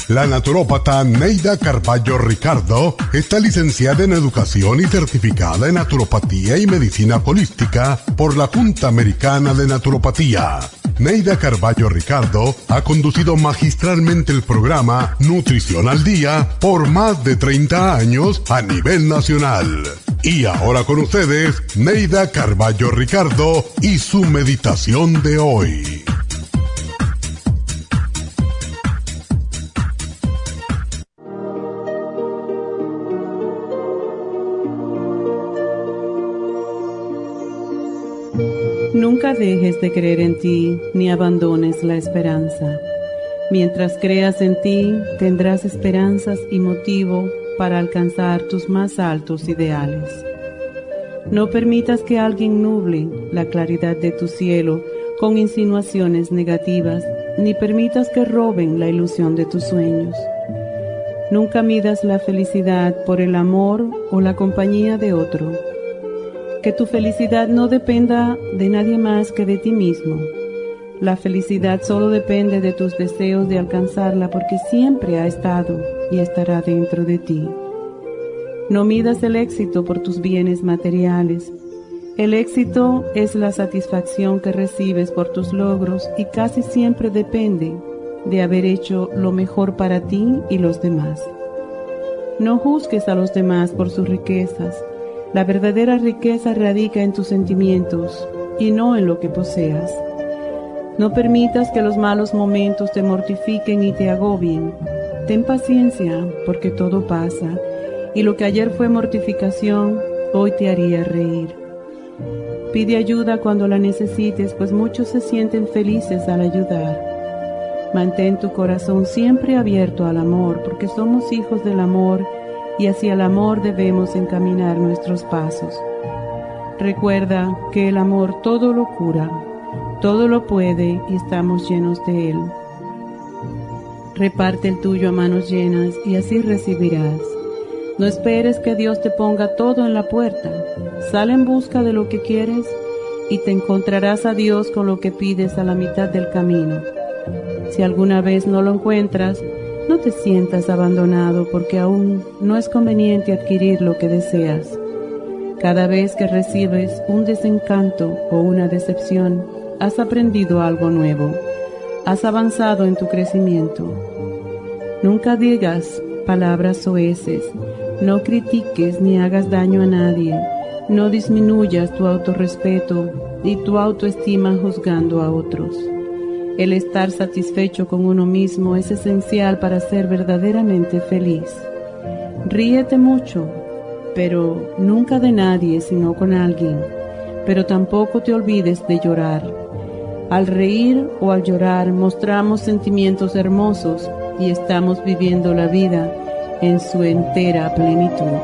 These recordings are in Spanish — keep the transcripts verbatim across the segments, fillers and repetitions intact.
La naturópata Neida Carballo Ricardo está licenciada en Educación y certificada en Naturopatía y Medicina Holística por la Junta Americana de Naturopatía. Neida Carballo Ricardo ha conducido magistralmente el programa Nutrición al Día por más de treinta años a nivel nacional. Y ahora con ustedes, Neida Carballo Ricardo y su meditación de hoy. Nunca dejes de creer en ti, ni abandones la esperanza. Mientras creas en ti, tendrás esperanzas y motivo para alcanzar tus más altos ideales. No permitas que alguien nuble la claridad de tu cielo con insinuaciones negativas, ni permitas que roben la ilusión de tus sueños. Nunca midas la felicidad por el amor o la compañía de otro. Que tu felicidad no dependa de nadie más que de ti mismo. La felicidad solo depende de tus deseos de alcanzarla, porque siempre ha estado y estará dentro de ti. No midas el éxito por tus bienes materiales. El éxito es la satisfacción que recibes por tus logros y casi siempre depende de haber hecho lo mejor para ti y los demás. No juzgues a los demás por sus riquezas. La verdadera riqueza radica en tus sentimientos y no en lo que poseas. No permitas que los malos momentos te mortifiquen y te agobien. Ten paciencia, porque todo pasa, y lo que ayer fue mortificación, hoy te haría reír. Pide ayuda cuando la necesites, pues muchos se sienten felices al ayudar. Mantén tu corazón siempre abierto al amor, porque somos hijos del amor, y hacia el amor debemos encaminar nuestros pasos. Recuerda que el amor todo lo cura, todo lo puede y estamos llenos de él. Reparte el tuyo a manos llenas y así recibirás. No esperes que Dios te ponga todo en la puerta. Sal en busca de lo que quieres y te encontrarás a Dios con lo que pides a la mitad del camino. Si alguna vez no lo encuentras, no te sientas abandonado, porque aún no es conveniente adquirir lo que deseas. Cada vez que recibes un desencanto o una decepción, has aprendido algo nuevo, has avanzado en tu crecimiento. Nunca digas palabras soeces, no critiques ni hagas daño a nadie, no disminuyas tu autorrespeto y tu autoestima juzgando a otros. El estar satisfecho con uno mismo es esencial para ser verdaderamente feliz. Ríete mucho, pero nunca de nadie, sino con alguien. Pero tampoco te olvides de llorar. Al reír o al llorar mostramos sentimientos hermosos y estamos viviendo la vida en su entera plenitud.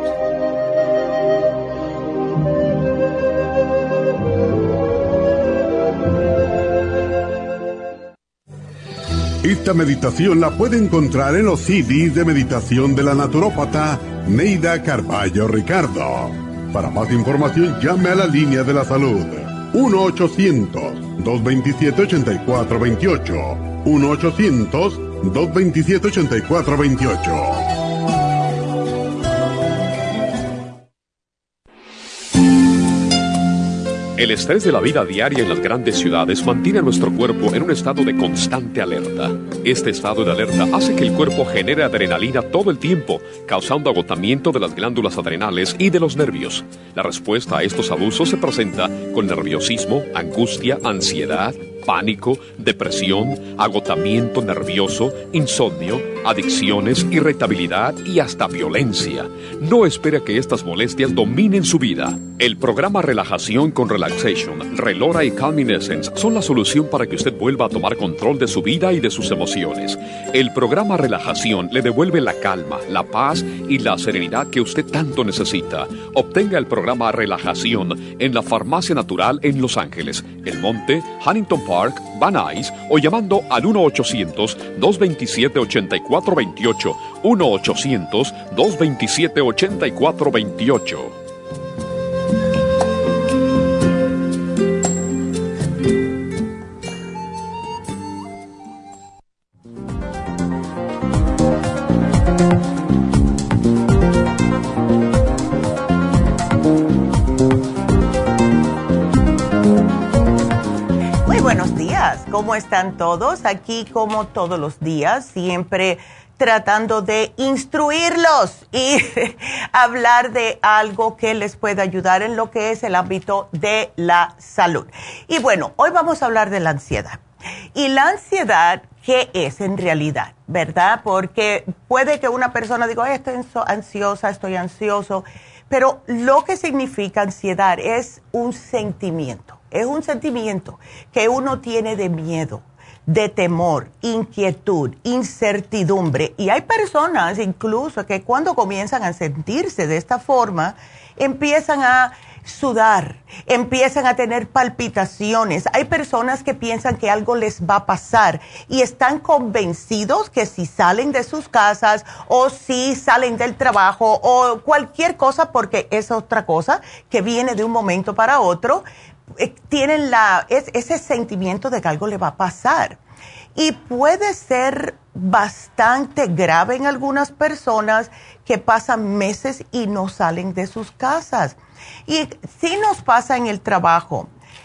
Esta meditación la puede encontrar en los C Ds de meditación de la naturópata Neida Carballo Ricardo. Para más información, llame a la línea de la salud uno ochocientos, dos veintisiete, ochenta y cuatro veintiocho. uno ochocientos, dos veintisiete, ochenta y cuatro veintiocho. El estrés de la vida diaria en las grandes ciudades mantiene a nuestro cuerpo en un estado de constante alerta. Este estado de alerta hace que el cuerpo genere adrenalina todo el tiempo, causando agotamiento de las glándulas adrenales y de los nervios. La respuesta a estos abusos se presenta con nerviosismo, angustia, ansiedad, pánico, depresión, agotamiento nervioso, insomnio, adicciones, irritabilidad y hasta violencia. No espere que estas molestias dominen su vida. El programa Relajación con Relaxation, Relora y Calming Essence son la solución para que usted vuelva a tomar control de su vida y de sus emociones. El programa Relajación le devuelve la calma, la paz y la serenidad que usted tanto necesita. Obtenga el programa Relajación en la Farmacia Natural en Los Ángeles, El Monte, Huntington Park, Van Nuys o llamando al uno ochocientos, dos veintisiete, ochenta y cuatro veintiocho, uno ochocientos, dos veintisiete, ochenta y cuatro veintiocho. buenos días, ¿cómo están todos? Aquí como todos los días, siempre tratando de instruirlos y hablar de algo que les pueda ayudar en lo que es el ámbito de la salud. Y bueno, hoy vamos a hablar de la ansiedad. Y la ansiedad, ¿qué es en realidad? ¿Verdad? Porque puede que una persona diga, estoy ansiosa, estoy ansioso, pero lo que significa ansiedad es un sentimiento. Es un sentimiento que uno tiene de miedo, de temor, inquietud, incertidumbre. Y hay personas incluso que cuando comienzan a sentirse de esta forma, empiezan a sudar, empiezan a tener palpitaciones. Hay personas que piensan que algo les va a pasar y están convencidos que si salen de sus casas o si salen del trabajo o cualquier cosa, porque es otra cosa que viene de un momento para otro, eh, tienen la, es, ese sentimiento de que algo le va a pasar. Y puede ser bastante grave en algunas personas que pasan meses y no salen de sus casas. Y sí nos pasa en el trabajo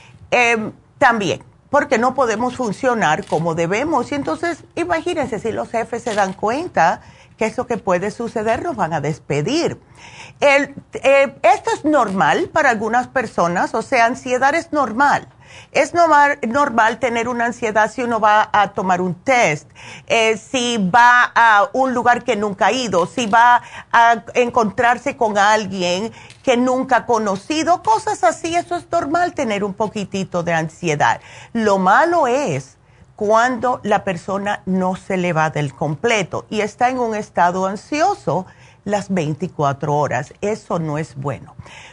eh, también, porque no podemos funcionar como debemos. Y entonces, imagínense, si los jefes se dan cuenta que eso que puede suceder, nos van a despedir. El, eh, esto es normal para algunas personas, o sea, ansiedad es normal. Es normal, normal tener una ansiedad si uno va a tomar un test, eh, si va a un lugar que nunca ha ido, si va a encontrarse con alguien que nunca ha conocido, cosas así. Eso es normal tener un poquitito de ansiedad. Lo malo es cuando la persona no se le va del completo y está en un estado ansioso las veinticuatro horas. Eso no es bueno,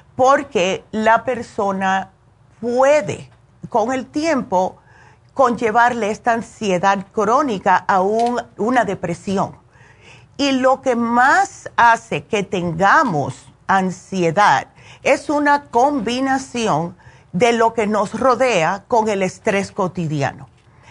porque la persona puede con el tiempo conllevarle esta ansiedad crónica a un, una depresión. Y lo que más hace que tengamos ansiedad es una combinación de lo que nos rodea con el estrés cotidiano.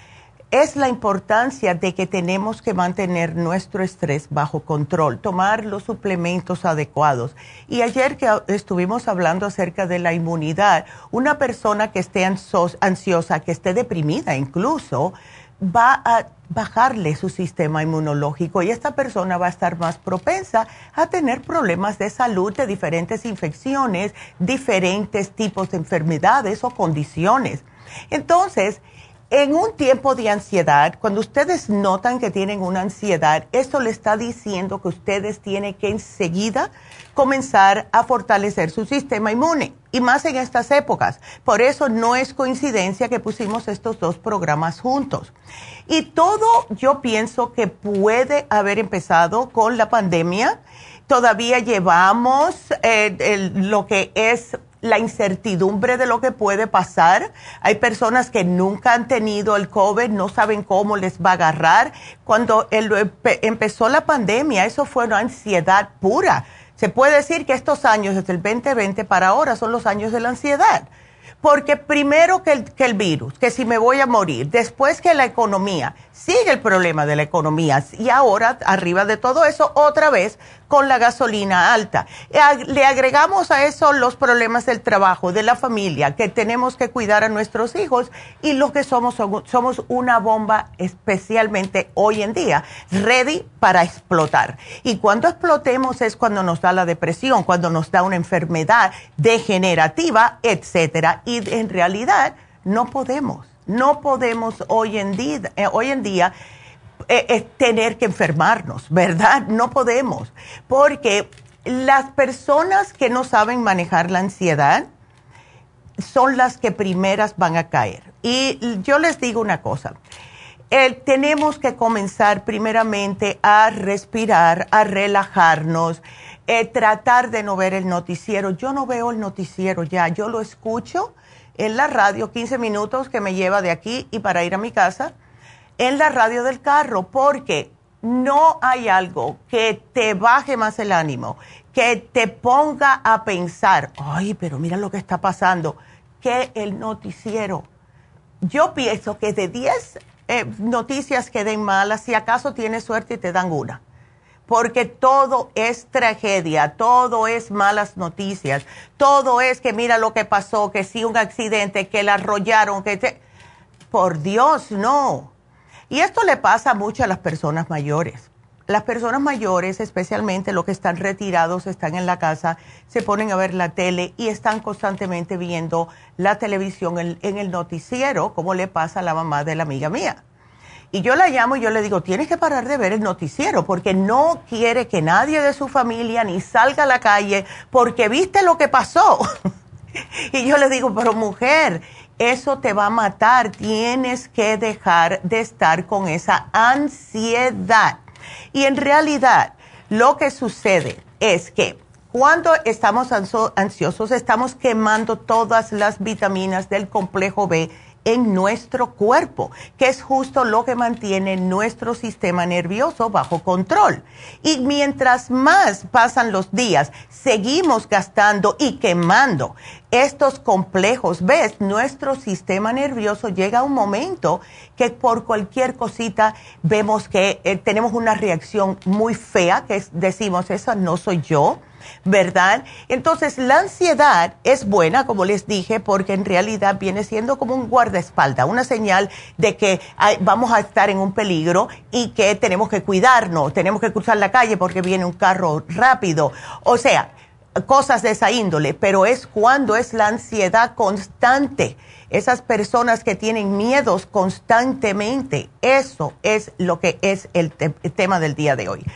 Es la importancia de que tenemos que mantener nuestro estrés bajo control, tomar los suplementos adecuados. Y ayer que estuvimos hablando acerca de la inmunidad, una persona que esté ansiosa, que esté deprimida incluso, va a bajarle su sistema inmunológico y esta persona va a estar más propensa a tener problemas de salud, de diferentes infecciones, diferentes tipos de enfermedades o condiciones. Entonces, en un tiempo de ansiedad, cuando ustedes notan que tienen una ansiedad, esto le está diciendo que ustedes tienen que enseguida comenzar a fortalecer su sistema inmune, y más en estas épocas. Por eso no es coincidencia que pusimos estos dos programas juntos. Y todo yo pienso que puede haber empezado con la pandemia. Todavía llevamos eh, el, lo que es la incertidumbre de lo que puede pasar. Hay personas que nunca han tenido el COVID, no saben cómo les va a agarrar. Cuando el, empezó la pandemia, eso fue una ansiedad pura. Se puede decir que estos años, desde el veinte veinte para ahora, son los años de la ansiedad. Porque primero que el, que el virus, que si me voy a morir, después que la economía, sigue el problema de la economía y ahora arriba de todo eso otra vez con la gasolina alta. Le agregamos a eso los problemas del trabajo, de la familia, que tenemos que cuidar a nuestros hijos y lo que somos, somos una bomba especialmente hoy en día, ready para explotar. Y cuando explotemos es cuando nos da la depresión, cuando nos da una enfermedad degenerativa, etcétera. Y en realidad no podemos, no podemos hoy en día, eh, hoy en día eh, eh, tener que enfermarnos, ¿verdad? No podemos, porque las personas que no saben manejar la ansiedad son las que primeras van a caer. Y yo les digo una cosa, eh, tenemos que comenzar primeramente a respirar, a relajarnos, eh, tratar de no ver el noticiero. Yo no veo el noticiero ya, yo lo escucho en la radio, quince minutos que me lleva de aquí y para ir a mi casa, en la radio del carro, porque no hay algo que te baje más el ánimo, que te ponga a pensar, ay, pero mira lo que está pasando, que el noticiero. Yo pienso que de diez eh, noticias que den malas, si acaso tienes suerte y te dan una. Porque todo es tragedia, todo es malas noticias, todo es que mira lo que pasó, que sí un accidente, que la arrollaron, que te... por Dios, no. Y esto le pasa mucho a las personas mayores. Las personas mayores, especialmente los que están retirados, están en la casa, se ponen a ver la tele y están constantemente viendo la televisión en, en el noticiero, como le pasa a la mamá de la amiga mía. Y yo la llamo y yo le digo, tienes que parar de ver el noticiero porque no quiere que nadie de su familia ni salga a la calle porque viste lo que pasó. Y yo le digo, pero mujer, eso te va a matar. Tienes que dejar de estar con esa ansiedad. Y en realidad, lo que sucede es que cuando estamos ansiosos, estamos quemando todas las vitaminas del complejo B en nuestro cuerpo, que es justo lo que mantiene nuestro sistema nervioso bajo control. Y mientras más pasan los días, seguimos gastando y quemando estos complejos. ¿Ves? Nuestro sistema nervioso llega a un momento que por cualquier cosita vemos que eh, tenemos una reacción muy fea, que es, decimos, esa no soy yo, ¿verdad? Entonces, la ansiedad es buena, como les dije, porque en realidad viene siendo como un guardaespaldas, una señal de que hay, vamos a estar en un peligro y que tenemos que cuidarnos, tenemos que cruzar la calle porque viene un carro rápido. O sea, cosas de esa índole, pero es cuando es la ansiedad constante. Esas personas que tienen miedos constantemente, eso es lo que es el, te- el tema del día de hoy.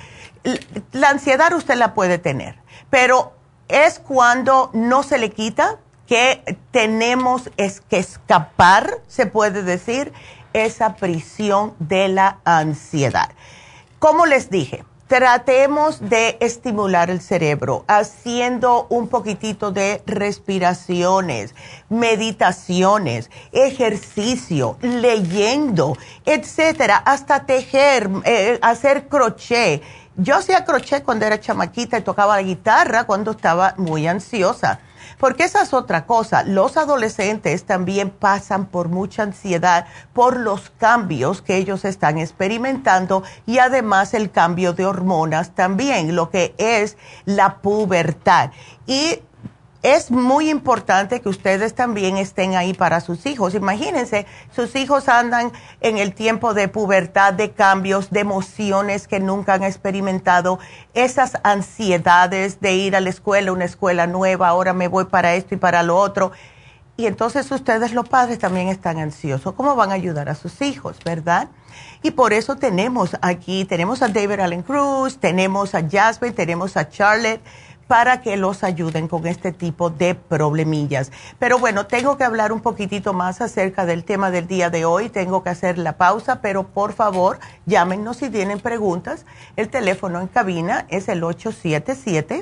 La ansiedad usted la puede tener, pero es cuando no se le quita que tenemos es que escapar, se puede decir, esa prisión de la ansiedad. Como les dije, tratemos de estimular el cerebro haciendo un poquitito de respiraciones, meditaciones, ejercicio, leyendo, etcétera, hasta tejer, eh, hacer crochet. Yo hacía crochet cuando era chamaquita y tocaba la guitarra cuando estaba muy ansiosa. Porque esa es otra cosa. Los adolescentes también pasan por mucha ansiedad por los cambios que ellos están experimentando y además el cambio de hormonas también, lo que es la pubertad. Y es muy importante que ustedes también estén ahí para sus hijos. Imagínense, sus hijos andan en el tiempo de pubertad, de cambios, de emociones que nunca han experimentado, esas ansiedades de ir a la escuela, una escuela nueva, ahora me voy para esto y para lo otro. Y entonces ustedes, los padres, también están ansiosos. ¿Cómo van a ayudar a sus hijos, verdad? Y por eso tenemos aquí, tenemos a David Allen Cruz, tenemos a Jasmine, tenemos a Charlotte, para que los ayuden con este tipo de problemillas. Pero bueno, tengo que hablar un poquitito más acerca del tema del día de hoy. Tengo que hacer la pausa, pero por favor, llámenos si tienen preguntas. El teléfono en cabina es el ocho siete siete,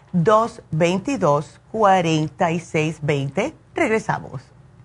dos dos dos, cuatro seis dos cero. Regresamos.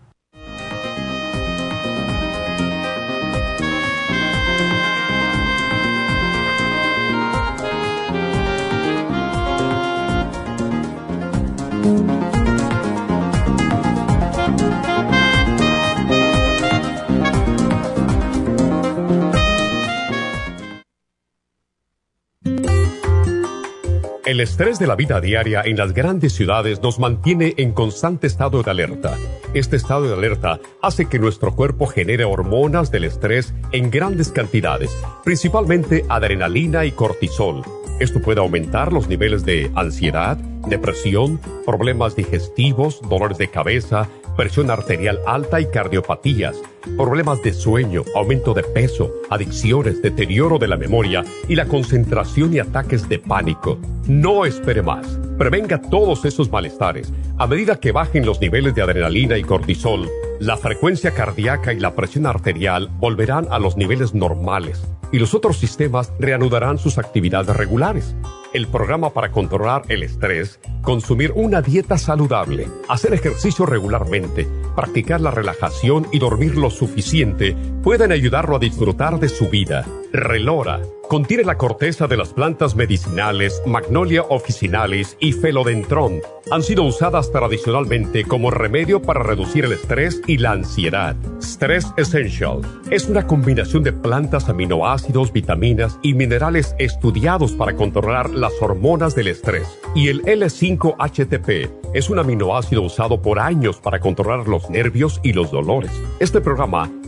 El estrés de la vida diaria en las grandes ciudades nos mantiene en constante estado de alerta. Este estado de alerta hace que nuestro cuerpo genere hormonas del estrés en grandes cantidades, principalmente adrenalina y cortisol. Esto puede aumentar los niveles de ansiedad, depresión, problemas digestivos, dolores de cabeza, presión arterial alta y cardiopatías, problemas de sueño, aumento de peso, adicciones, deterioro de la memoria y la concentración y ataques de pánico. No espere más. Prevenga todos esos malestares. A medida que bajen los niveles de adrenalina y cortisol, la frecuencia cardíaca y la presión arterial volverán a los niveles normales y los otros sistemas reanudarán sus actividades regulares. El programa para controlar el estrés, consumir una dieta saludable, hacer ejercicio regularmente, practicar la relajación y dormir lo suficiente pueden ayudarlo a disfrutar de su vida. Relora contiene la corteza de las plantas medicinales Magnolia officinalis y Philodendron. Han sido usadas tradicionalmente como remedio para reducir el estrés y la ansiedad. Stress Essential es una combinación de plantas, aminoácidos, vitaminas y minerales estudiados para controlar las hormonas del estrés. Y el L cinco H T P es un aminoácido usado por años para controlar los nervios y los dolores. Este programa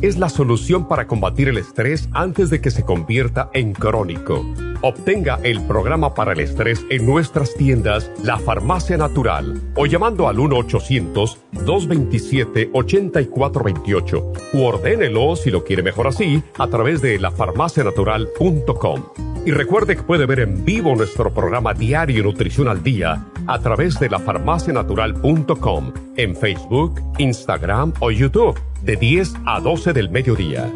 es la solución para combatir el estrés antes de que se convierta en crónico. Obtenga el programa para el estrés en nuestras tiendas La Farmacia Natural o llamando al uno ochocientos, dos veintisiete, ochenta y cuatro veintiocho u ordénelo si lo quiere mejor así a través de la farmacia natural punto com. Y recuerde que puede ver en vivo nuestro programa diario Nutrición al Día a través de la farmacia natural punto com en Facebook, Instagram o YouTube de diez a doce del mediodía.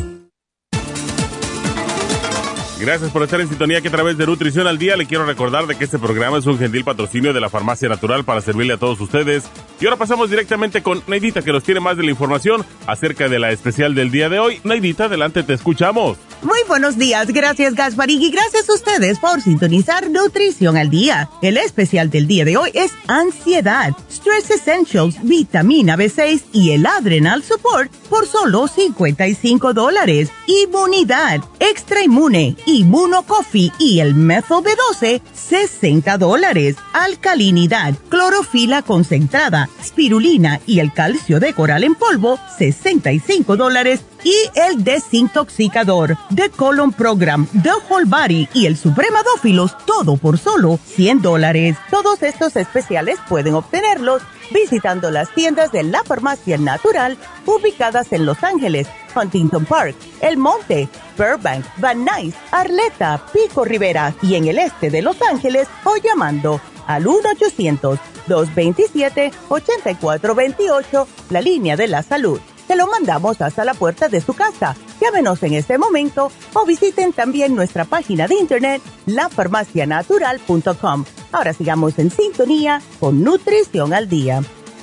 Gracias por estar en sintonía que a través de Nutrición al Día le quiero recordar de que este programa es un gentil patrocinio de la Farmacia Natural para servirle a todos ustedes. Y ahora pasamos directamente con Neidita, que nos tiene más de la información acerca de la especial del día de hoy. Neidita, adelante, te escuchamos. Muy buenos días, gracias Gasparín y gracias a ustedes por sintonizar Nutrición al Día. El especial del día de hoy es ansiedad, Stress Essentials, vitamina B seis y el Adrenal Support por solo cincuenta y cinco dólares. Inmunidad, Extra Inmune, Inmuno Coffee y el Methyl B doce, sesenta dólares. Alcalinidad, clorofila concentrada, spirulina y el calcio de coral en polvo, sesenta y cinco dólares. Y el desintoxicador, The Colon Program, The Whole Body y el Supremadófilos, todo por solo cien dólares. Todos estos especiales pueden obtenerlos visitando las tiendas de la Farmacia Natural ubicadas en Los Ángeles, Huntington Park, El Monte, Burbank, Van Nuys, Arleta, Pico Rivera y en el este de Los Ángeles o llamando al uno ochocientos, dos veintisiete, ochenta y cuatro veintiocho, la línea de la salud. Se lo mandamos hasta la puerta de su casa. Llámenos en este momento o visiten también nuestra página de internet, la farmacia natural punto com. Ahora sigamos en sintonía con Nutrición al Día.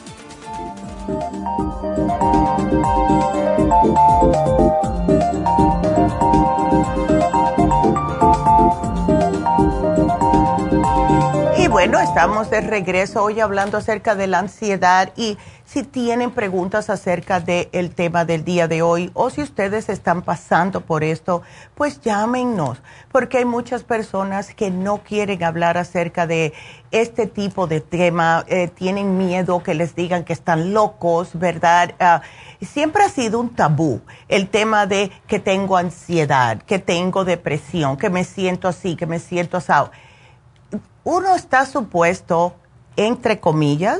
Y bueno, estamos de regreso hoy hablando acerca de la ansiedad y si tienen preguntas acerca del tema del día de hoy o si ustedes están pasando por esto, pues llámenos, porque hay muchas personas que no quieren hablar acerca de este tipo de tema, eh, tienen miedo que les digan que están locos, ¿verdad? Uh, siempre ha sido un tabú el tema de que tengo ansiedad, que tengo depresión, que me siento así, que me siento asado. Uno está supuesto, entre comillas,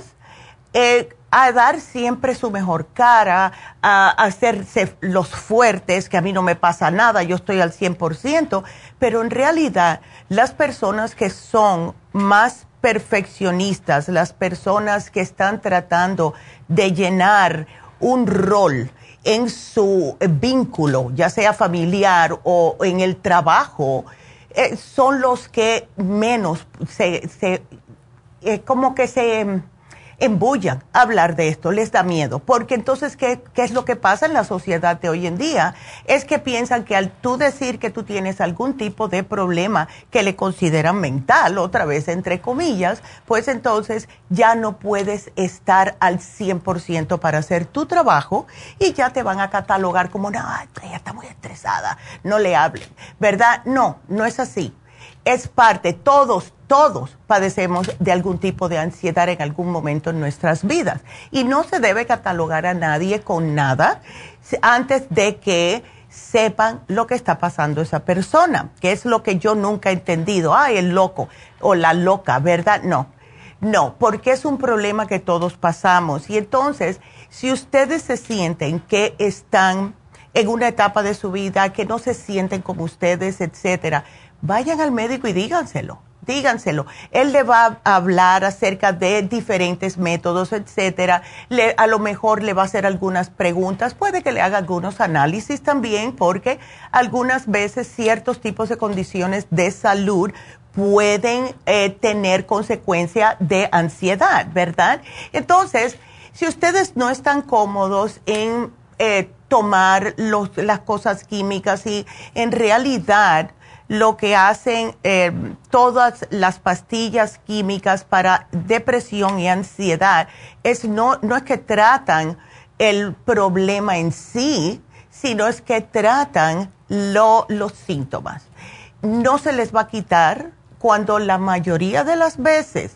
eh, a dar siempre su mejor cara, a, a hacerse los fuertes, que a mí no me pasa nada, yo estoy al cien por ciento, pero en realidad las personas que son más perfeccionistas, las personas que están tratando de llenar un rol en su vínculo, ya sea familiar o en el trabajo, eh, son los que menos se, se eh, como que se embullan a hablar de esto, les da miedo, porque entonces, ¿qué, ¿qué es lo que pasa en la sociedad de hoy en día? Es que piensan que al tú decir que tú tienes algún tipo de problema que le consideran mental, otra vez entre comillas, pues entonces ya no puedes estar al cien por ciento para hacer tu trabajo y ya te van a catalogar como, no, ella está muy estresada, no le hablen, ¿verdad? No, no es así. Es parte, todos, todos padecemos de algún tipo de ansiedad en algún momento en nuestras vidas. Y no se debe catalogar a nadie con nada antes de que sepan lo que está pasando esa persona, que es lo que yo nunca he entendido. Ay, el loco o la loca, ¿verdad? No, no, porque es un problema que todos pasamos. Y entonces, si ustedes se sienten que están en una etapa de su vida, que no se sienten como ustedes, etcétera, vayan al médico y díganselo, díganselo. Él le va a hablar acerca de diferentes métodos, etcétera. Le, a lo mejor le va a hacer algunas preguntas, puede que le haga algunos análisis también, porque algunas veces ciertos tipos de condiciones de salud pueden eh, tener consecuencia de ansiedad, ¿verdad? Entonces, si ustedes no están cómodos en eh, tomar los, las cosas químicas y en realidad lo que hacen eh, todas las pastillas químicas para depresión y ansiedad es no, no es que tratan el problema en sí, sino es que tratan lo, los síntomas. No se les va a quitar cuando la mayoría de las veces,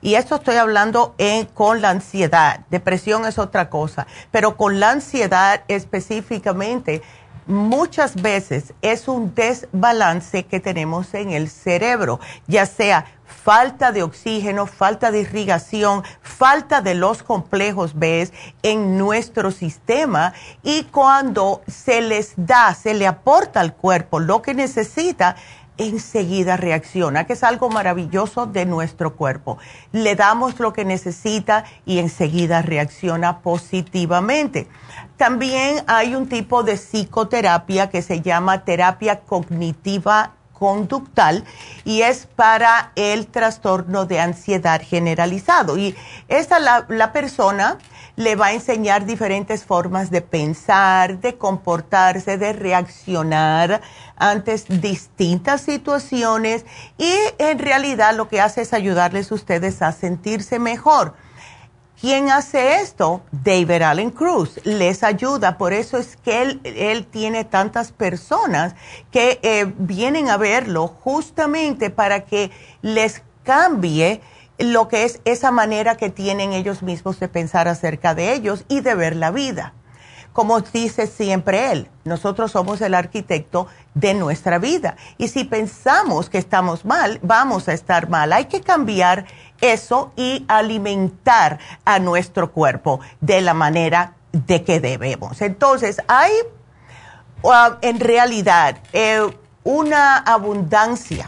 Y esto estoy hablando en, con la ansiedad. Depresión es otra cosa, pero con la ansiedad específicamente, muchas veces es un desbalance que tenemos en el cerebro, ya sea falta de oxígeno, falta de irrigación, falta de los complejos B en nuestro sistema, y cuando se les da, se le aporta al cuerpo lo que necesita, enseguida reacciona, que es algo maravilloso de nuestro cuerpo. Le damos lo que necesita y enseguida reacciona positivamente. También hay un tipo de psicoterapia que se llama terapia cognitiva conductal y es para el trastorno de ansiedad generalizado. Y esta la, la persona le va a enseñar diferentes formas de pensar, de comportarse, de reaccionar ante distintas situaciones, y en realidad lo que hace es ayudarles a ustedes a sentirse mejor. ¿Quién hace esto? David Allen Cruz les ayuda, por eso es que él, él tiene tantas personas que eh, vienen a verlo justamente para que les cambie lo que es esa manera que tienen ellos mismos de pensar acerca de ellos y de ver la vida. Como dice siempre él, nosotros somos el arquitecto de nuestra vida. Y si pensamos que estamos mal, vamos a estar mal. Hay que cambiar eso y alimentar a nuestro cuerpo de la manera de que debemos. Entonces, hay uh, en realidad eh, una abundancia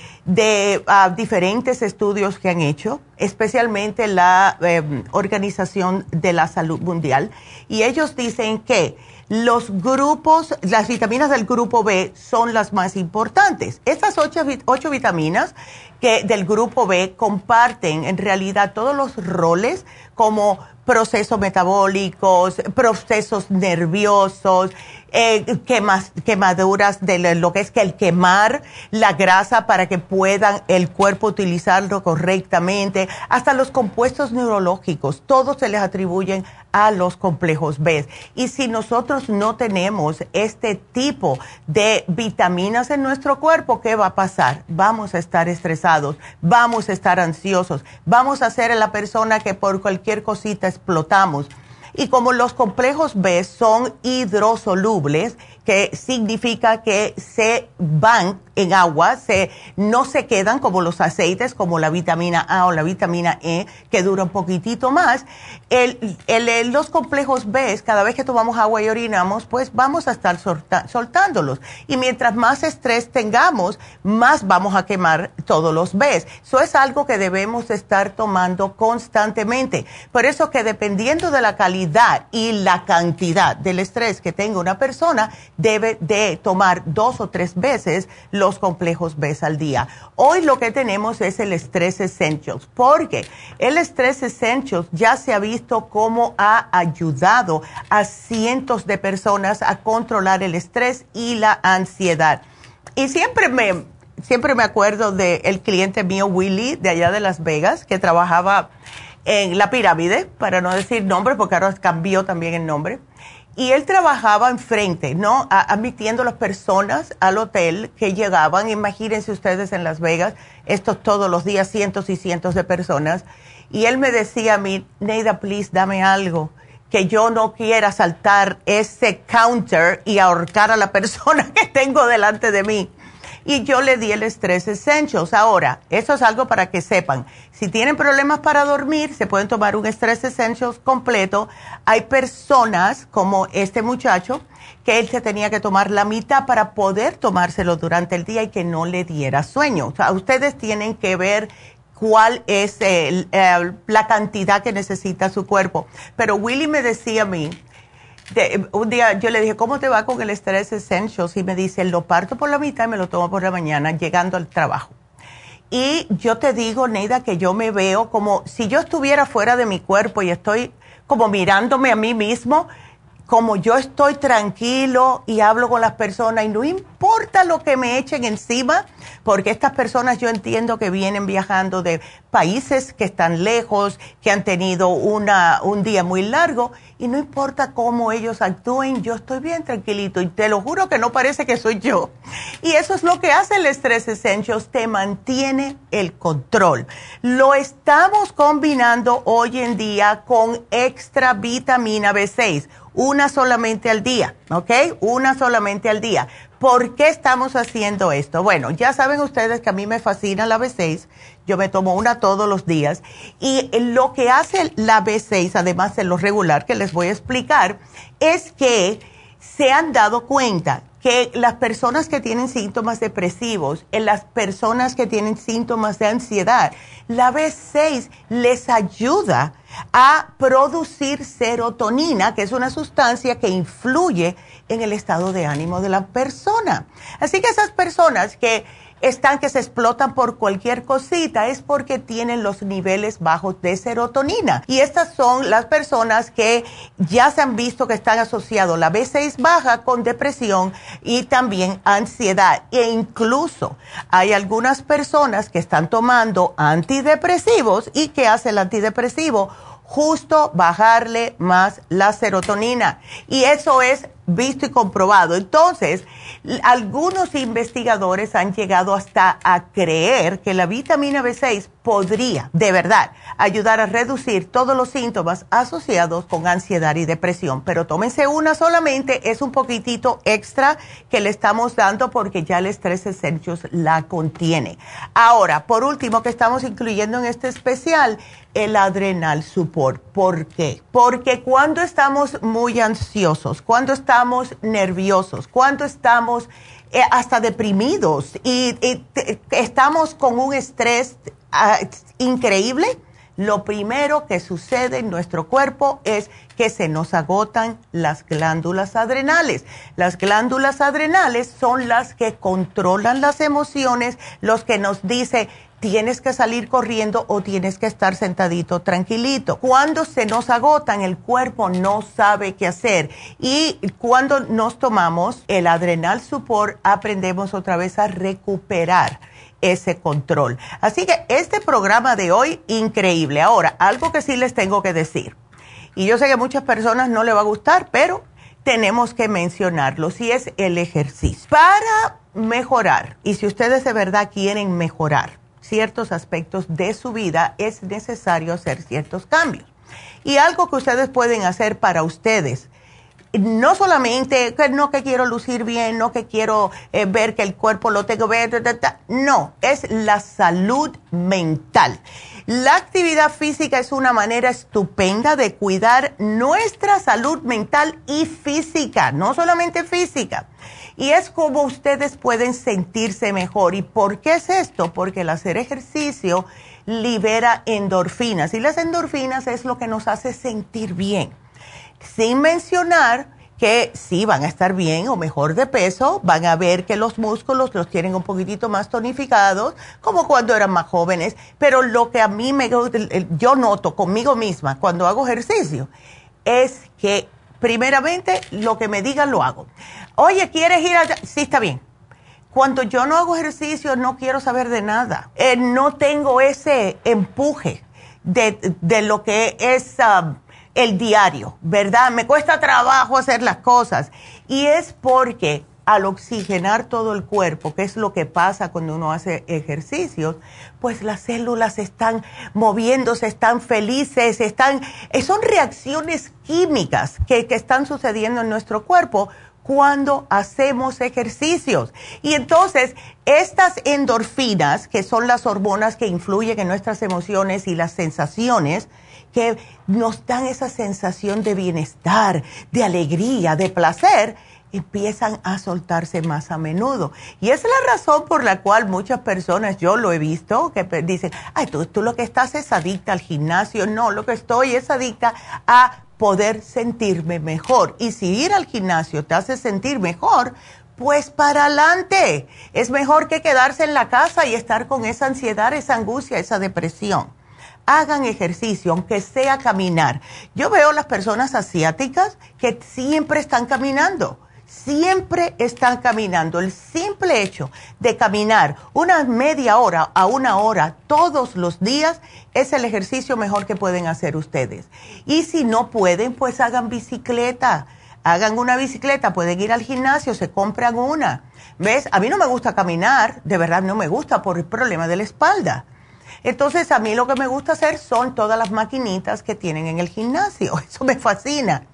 de uh, diferentes estudios que han hecho, especialmente la eh, Organización de la Salud Mundial, y ellos dicen que los grupos, las vitaminas del grupo B son las más importantes. Estas ocho, ocho vitaminas que del grupo B comparten en realidad todos los roles como procesos metabólicos, procesos nerviosos, eh, quemas, quemaduras de lo que es que el quemar la grasa para que puedan el cuerpo utilizarlo correctamente, hasta los compuestos neurológicos, todos se les atribuyen a los complejos B. Y si nosotros no tenemos este tipo de vitaminas en nuestro cuerpo, ¿qué va a pasar? Vamos a estar estresados, vamos a estar ansiosos, vamos a ser la persona que por cualquier cosita explotamos. Y como los complejos B son hidrosolubles, que significa que se van en agua, se, no se quedan como los aceites, como la vitamina A o la vitamina E, que dura un poquitito más. El, el, el, los complejos B, cada vez que tomamos agua y orinamos, pues vamos a estar solta, soltándolos. Y mientras más estrés tengamos, más vamos a quemar todos los B. Eso es algo que debemos estar tomando constantemente. Por eso que dependiendo de la calidad y la cantidad del estrés que tenga una persona, debe de tomar dos o tres veces los complejos B al día. Hoy lo que tenemos es el Stress Essentials, porque el Stress Essentials ya se ha visto cómo ha ayudado a cientos de personas a controlar el estrés y la ansiedad. Y siempre me, siempre me acuerdo del cliente mío, Willy, de allá de Las Vegas, que trabajaba en La Pirámide, para no decir nombre, porque ahora cambió también el nombre. Y él trabajaba enfrente, ¿no? A, admitiendo a las personas al hotel que llegaban. Imagínense ustedes en Las Vegas, esto todos los días, cientos y cientos de personas. Y él me decía a mí, Neida, please, dame algo, que yo no quiera saltar ese counter y ahorcar a la persona que tengo delante de mí. Y yo le di el Stress Essentials. Ahora, eso es algo para que sepan. Si tienen problemas para dormir, se pueden tomar un Stress Essentials completo. Hay personas, como este muchacho, que él se tenía que tomar la mitad para poder tomárselo durante el día y que no le diera sueño. O sea, ustedes tienen que ver cuál es el, el, la cantidad que necesita su cuerpo. Pero Willy me decía a mí, De, un día yo le dije, ¿cómo te va con el Stress Essentials? Y me dice, lo parto por la mitad y me lo tomo por la mañana llegando al trabajo. Y yo te digo, Neida, que yo me veo como si yo estuviera fuera de mi cuerpo y estoy como mirándome a mí mismo, como yo estoy tranquilo y hablo con las personas y no importa importa lo que me echen encima, porque estas personas yo entiendo que vienen viajando de países que están lejos, que han tenido una, un día muy largo, y no importa cómo ellos actúen, yo estoy bien tranquilito, y te lo juro que no parece que soy yo. Y eso es lo que hace el Stress Essentials, te mantiene el control. Lo estamos combinando hoy en día con extra vitamina B seis, una solamente al día, ¿ok? Una solamente al día. ¿Por qué estamos haciendo esto? Bueno, ya saben ustedes que a mí me fascina la B seis, yo me tomo una todos los días, y lo que hace la B seis, además de lo regular que les voy a explicar, es que se han dado cuenta que las personas que tienen síntomas depresivos, en las personas que tienen síntomas de ansiedad, la B seis les ayuda a producir serotonina, que es una sustancia que influye en el estado de ánimo de la persona. Así que esas personas que están que se explotan por cualquier cosita es porque tienen los niveles bajos de serotonina. Y estas son las personas que ya se han visto que están asociados la B seis baja con depresión y también ansiedad. E incluso hay algunas personas que están tomando antidepresivos y que hace el antidepresivo justo bajarle más la serotonina. Y eso es visto y comprobado. Entonces, algunos investigadores han llegado hasta a creer que la vitamina B seis podría, de verdad, ayudar a reducir todos los síntomas asociados con ansiedad y depresión. Pero tómense una solamente, es un poquitito extra que le estamos dando porque ya el Stress Essentials la contiene. Ahora, por último, que estamos incluyendo en este especial, el Adrenal Support. ¿Por qué? Porque cuando estamos muy ansiosos, cuando estamos nerviosos, cuando estamos eh, hasta deprimidos y, y te, estamos con un estrés uh, increíble, lo primero que sucede en nuestro cuerpo es que se nos agotan las glándulas adrenales. Las glándulas adrenales son las que controlan las emociones, los que nos dicen tienes que salir corriendo o tienes que estar sentadito tranquilito. Cuando se nos agotan, el cuerpo no sabe qué hacer. Y cuando nos tomamos el Adrenal Support, aprendemos otra vez a recuperar ese control. Así que este programa de hoy, increíble. Ahora, algo que sí les tengo que decir. Y yo sé que a muchas personas no le va a gustar, pero tenemos que mencionarlo, si es el ejercicio. Para mejorar, y si ustedes de verdad quieren mejorar ciertos aspectos de su vida, es necesario hacer ciertos cambios. Y algo que ustedes pueden hacer para ustedes, no solamente que no que quiero lucir bien, no que quiero eh, ver que el cuerpo lo tengo bien, no, es la salud mental. La actividad física es una manera estupenda de cuidar nuestra salud mental y física, no solamente física. Y es como ustedes pueden sentirse mejor. ¿Y por qué es esto? Porque el hacer ejercicio libera endorfinas. Y las endorfinas es lo que nos hace sentir bien. Sin mencionar que sí van a estar bien o mejor de peso, van a ver que los músculos los tienen un poquitito más tonificados, como cuando eran más jóvenes. Pero lo que a mí me, yo noto conmigo misma cuando hago ejercicio es que primeramente lo que me digan lo hago. Oye, ¿quieres ir allá? Sí, está bien. Cuando yo no hago ejercicio no quiero saber de nada. Eh, no tengo ese empuje de, de lo que es uh, el diario, ¿verdad? Me cuesta trabajo hacer las cosas. Y es porque al oxigenar todo el cuerpo, que es lo que pasa cuando uno hace ejercicios, pues las células están moviéndose, están felices, están, son reacciones químicas que, que están sucediendo en nuestro cuerpo cuando hacemos ejercicios. Y entonces, estas endorfinas, que son las hormonas que influyen en nuestras emociones y las sensaciones, que nos dan esa sensación de bienestar, de alegría, de placer, empiezan a soltarse más a menudo. Y esa es la razón por la cual muchas personas, yo lo he visto, que dicen, ay, tú, tú lo que estás es adicta al gimnasio. No, lo que estoy es adicta a poder sentirme mejor. Y si ir al gimnasio te hace sentir mejor, pues para adelante. Es mejor que quedarse en la casa y estar con esa ansiedad, esa angustia, esa depresión. Hagan ejercicio, aunque sea caminar. Yo veo las personas asiáticas que siempre están caminando. siempre están caminando. El simple hecho de caminar una media hora a una hora todos los días es el ejercicio mejor que pueden hacer ustedes. Y si no pueden, pues hagan bicicleta. Hagan una bicicleta, pueden ir al gimnasio, se compran una. ¿Ves? A mí no me gusta caminar, de verdad no me gusta por el problema de la espalda. Entonces, a mí lo que me gusta hacer son todas las maquinitas que tienen en el gimnasio. Eso me fascina.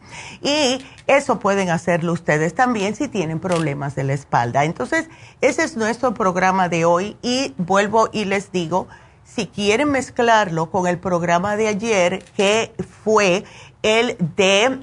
Y eso pueden hacerlo ustedes también si tienen problemas de la espalda. Entonces, ese es nuestro programa de hoy. Y vuelvo y les digo, si quieren mezclarlo con el programa de ayer, que fue el de,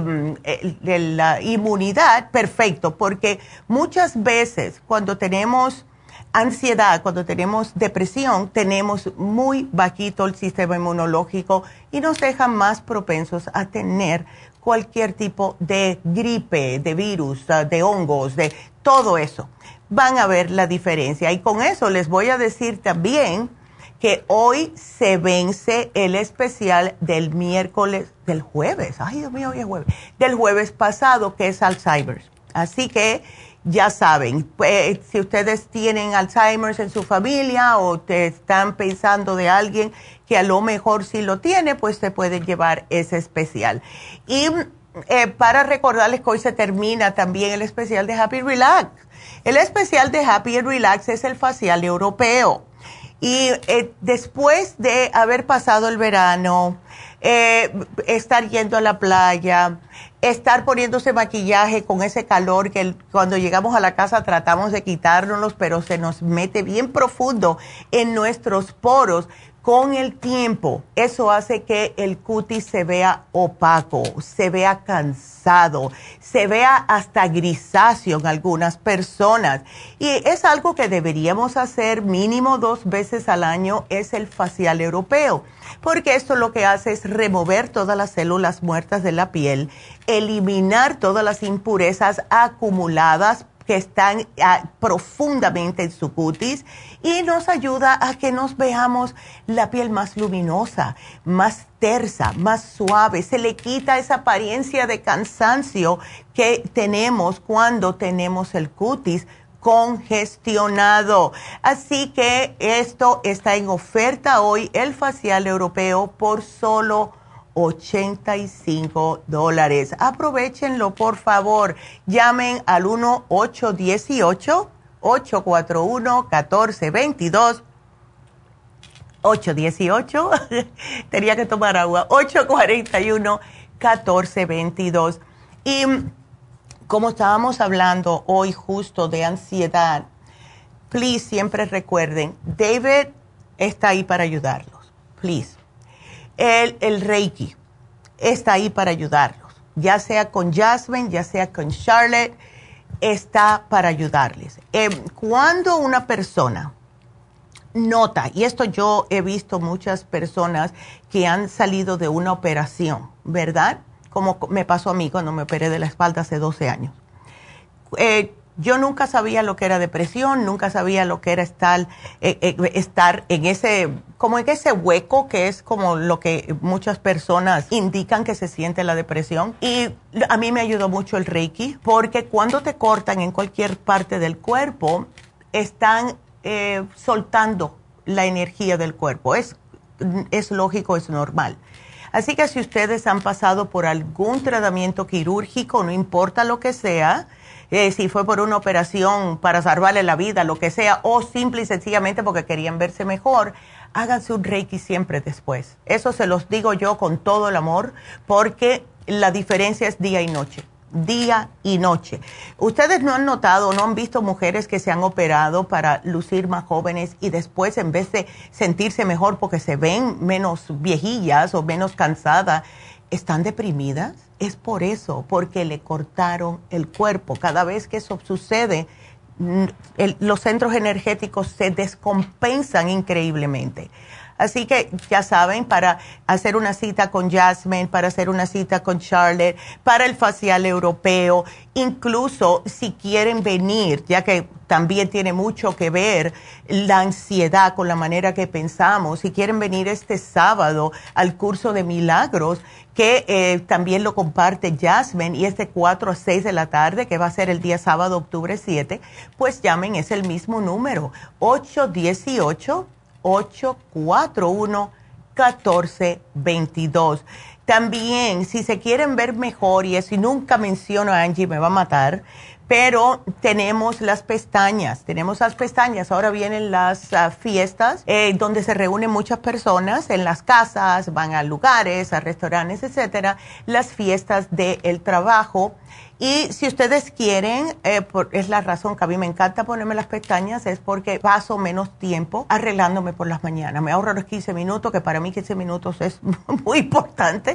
eh, de la inmunidad, perfecto. Porque muchas veces cuando tenemos ansiedad, cuando tenemos depresión, tenemos muy bajito el sistema inmunológico y nos deja más propensos a tener cualquier tipo de gripe, de virus, de hongos, de todo eso. Van a ver la diferencia. Y con eso les voy a decir también que hoy se vence el especial del miércoles, del jueves, ay Dios mío, hoy es jueves, del jueves pasado, que es Alzheimer's. Así que ya saben, pues, si ustedes tienen Alzheimer's en su familia o te están pensando de alguien que a lo mejor sí lo tiene, pues se pueden llevar ese especial. Y eh, para recordarles que hoy se termina también el especial de Happy Relax. El especial de Happy Relax es el facial europeo. Y eh, después de haber pasado el verano, eh, estar yendo a la playa, estar poniéndose maquillaje con ese calor que el, cuando llegamos a la casa tratamos de quitárnoslos, pero se nos mete bien profundo en nuestros poros. Con el tiempo, eso hace que el cutis se vea opaco, se vea cansado, se vea hasta grisáceo en algunas personas. Y es algo que deberíamos hacer mínimo dos veces al año, es el facial europeo. Porque esto lo que hace es remover todas las células muertas de la piel, eliminar todas las impurezas acumuladas que están uh, profundamente en su cutis y nos ayuda a que nos veamos la piel más luminosa, más tersa, más suave. Se le quita esa apariencia de cansancio que tenemos cuando tenemos el cutis congestionado. Así que esto está en oferta hoy, el facial europeo, por solo ochenta y cinco dólares. Aprovechenlo, por favor. Llamen al uno ocho uno ocho, ocho cuatro uno, uno cuatro dos dos. ocho uno ocho, tenía que tomar agua. ocho cuatro uno, uno cuatro dos dos. Y como estábamos hablando hoy justo de ansiedad, please, siempre recuerden, David está ahí para ayudarlos. Please. El, el Reiki está ahí para ayudarlos, ya sea con Jasmine, ya sea con Charlotte, está para ayudarles. Eh, cuando una persona nota, y esto yo he visto muchas personas que han salido de una operación, ¿verdad? Como me pasó a mí cuando me operé de la espalda hace doce años. Eh, Yo nunca sabía lo que era depresión, nunca sabía lo que era estar, eh, eh, estar en ese, como en ese hueco que es como lo que muchas personas indican que se siente la depresión. Y a mí me ayudó mucho el Reiki, porque cuando te cortan en cualquier parte del cuerpo, están eh, soltando la energía del cuerpo. Es, es lógico, es normal. Así que si ustedes han pasado por algún tratamiento quirúrgico, no importa lo que sea, Eh, si fue por una operación para salvarle la vida, lo que sea, o simple y sencillamente porque querían verse mejor, háganse un Reiki siempre después. Eso se los digo yo con todo el amor, porque la diferencia es día y noche, día y noche. Ustedes no han notado, no han visto mujeres que se han operado para lucir más jóvenes y después, en vez de sentirse mejor porque se ven menos viejillas o menos cansadas, están deprimidas. Es por eso, porque le cortaron el cuerpo. Cada vez que eso sucede, el, los centros energéticos se descompensan increíblemente. Así que ya saben, para hacer una cita con Jasmine, para hacer una cita con Charlotte, para el facial europeo, incluso si quieren venir, ya que también tiene mucho que ver la ansiedad con la manera que pensamos. Si quieren venir este sábado al curso de milagros, que eh, también lo comparte Jasmine, y es de cuatro a seis de la tarde, que va a ser el día sábado, octubre siete, pues llamen, es el mismo número, ocho uno ocho, ocho cuatro uno, uno cuatro dos dos. También, si se quieren ver mejor, y eso, y nunca menciono a Angie, me va a matar, pero tenemos las pestañas, tenemos las pestañas. Ahora vienen las uh, fiestas eh, donde se reúnen muchas personas en las casas, van a lugares, a restaurantes, etcétera, las fiestas del trabajo. Y si ustedes quieren, eh, por, es la razón que a mí me encanta ponerme las pestañas, es porque paso menos tiempo arreglándome por las mañanas. Me ahorro los quince minutos, que para mí quince minutos es muy importante.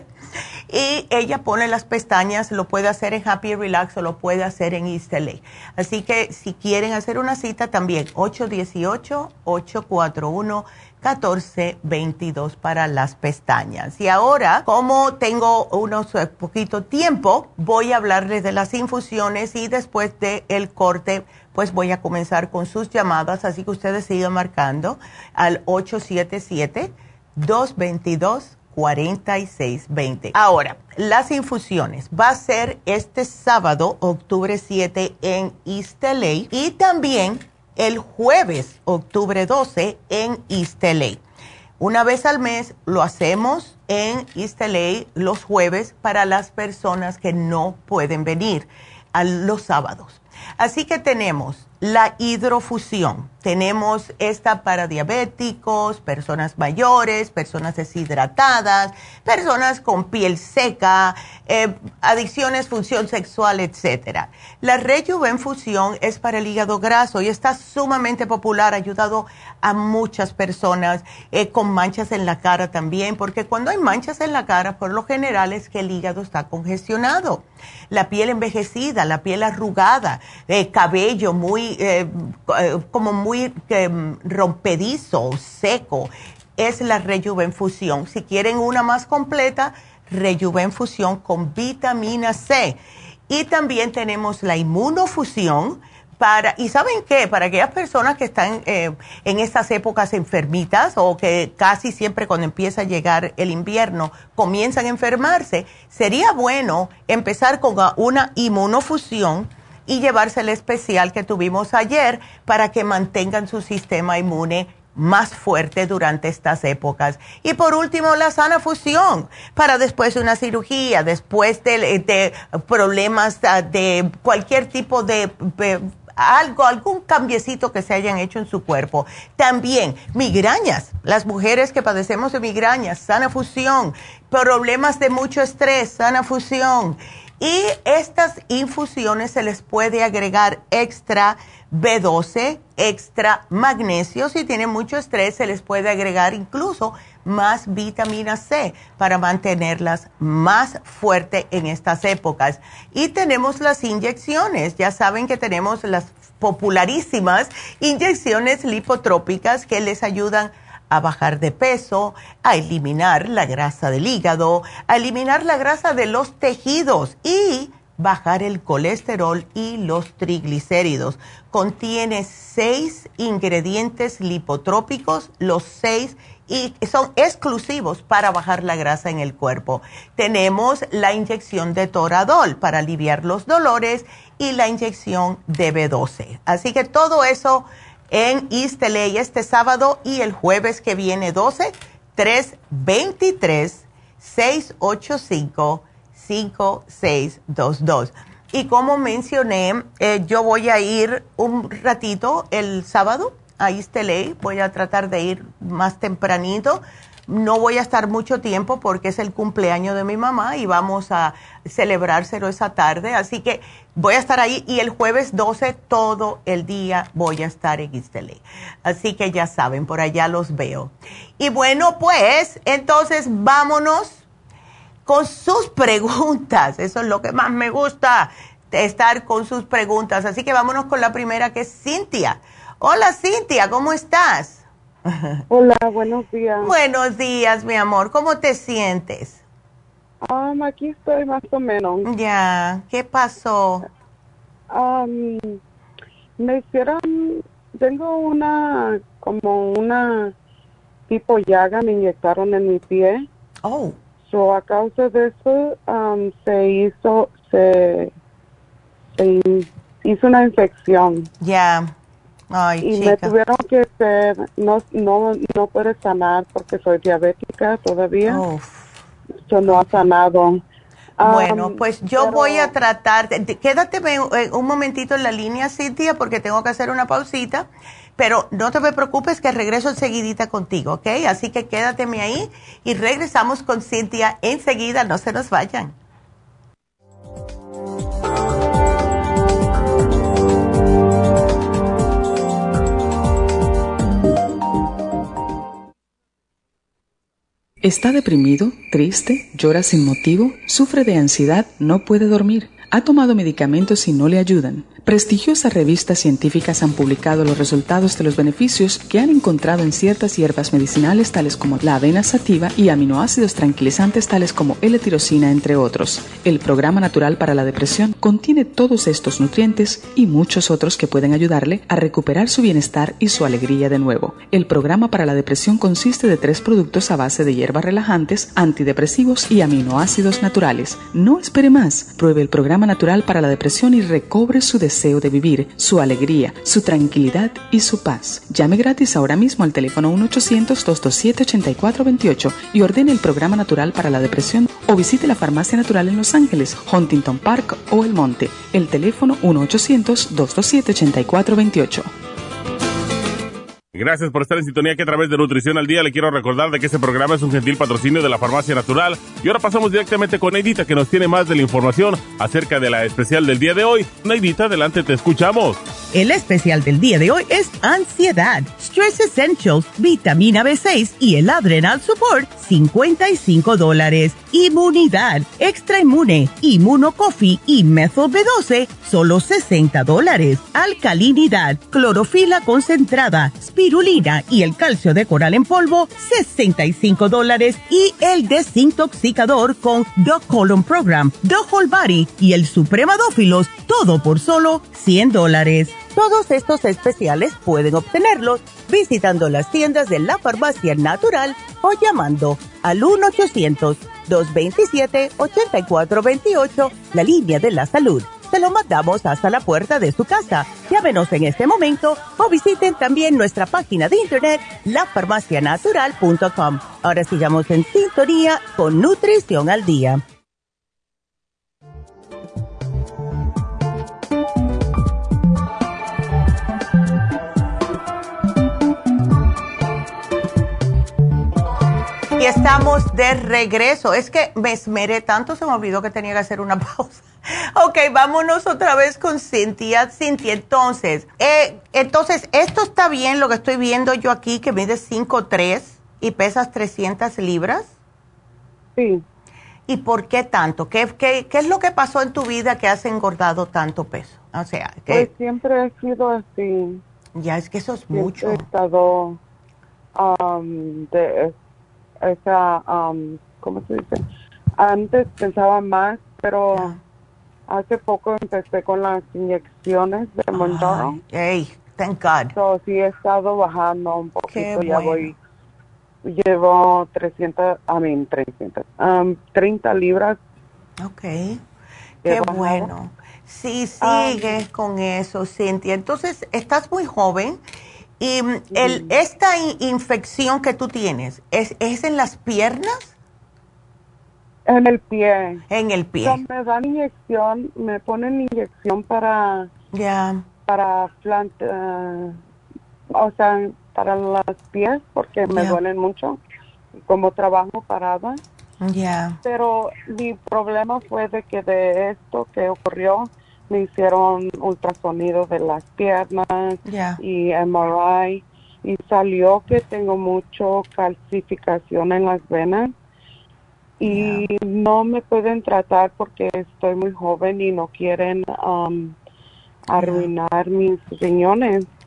Y ella pone las pestañas, lo puede hacer en Happy Relax o lo puede hacer en East L A. Así que si quieren hacer una cita también, ocho uno ocho, ocho cuatro uno, uno cuatro dos dos para las pestañas. Y ahora, como tengo unos eh, poquito tiempo, voy a hablarles de las infusiones, y después del corte, pues voy a comenzar con sus llamadas, así que ustedes sigan marcando al ocho siete siete, dos dos dos, cuatro seis dos cero. Ahora, las infusiones va a ser este sábado, octubre siete, en East L A, y también el jueves, octubre doce, en East L A. Una vez al mes lo hacemos en East L A los jueves para las personas que no pueden venir a los sábados. Así que tenemos la hidrofusión. Tenemos esta para diabéticos, personas mayores, personas deshidratadas, personas con piel seca, eh, adicciones, función sexual, etcétera. La Rejuvenfusión es para el hígado graso y está sumamente popular, ha ayudado a muchas personas eh, con manchas en la cara también, porque cuando hay manchas en la cara, por lo general es que el hígado está congestionado. La piel envejecida, la piel arrugada, eh, cabello muy, eh, como muy eh, rompedizo, seco, es la Rejuvenfusión. Si quieren una más completa, Rejuvenfusión con vitamina C. Y también tenemos la inmunofusión para, y ¿saben qué? Para aquellas personas que están eh, en estas épocas enfermitas, o que casi siempre cuando empieza a llegar el invierno comienzan a enfermarse, sería bueno empezar con una inmunofusión y llevarse el especial que tuvimos ayer para que mantengan su sistema inmune más fuerte durante estas épocas. Y por último, la sana fusión, para después de una cirugía, después de, de problemas de cualquier tipo de, de algo, algún cambiecito que se hayan hecho en su cuerpo. También migrañas, las mujeres que padecemos de migrañas, sana fusión, problemas de mucho estrés, sana fusión. Y estas infusiones se les puede agregar extra B doce, extra magnesio. Si tienen mucho estrés, se les puede agregar incluso más vitamina C para mantenerlas más fuertes en estas épocas. Y tenemos las inyecciones. Ya saben que tenemos las popularísimas inyecciones lipotrópicas que les ayudan a bajar de peso, a eliminar la grasa del hígado, a eliminar la grasa de los tejidos y bajar el colesterol y los triglicéridos. Contiene seis ingredientes lipotrópicos, los seis y son exclusivos para bajar la grasa en el cuerpo. Tenemos la inyección de Toradol para aliviar los dolores y la inyección de B doce. Así que todo eso en East L A este sábado y el jueves que viene doce, tres dos tres, seis ocho cinco, cinco seis dos dos. Y como mencioné, eh, yo voy a ir un ratito el sábado a East L A, voy a tratar de ir más tempranito. No voy a estar mucho tiempo porque es el cumpleaños de mi mamá y vamos a celebrárselo esa tarde. Así que voy a estar ahí y el jueves doce todo el día voy a estar en East L A. Así que ya saben, por allá los veo. Y bueno, pues entonces vámonos con sus preguntas. Eso es lo que más me gusta, estar con sus preguntas. Así que vámonos con la primera, que es Cintia. Hola Cintia, ¿cómo estás? Hola, buenos días. Buenos días, mi amor. ¿Cómo te sientes? Um, aquí estoy más o menos. Ya, ¿qué pasó? Um, me hicieron, tengo una, como una tipo llaga, me inyectaron en mi pie. Oh. So, a causa de eso, um, se hizo, se, se hizo una infección. Ya. Ay, y chica. me tuvieron que hacer, no, no, no puede sanar porque soy diabética todavía. Uf. Eso no ha sanado. Bueno, Um, pues yo pero, voy a tratar, de, quédate un momentito en la línea, Cintia, porque tengo que hacer una pausita, pero no te me preocupes que regreso enseguidita contigo, ¿ok? Así que quédateme ahí y regresamos con Cintia enseguida, no se nos vayan. ¿Está deprimido, triste, llora sin motivo, sufre de ansiedad, no puede dormir? ¿Ha tomado medicamentos y no le ayudan? Prestigiosas revistas científicas han publicado los resultados de los beneficios que han encontrado en ciertas hierbas medicinales tales como la avena sativa y aminoácidos tranquilizantes tales como L-tirosina, entre otros. El Programa Natural para la Depresión contiene todos estos nutrientes y muchos otros que pueden ayudarle a recuperar su bienestar y su alegría de nuevo. El Programa para la Depresión consiste de tres productos a base de hierbas relajantes, antidepresivos y aminoácidos naturales. No espere más. Pruebe el Programa Natural para la Depresión y recobre su deseo de vivir, su alegría, su tranquilidad y su paz. Llame gratis ahora mismo al teléfono uno ochocientos, dos dos siete, ocho cuatro dos ocho y ordene el Programa Natural para la Depresión o visite la Farmacia Natural en Los Ángeles, Huntington Park o El Monte. El teléfono uno ochocientos, dos dos siete, ocho cuatro dos ocho. Gracias por estar en sintonía que a través de Nutrición al Día le quiero recordar de que este programa es un gentil patrocinio de la Farmacia Natural. Y ahora pasamos directamente con Neidita, que nos tiene más de la información acerca de la especial del día de hoy. Neidita, adelante, te escuchamos. El especial del día de hoy es ansiedad, Stress Essentials, vitamina B seis y el Adrenal Support, cincuenta y cinco dólares. Inmunidad, Extra Inmune, Inmuno Coffee y Methyl B doce, solo sesenta dólares. Alcalinidad, clorofila concentrada, spirulina y el calcio de coral en polvo, sesenta y cinco dólares. Y el desintoxicador con The Colon Program, The Whole Body y el Supremadófilos, todo por solo cien dólares. Todos estos especiales pueden obtenerlos visitando las tiendas de la Farmacia Natural o llamando al uno ochocientos, dos veintisiete, ochenta y cuatro veintiocho, la línea de la salud. Se lo mandamos hasta la puerta de su casa. Llámenos en este momento o visiten también nuestra página de internet, la farmacia natural punto com. Ahora sigamos en sintonía con Nutrición al Día. Y estamos de regreso. Es que me esmeré tanto, se me olvidó que tenía que hacer una pausa. Ok, vámonos otra vez con Cintia. Cintia, entonces, eh, entonces, esto está bien, lo que estoy viendo yo aquí, que mides cinco tres y pesas trescientas libras. Sí. ¿Y por qué tanto? ¿Qué, qué, qué es lo que pasó en tu vida que has engordado tanto peso? O sea, que... Pues siempre he sido así. Ya, es que eso es Siempre mucho. he estado um, de esa, um, ¿cómo se dice? Antes pensaba más, pero Ya. hace poco empecé con las inyecciones de Mounjaro. Hey, thank God. So, sí he estado bajando un poquito, Qué ya bueno. voy, llevo trescientas, a mí trescientas, um, treinta libras. Ok, He qué bajado. bueno. Sí, Ah. sigues con eso, Cintia. Entonces, estás muy joven y mm, el, esta in- infección que tú tienes, ¿es, ¿es en las piernas? En el pie. En el pie. So, me dan inyección, me ponen inyección para, Ya, para planta, o sea, para los pies, porque me Ya. duelen mucho, como trabajo parada. ya, Pero mi problema fue de que de esto que ocurrió, me hicieron ultrasonido de las piernas ya. y M R I, y salió que tengo mucho calcificación en las venas y no me pueden tratar porque estoy muy joven y no quieren um, arruinar mis riñones.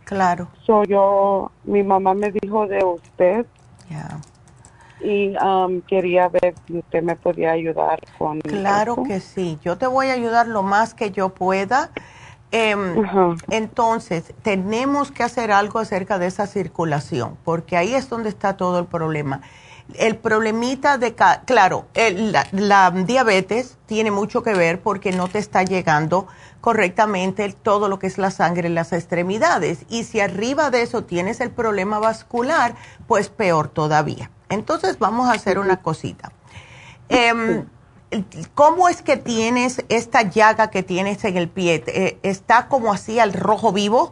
Claro. So yo, mi mamá me dijo de usted. Yeah. Y um, quería ver si usted me podía ayudar con Claro eso. que sí, yo te voy a ayudar lo más que yo pueda. Eh, Ajá. entonces, tenemos que hacer algo acerca de esa circulación, porque ahí es donde está todo el problema. El problemita de, ca claro, el, la, la diabetes tiene mucho que ver porque no te está llegando correctamente todo lo que es la sangre en las extremidades. Y si arriba de eso tienes el problema vascular, pues peor todavía. Entonces vamos a hacer una cosita. Eh, ¿Cómo es que tienes esta llaga que tienes en el pie? Eh, ¿Está como así al rojo vivo?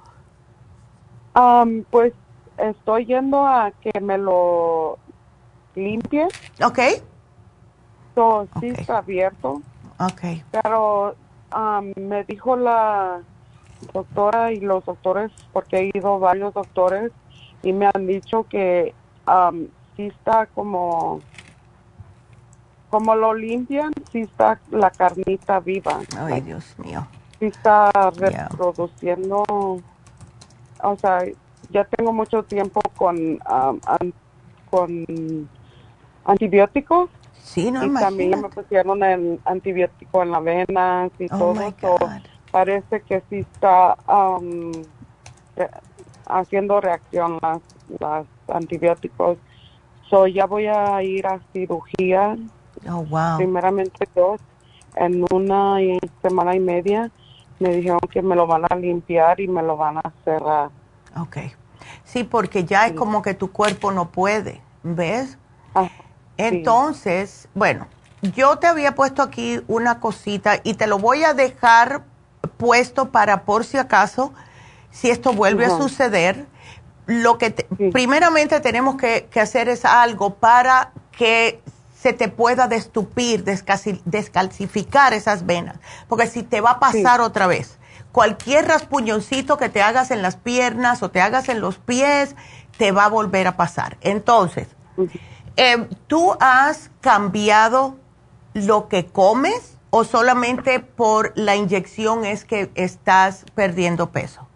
Um, pues estoy yendo a que me lo limpie. Ok. So, sí Okay. está abierto. Ok. Pero um, me dijo la doctora y los doctores, porque he ido a varios doctores y me han dicho que um, sí está como, como lo limpian, sí está la carnita viva. Ay, Dios mío. Sí está Yeah. reproduciendo, o sea, ya tengo mucho tiempo con, um, an, con antibióticos. Sí, no, y también me imagínate. pusieron el antibiótico en la venas y Oh, todo my eso. God. Parece que sí está um, re haciendo reacción las, las antibióticos. So ya voy a ir a cirugía. Oh, wow. Primeramente dos en una semana y media. Me dijeron que me lo van a limpiar y me lo van a cerrar. Ok. Sí, porque ya es Sí. como que tu cuerpo no puede, ¿ves? Ah, Entonces, sí. Bueno, yo te había puesto aquí una cosita y te lo voy a dejar puesto para por si acaso, si esto vuelve uh-huh. a suceder. Lo que te, sí. primeramente tenemos que, que hacer es algo para que se te pueda destupir, descalcificar esas venas, porque si te va a pasar sí. otra vez, cualquier raspuñoncito que te hagas en las piernas o te hagas en los pies, te va a volver a pasar. Entonces, uh-huh. eh, ¿tú has cambiado lo que comes o solamente por la inyección es que estás perdiendo peso?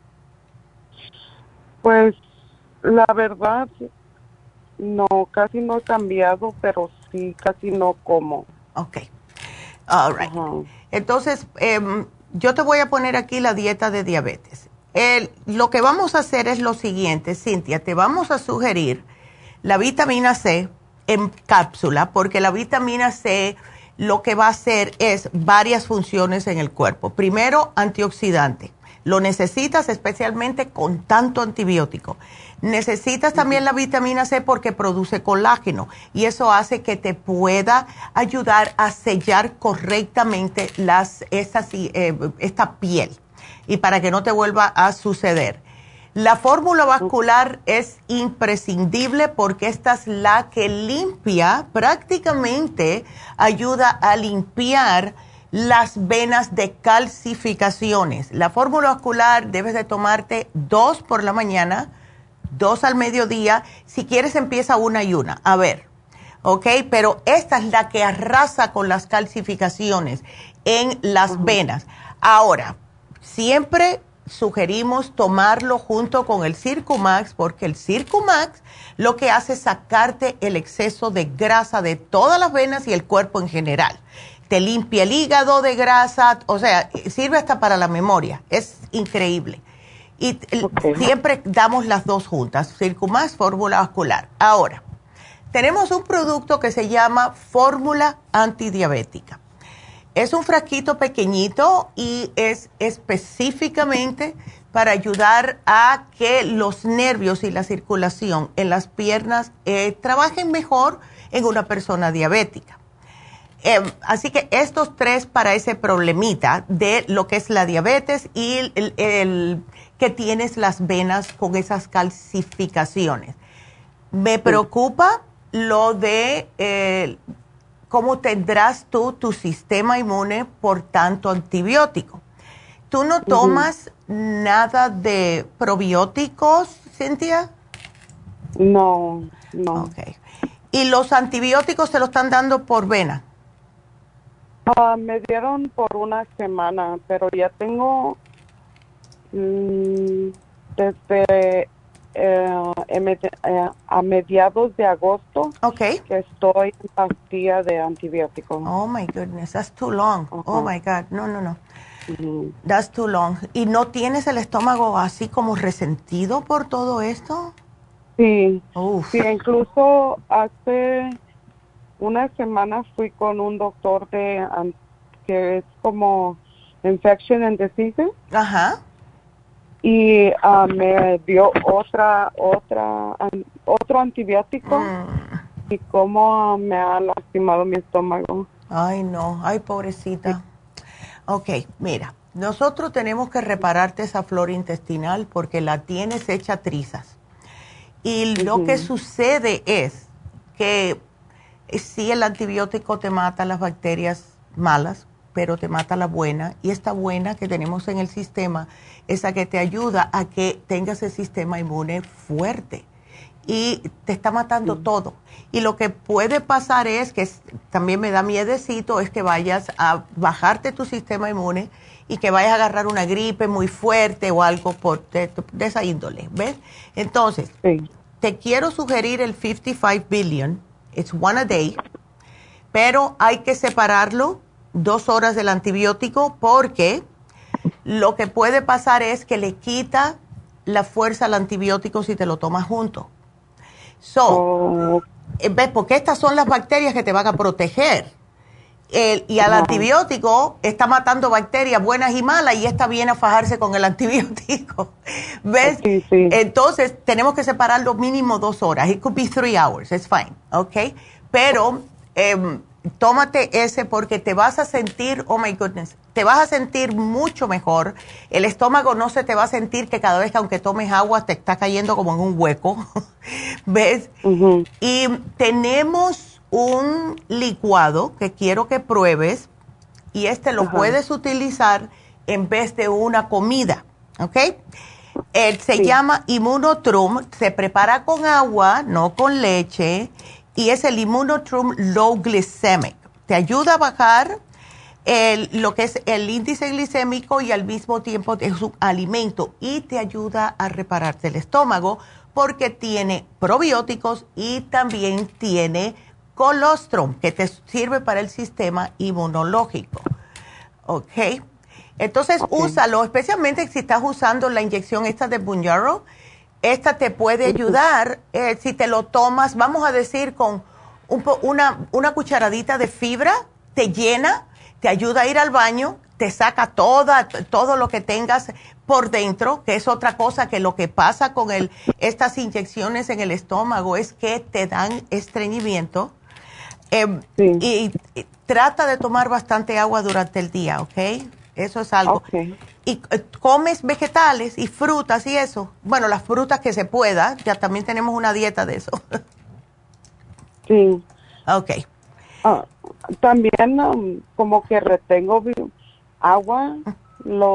Pues la verdad, no, casi no he cambiado, pero sí, casi no como. Ok. All right. Uh-huh. Entonces, eh, yo te voy a poner aquí la dieta de diabetes. El, lo que vamos a hacer es lo siguiente, Cintia, te vamos a sugerir la vitamina C en cápsula, porque la vitamina C lo que va a hacer es varias funciones en el cuerpo. Primero, antioxidante. Lo necesitas especialmente con tanto antibiótico. Necesitas también la vitamina C porque produce colágeno y eso hace que te pueda ayudar a sellar correctamente las, estas, eh, esta piel y para que no te vuelva a suceder. La fórmula vascular es imprescindible porque esta es la que limpia, prácticamente ayuda a limpiar las venas de calcificaciones. La fórmula vascular debes de tomarte dos por la mañana, dos al mediodía. Si quieres empieza una y una. A ver, ¿ok? Pero esta es la que arrasa con las calcificaciones en las uh-huh. venas. Ahora, siempre sugerimos tomarlo junto con el Circumax porque el Circumax lo que hace es sacarte el exceso de grasa de todas las venas y el cuerpo en general. Te limpia el hígado de grasa, o sea, sirve hasta para la memoria, es increíble. Y okay. siempre damos las dos juntas, Circumax, fórmula vascular. Ahora, tenemos un producto que se llama fórmula antidiabética. Es un frasquito pequeñito y es específicamente para ayudar a que los nervios y la circulación en las piernas eh, trabajen mejor en una persona diabética. Eh, así que estos tres para ese problemita de lo que es la diabetes y el, el, el que tienes las venas con esas calcificaciones. Me preocupa lo de eh, cómo tendrás tú tu sistema inmune por tanto antibiótico. ¿Tú no tomas uh-huh. nada de probióticos, Cintia? No, no. Okay. ¿Y los antibióticos te lo están dando por vena? Uh, me dieron por una semana, pero ya tengo, mmm, desde eh, eh, a mediados de agosto okay. que estoy en pastilla de antibiótico. Oh, my goodness, that's too long. Uh-huh. Oh, my God, no, no, no. Uh-huh. That's too long. ¿Y no tienes el estómago así como resentido por todo esto? Sí, Uf. sí, incluso hace una semana fui con un doctor de um, que es como infection and diseases. Ajá. Y uh, me dio otra, otra, um, otro antibiótico mm. y cómo uh, me ha lastimado mi estómago. Ay, no, ay, pobrecita. Ok, mira, nosotros tenemos que repararte esa flora intestinal porque la tienes hecha trizas. Y lo uh-huh. que sucede es que sí, el antibiótico te mata las bacterias malas, pero te mata la buena. Y esta buena que tenemos en el sistema es la que te ayuda a que tengas el sistema inmune fuerte. Y te está matando uh-huh. todo. Y lo que puede pasar es, que es, también me da miedecito, es que vayas a bajarte tu sistema inmune y que vayas a agarrar una gripe muy fuerte o algo por de, de esa índole, ¿ves? Entonces, sí. te quiero sugerir el cincuenta y cinco billion, it's one a day, pero hay que separarlo dos horas del antibiótico porque lo que puede pasar es que le quita la fuerza al antibiótico si te lo tomas junto. So, oh. ¿ves? Porque estas son las bacterias que te van a proteger. El, y al antibiótico está matando bacterias buenas y malas y esta viene a fajarse con el antibiótico. ¿Ves? Sí, sí. Entonces, tenemos que separarlo mínimo dos horas. It could be three hours, it's fine, ¿ok? Pero, eh, tómate ese porque te vas a sentir, oh my goodness, te vas a sentir mucho mejor. El estómago no se te va a sentir que cada vez que aunque tomes agua te está cayendo como en un hueco. ¿Ves? Uh-huh. Y tenemos un licuado que quiero que pruebes y este lo uh-huh. puedes utilizar en vez de una comida, ¿ok? Eh, se sí. llama Immunotrum, se prepara con agua, no con leche, y es el Immunotrum Low Glycemic. Te ayuda a bajar el, lo que es el índice glicémico y al mismo tiempo es un alimento y te ayuda a repararte el estómago porque tiene probióticos y también tiene colostrum, que te sirve para el sistema inmunológico. ¿Ok? Entonces, okay. úsalo, especialmente si estás usando la inyección esta de Mounjaro. Esta te puede ayudar eh, si te lo tomas, vamos a decir, con un po una, una cucharadita de fibra, te llena, te ayuda a ir al baño, te saca toda, todo lo que tengas por dentro, que es otra cosa que lo que pasa con el, estas inyecciones en el estómago es que te dan estreñimiento. Eh, sí. y, y trata de tomar bastante agua durante el día, ¿ok? Eso es algo. Okay. Y eh, comes vegetales y frutas y eso. Bueno, las frutas que se pueda, ya también tenemos una dieta de eso. Sí. Ok. Uh, también um, como que retengo agua, lo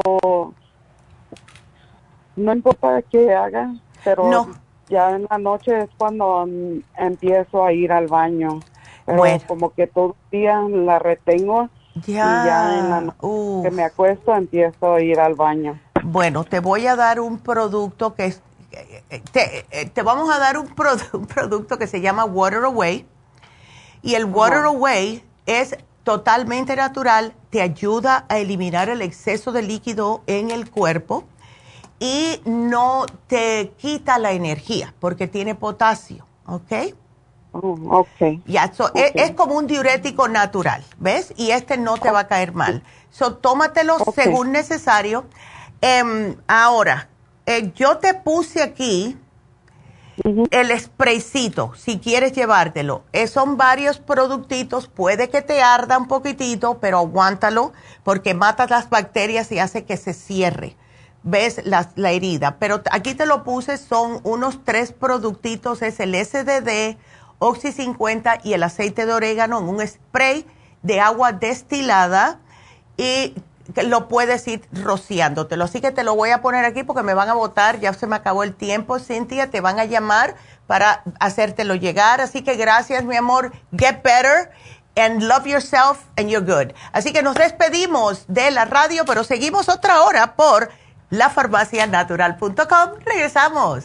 no importa qué haga, pero no. ya en la noche es cuando um, empiezo a ir al baño. Pero bueno. como que todo el día la retengo ya. y ya en la noche Uf. que me acuesto empiezo a ir al baño. Bueno, te voy a dar un producto que es, te, te vamos a dar un, produ un producto que se llama Water Away y el Water uh-huh. Away es totalmente natural, te ayuda a eliminar el exceso de líquido en el cuerpo y no te quita la energía porque tiene potasio, ¿ok? Oh, okay. Ya, so, okay. es, es como un diurético natural, ¿ves? Y este no te va a caer mal. So, tómatelo okay. según necesario. Um, ahora, eh, yo te puse aquí uh-huh. el spraycito, si quieres llevártelo. Eh, son varios productitos, puede que te arda un poquitito, pero aguántalo porque mata las bacterias y hace que se cierre. ¿Ves? La, la herida. Pero aquí te lo puse, son unos tres productitos, es el S D D, Oxy cincuenta y el aceite de orégano en un spray de agua destilada y lo puedes ir rociándotelo. Así que te lo voy a poner aquí porque me van a botar, ya se me acabó el tiempo, Cintia, te van a llamar para hacértelo llegar. Así que gracias, mi amor. Get better and love yourself and you're good. Así que nos despedimos de la radio, pero seguimos otra hora por la farmacia natural punto com. Regresamos.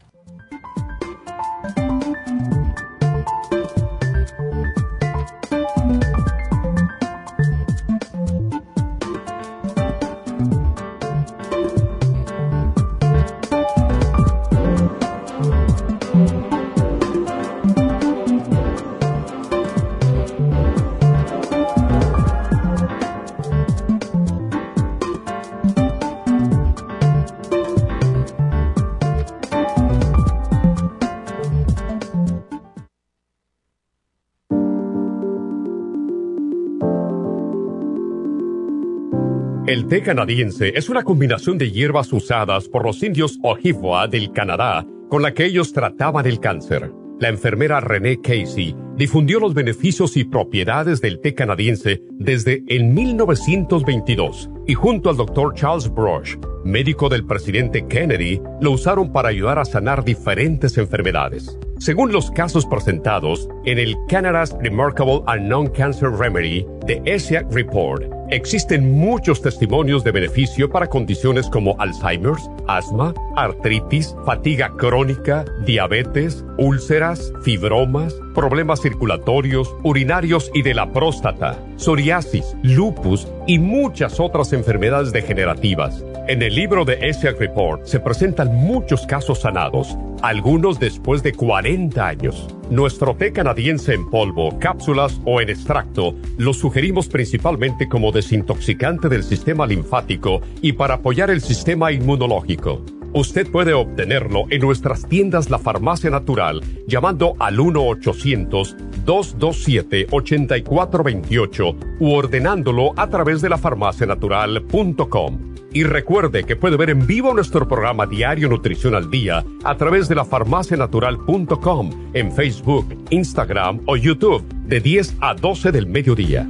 El té canadiense es una combinación de hierbas usadas por los indios Ojibwa del Canadá con la que ellos trataban el cáncer. La enfermera Renee Casey difundió los beneficios y propiedades del té canadiense desde el mil novecientos veintidós y junto al doctor Charles Brush, médico del presidente Kennedy, lo usaron para ayudar a sanar diferentes enfermedades. Según los casos presentados en el Canada's Remarkable and Non-Cancer Remedy de E S I A C Report, existen muchos testimonios de beneficio para condiciones como Alzheimer's, asma, artritis, fatiga crónica, diabetes, úlceras, fibromas, problemas circulatorios, urinarios y de la próstata, psoriasis, lupus y muchas otras enfermedades degenerativas. En el libro de E S I A C Report se presentan muchos casos sanados, algunos después de cuarenta años. Nuestro té canadiense en polvo, cápsulas o en extracto lo sugerimos principalmente como desintoxicante del sistema linfático y para apoyar el sistema inmunológico. Usted puede obtenerlo en nuestras tiendas La Farmacia Natural llamando al uno ochocientos, dos dos siete, ocho cuatro dos ocho u ordenándolo a través de la farmacia natural punto com. Y recuerde que puede ver en vivo nuestro programa Diario Nutrición al Día a través de la farmacia natural punto com en Facebook, Instagram o YouTube de diez a doce del mediodía.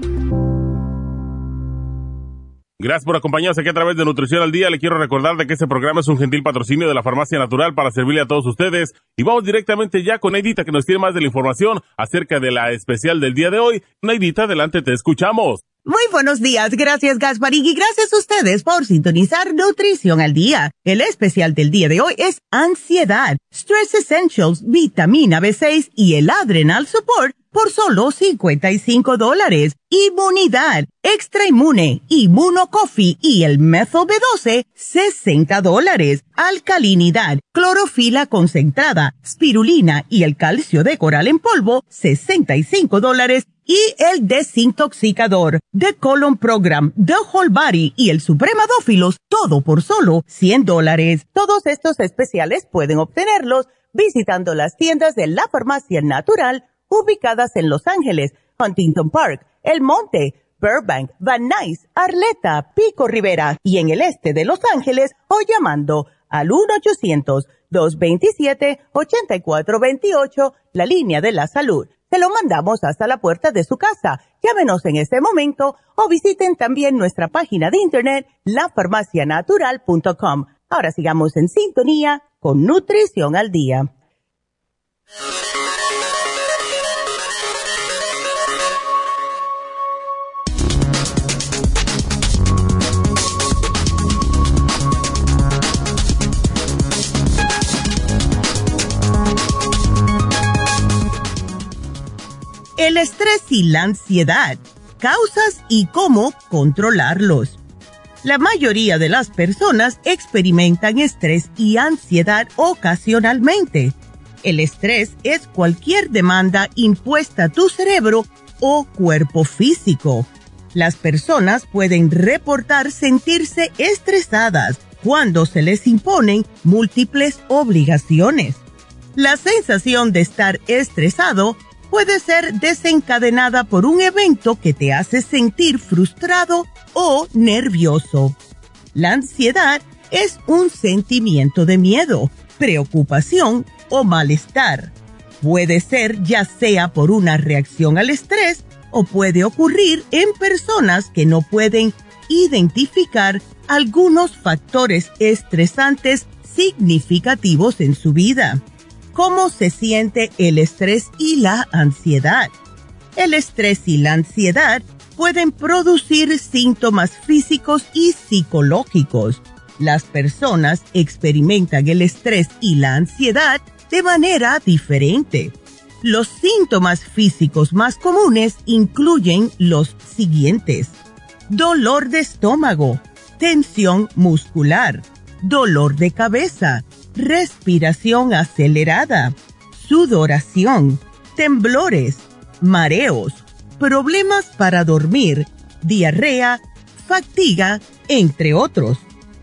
Gracias por acompañarnos aquí a través de Nutrición al Día. Le quiero recordar de que este programa es un gentil patrocinio de la Farmacia Natural para servirle a todos ustedes. Y vamos directamente ya con Neidita, que nos tiene más de la información acerca de la especial del día de hoy. Neidita, adelante, te escuchamos. Muy buenos días, gracias Gasparín y gracias a ustedes por sintonizar Nutrición al Día. El especial del día de hoy es Ansiedad, Stress Essentials, Vitamina B seis y el Adrenal Support por solo cincuenta y cinco dólares. Inmunidad, Extra Inmune, Inmuno Coffee y el Methyl B doce, sesenta dólares. Alcalinidad, Clorofila concentrada, Spirulina y el calcio de coral en polvo, sesenta y cinco dólares. Y el desintoxicador, The Colon Program, The Whole Body y el Supremadófilos, todo por solo cien dólares. Todos estos especiales pueden obtenerlos visitando las tiendas de la Farmacia Natural ubicadas en Los Ángeles, Huntington Park, El Monte, Burbank, Van Nuys, Arleta, Pico Rivera y en el este de Los Ángeles o llamando al uno ochocientos, dos veintisiete, ochenta y cuatro veintiocho, la línea de la salud. Se lo mandamos hasta la puerta de su casa. Llámenos en este momento o visiten también nuestra página de internet, la farmacia natural punto com. Ahora sigamos en sintonía con Nutrición al Día. El estrés y la ansiedad, causas y cómo controlarlos. La mayoría de las personas experimentan estrés y ansiedad ocasionalmente. El estrés es cualquier demanda impuesta a tu cerebro o cuerpo físico. Las personas pueden reportar sentirse estresadas cuando se les imponen múltiples obligaciones. La sensación de estar estresado puede ser desencadenada por un evento que te hace sentir frustrado o nervioso. La ansiedad es un sentimiento de miedo, preocupación o malestar. Puede ser ya sea por una reacción al estrés o puede ocurrir en personas que no pueden identificar algunos factores estresantes significativos en su vida. ¿Cómo se siente el estrés y la ansiedad? El estrés y la ansiedad pueden producir síntomas físicos y psicológicos. Las personas experimentan el estrés y la ansiedad de manera diferente. Los síntomas físicos más comunes incluyen los siguientes: dolor de estómago, tensión muscular, dolor de cabeza, respiración acelerada, sudoración, temblores, mareos, problemas para dormir, diarrea, fatiga, entre otros.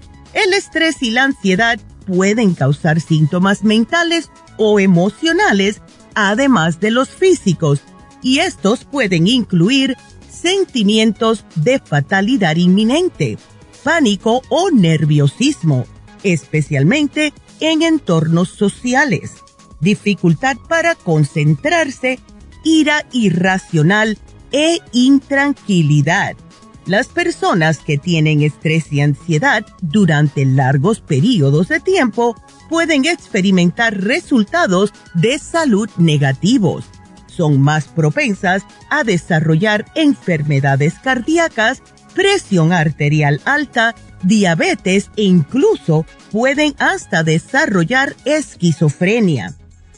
El estrés y la ansiedad pueden causar síntomas mentales o emocionales, además de los físicos, y estos pueden incluir sentimientos de fatalidad inminente, pánico o nerviosismo, especialmente en entornos sociales, dificultad para concentrarse, ira irracional e intranquilidad. Las personas que tienen estrés y ansiedad durante largos periodos de tiempo pueden experimentar resultados de salud negativos. Son más propensas a desarrollar enfermedades cardíacas, presión arterial alta, diabetes e incluso pueden hasta desarrollar esquizofrenia.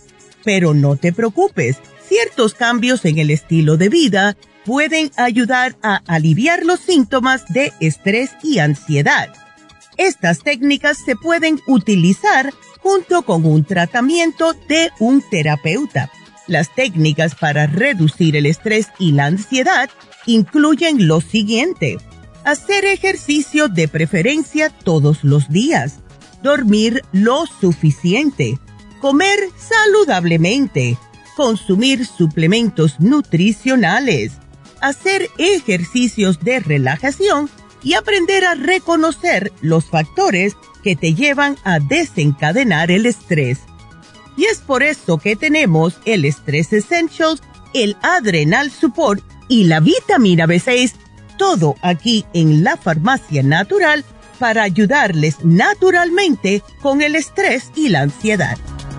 Pero no te preocupes, ciertos cambios en el estilo de vida pueden ayudar a aliviar los síntomas de estrés y ansiedad. Estas técnicas se pueden utilizar junto con un tratamiento de un terapeuta. Las técnicas para reducir el estrés y la ansiedad incluyen lo siguiente: hacer ejercicio de preferencia todos los días, dormir lo suficiente, comer saludablemente, consumir suplementos nutricionales, hacer ejercicios de relajación y aprender a reconocer los factores que te llevan a desencadenar el estrés. Y es por eso que tenemos el Stress Essentials, el Adrenal Support y la vitamina B seis, todo aquí en la Farmacia Natural para ayudarles naturalmente con el estrés y la ansiedad.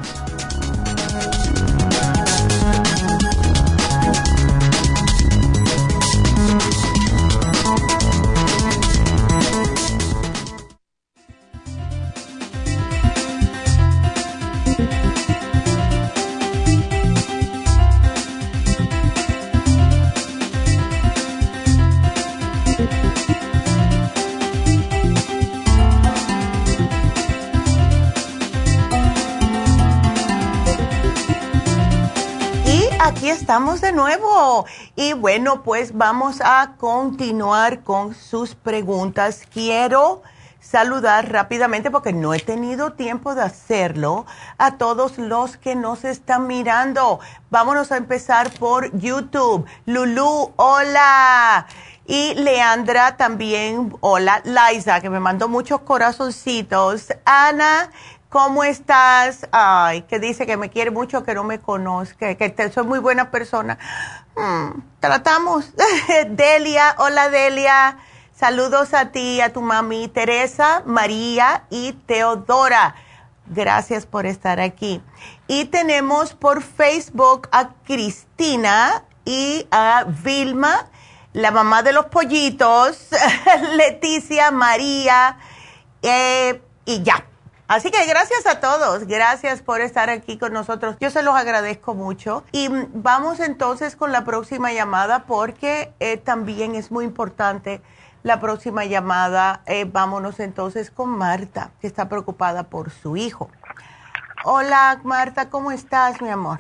Aquí estamos de nuevo y bueno, pues vamos a continuar con sus preguntas. Quiero saludar rápidamente, porque no he tenido tiempo de hacerlo, a todos los que nos están mirando. Vámonos a empezar por YouTube. Lulú, hola. Y Leandra también, hola. Liza, que me mandó muchos corazoncitos. Ana, ¿cómo estás? Ay, que dice que me quiere mucho, que no me conozca, que te, soy muy buena persona. Hmm, tratamos. Delia, hola Delia. Saludos a ti, a tu mami Teresa, María y Teodora. Gracias por estar aquí. Y tenemos por Facebook a Cristina y a Vilma, la mamá de los pollitos, Leticia, María, eh, y ya. Así que gracias a todos, gracias por estar aquí con nosotros. Yo se los agradezco mucho. Y vamos entonces con la próxima llamada, porque eh, también es muy importante la próxima llamada. Eh, vámonos entonces con Marta, que está preocupada por su hijo. Hola Marta, ¿cómo estás, mi amor?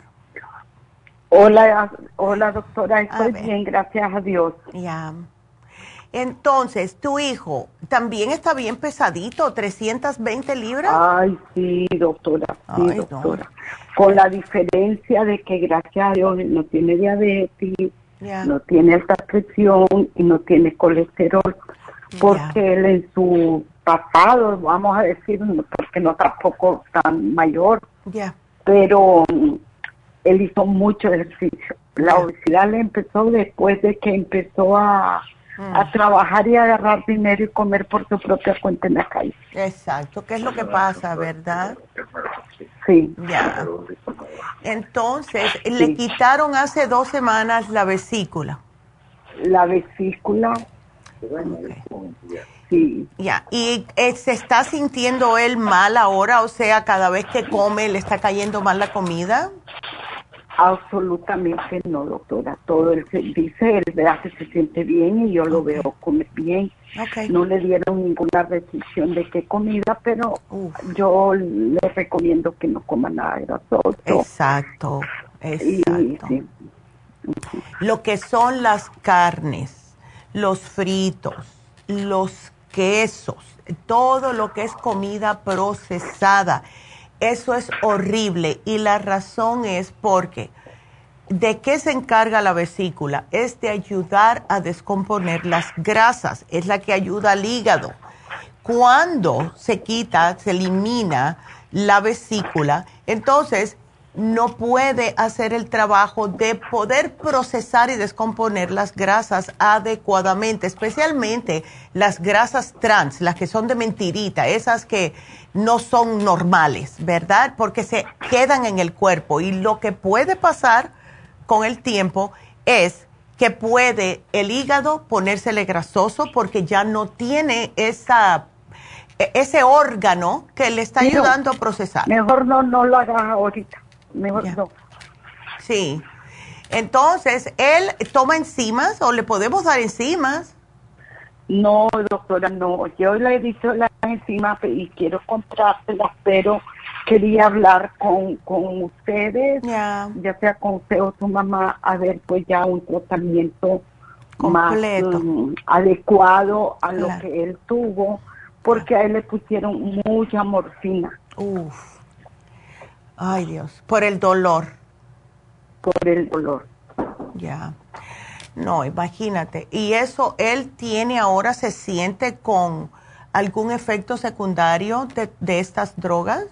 Hola, hola doctora, estoy bien, gracias a Dios. Ya. Entonces, tu hijo también está bien pesadito, trescientas veinte libras. Ay, sí, doctora, sí, Ay, doctora. No. Con la diferencia de que, gracias a Dios, no tiene diabetes, yeah. no tiene alta presión y no tiene colesterol. Porque yeah. él en su pasado, vamos a decir, porque no tampoco tan mayor, yeah. pero él hizo mucho ejercicio. La yeah. obesidad le empezó después de que empezó a... a trabajar y agarrar dinero y comer por su propia cuenta en la calle. Exacto, ¿qué es lo que pasa, verdad? Sí. Ya. Entonces, sí. le quitaron hace dos semanas la vesícula. La vesícula. Okay. sí. Ya, ¿y eh, se está sintiendo él mal ahora? O sea, cada vez que come, ¿le está cayendo mal la comida? Absolutamente no, doctora. Todo él se dice, él vea que se siente bien y yo lo Okay. veo comer bien. Okay. No le dieron ninguna restricción de qué comida, pero Uf. yo le recomiendo que no coma nada grasoso. Exacto, Y, exacto. sí. Lo que son las carnes, los fritos, los quesos, todo lo que es comida procesada, eso es horrible. Y la razón es porque, ¿de qué se encarga la vesícula? Es de ayudar a descomponer las grasas, es la que ayuda al hígado. Cuando se quita, se elimina la vesícula, entonces no puede hacer el trabajo de poder procesar y descomponer las grasas adecuadamente, especialmente las grasas trans, las que son de mentirita, esas que no son normales, ¿verdad? Porque se quedan en el cuerpo y lo que puede pasar con el tiempo es que puede el hígado ponérsele grasoso porque ya no tiene esa, ese órgano que le está Mejor, ayudando a procesar. Mejor no, no lo hagas ahorita. Mejor Ya. no. Sí. Entonces, ¿él toma enzimas o le podemos dar enzimas? No, doctora, no. Yo le he dicho las enzimas y quiero comprárselas, pero quería hablar con, con ustedes, Ya. ya sea con usted o su mamá, a ver pues ya un tratamiento Completo. más um, adecuado a Claro. lo que él tuvo, porque a él le pusieron mucha morfina Uf. Ay, Dios. Por el dolor. por el dolor. Ya. No, imagínate. Y eso, él tiene ahora, se siente con algún efecto secundario de, de estas drogas.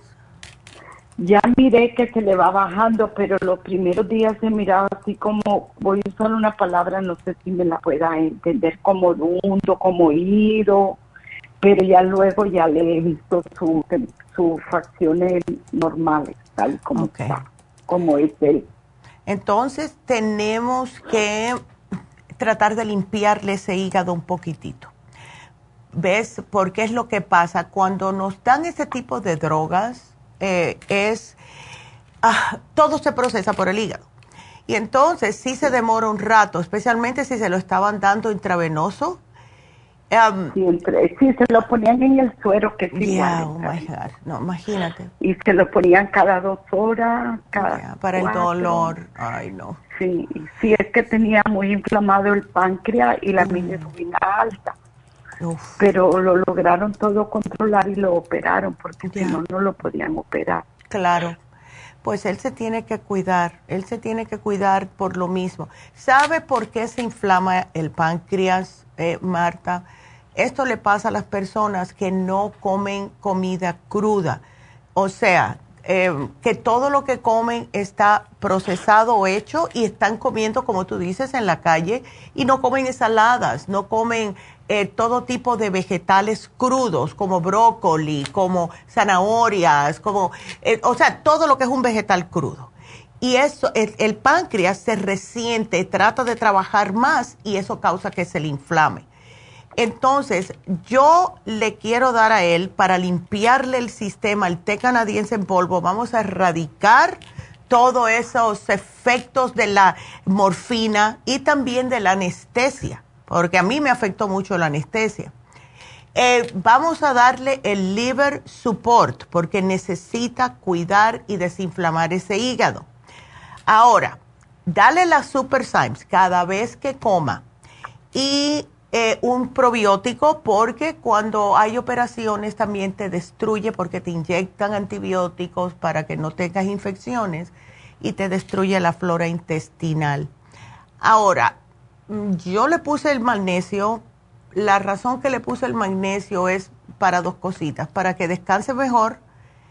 Ya miré que se le va bajando, pero los primeros días se miraba así como, voy a usar una palabra, no sé si me la pueda entender, como dundo, como ido, pero ya luego ya le he visto su, sus facciones normales, tal como Ok. está, como es él. Entonces, tenemos que tratar de limpiarle ese hígado un poquitito. ¿Ves? Porque es lo que pasa cuando nos dan ese tipo de drogas, eh, es, ah, todo se procesa por el hígado. Y entonces sí se demora un rato, especialmente si se lo estaban dando intravenoso. Um, Siempre, sí, se lo ponían en el suero, que es yeah, igual. oh my God. No, imagínate. Y se lo ponían cada dos horas, cada Yeah, para el cuatro. dolor. Ay, no. Sí, sí, es que tenía muy inflamado el páncreas y la bilirrubina alta. Uf. Pero lo lograron todo controlar y lo operaron, porque Ya. si no, no lo podían operar. Claro, pues él se tiene que cuidar, él se tiene que cuidar por lo mismo. ¿Sabe por qué se inflama el páncreas, eh, Marta? Esto le pasa a las personas que no comen comida cruda, o sea, eh, que todo lo que comen está procesado o hecho y están comiendo, como tú dices, en la calle y no comen ensaladas, no comen eh, todo tipo de vegetales crudos como brócoli, como zanahorias, como, eh, o sea, todo lo que es un vegetal crudo. Y eso, el, el páncreas se resiente, trata de trabajar más y eso causa que se le inflame. Entonces, yo le quiero dar a él, para limpiarle el sistema, el té canadiense en polvo, vamos a erradicar todos esos efectos de la morfina y también de la anestesia, porque a mí me afectó mucho la anestesia. Eh, vamos a darle el liver support, porque necesita cuidar y desinflamar ese hígado. Ahora, dale la Super Symes cada vez que coma y eh, un probiótico, porque cuando hay operaciones también te destruye, porque te inyectan antibióticos para que no tengas infecciones y te destruye la flora intestinal. Ahora, yo le puse el magnesio. La razón que le puse el magnesio es para dos cositas, para que descanse mejor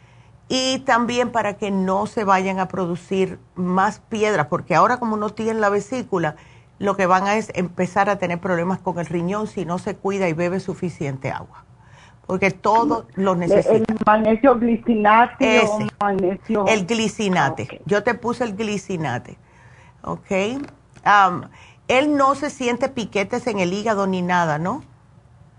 y también para que no se vayan a producir más piedras, porque ahora como no tienen la vesícula, lo que van a es empezar a tener problemas con el riñón si no se cuida y bebe suficiente agua, porque todo lo necesita. El magnesio glicinate Ese, o magnesio... el glicinate. Okay. Yo te puse el glicinate, ¿ok? Um, él no se siente piquetes en el hígado ni nada, ¿no?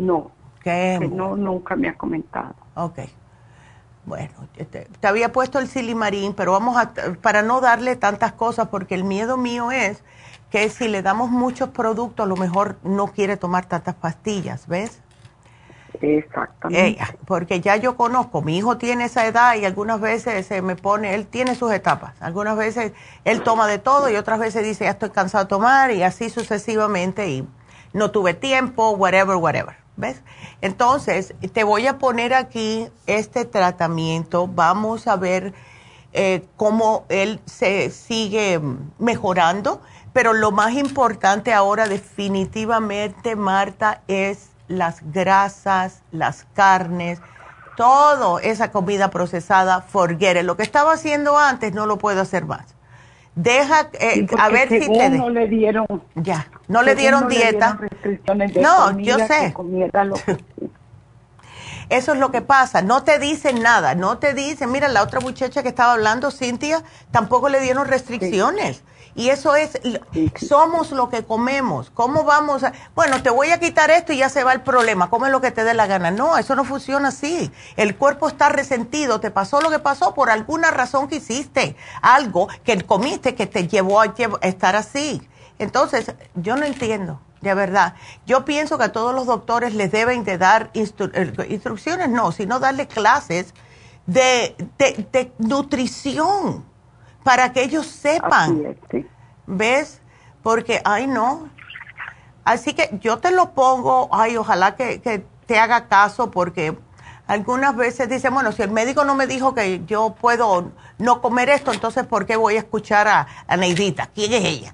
No. Qué que bueno. no, nunca me ha comentado. Ok. Bueno, te, te había puesto el silimarín, pero vamos a, para no darle tantas cosas, porque el miedo mío es que si le damos muchos productos, a lo mejor no quiere tomar tantas pastillas, ¿ves? Exactamente. Eh, porque ya yo conozco, mi hijo tiene esa edad y algunas veces se me pone, él tiene sus etapas, algunas veces él toma de todo y otras veces dice, ya estoy cansado de tomar y así sucesivamente y no tuve tiempo, whatever, whatever, ¿ves? Entonces, te voy a poner aquí este tratamiento, vamos a ver eh, cómo él se sigue mejorando, pero lo más importante ahora definitivamente, Marta, es las grasas, las carnes, todo esa comida procesada, forget it. Lo que estaba haciendo antes no lo puedo hacer más. Deja, eh, Sí, a ver si te... no le dieron... Ya, no le dieron no dieta. Le dieron restricciones de no, comida, yo sé. Que comiera lo que... Eso es lo que pasa, no te dicen nada, no te dicen, mira, la otra muchacha que estaba hablando, Cintia, tampoco le dieron restricciones. Sí. Y eso es, sí, sí. Somos lo que comemos. ¿Cómo vamos a...? Bueno, te voy a quitar esto y ya se va el problema. Come lo que te dé la gana. No, eso no funciona así. El cuerpo está resentido. Te pasó lo que pasó por alguna razón que hiciste. Algo que comiste que te llevó a estar así. Entonces, yo no entiendo, de verdad. Yo pienso que a todos los doctores les deben de dar instru instrucciones, no, sino darle clases de, de, de nutrición, para que ellos sepan, es, sí. ¿Ves? Porque, ay, no. Así que yo te lo pongo, ay, ojalá que, que te haga caso, porque algunas veces dicen, bueno, si el médico no me dijo que yo puedo no comer esto, entonces, ¿por qué voy a escuchar a, a Neidita? ¿Quién es ella?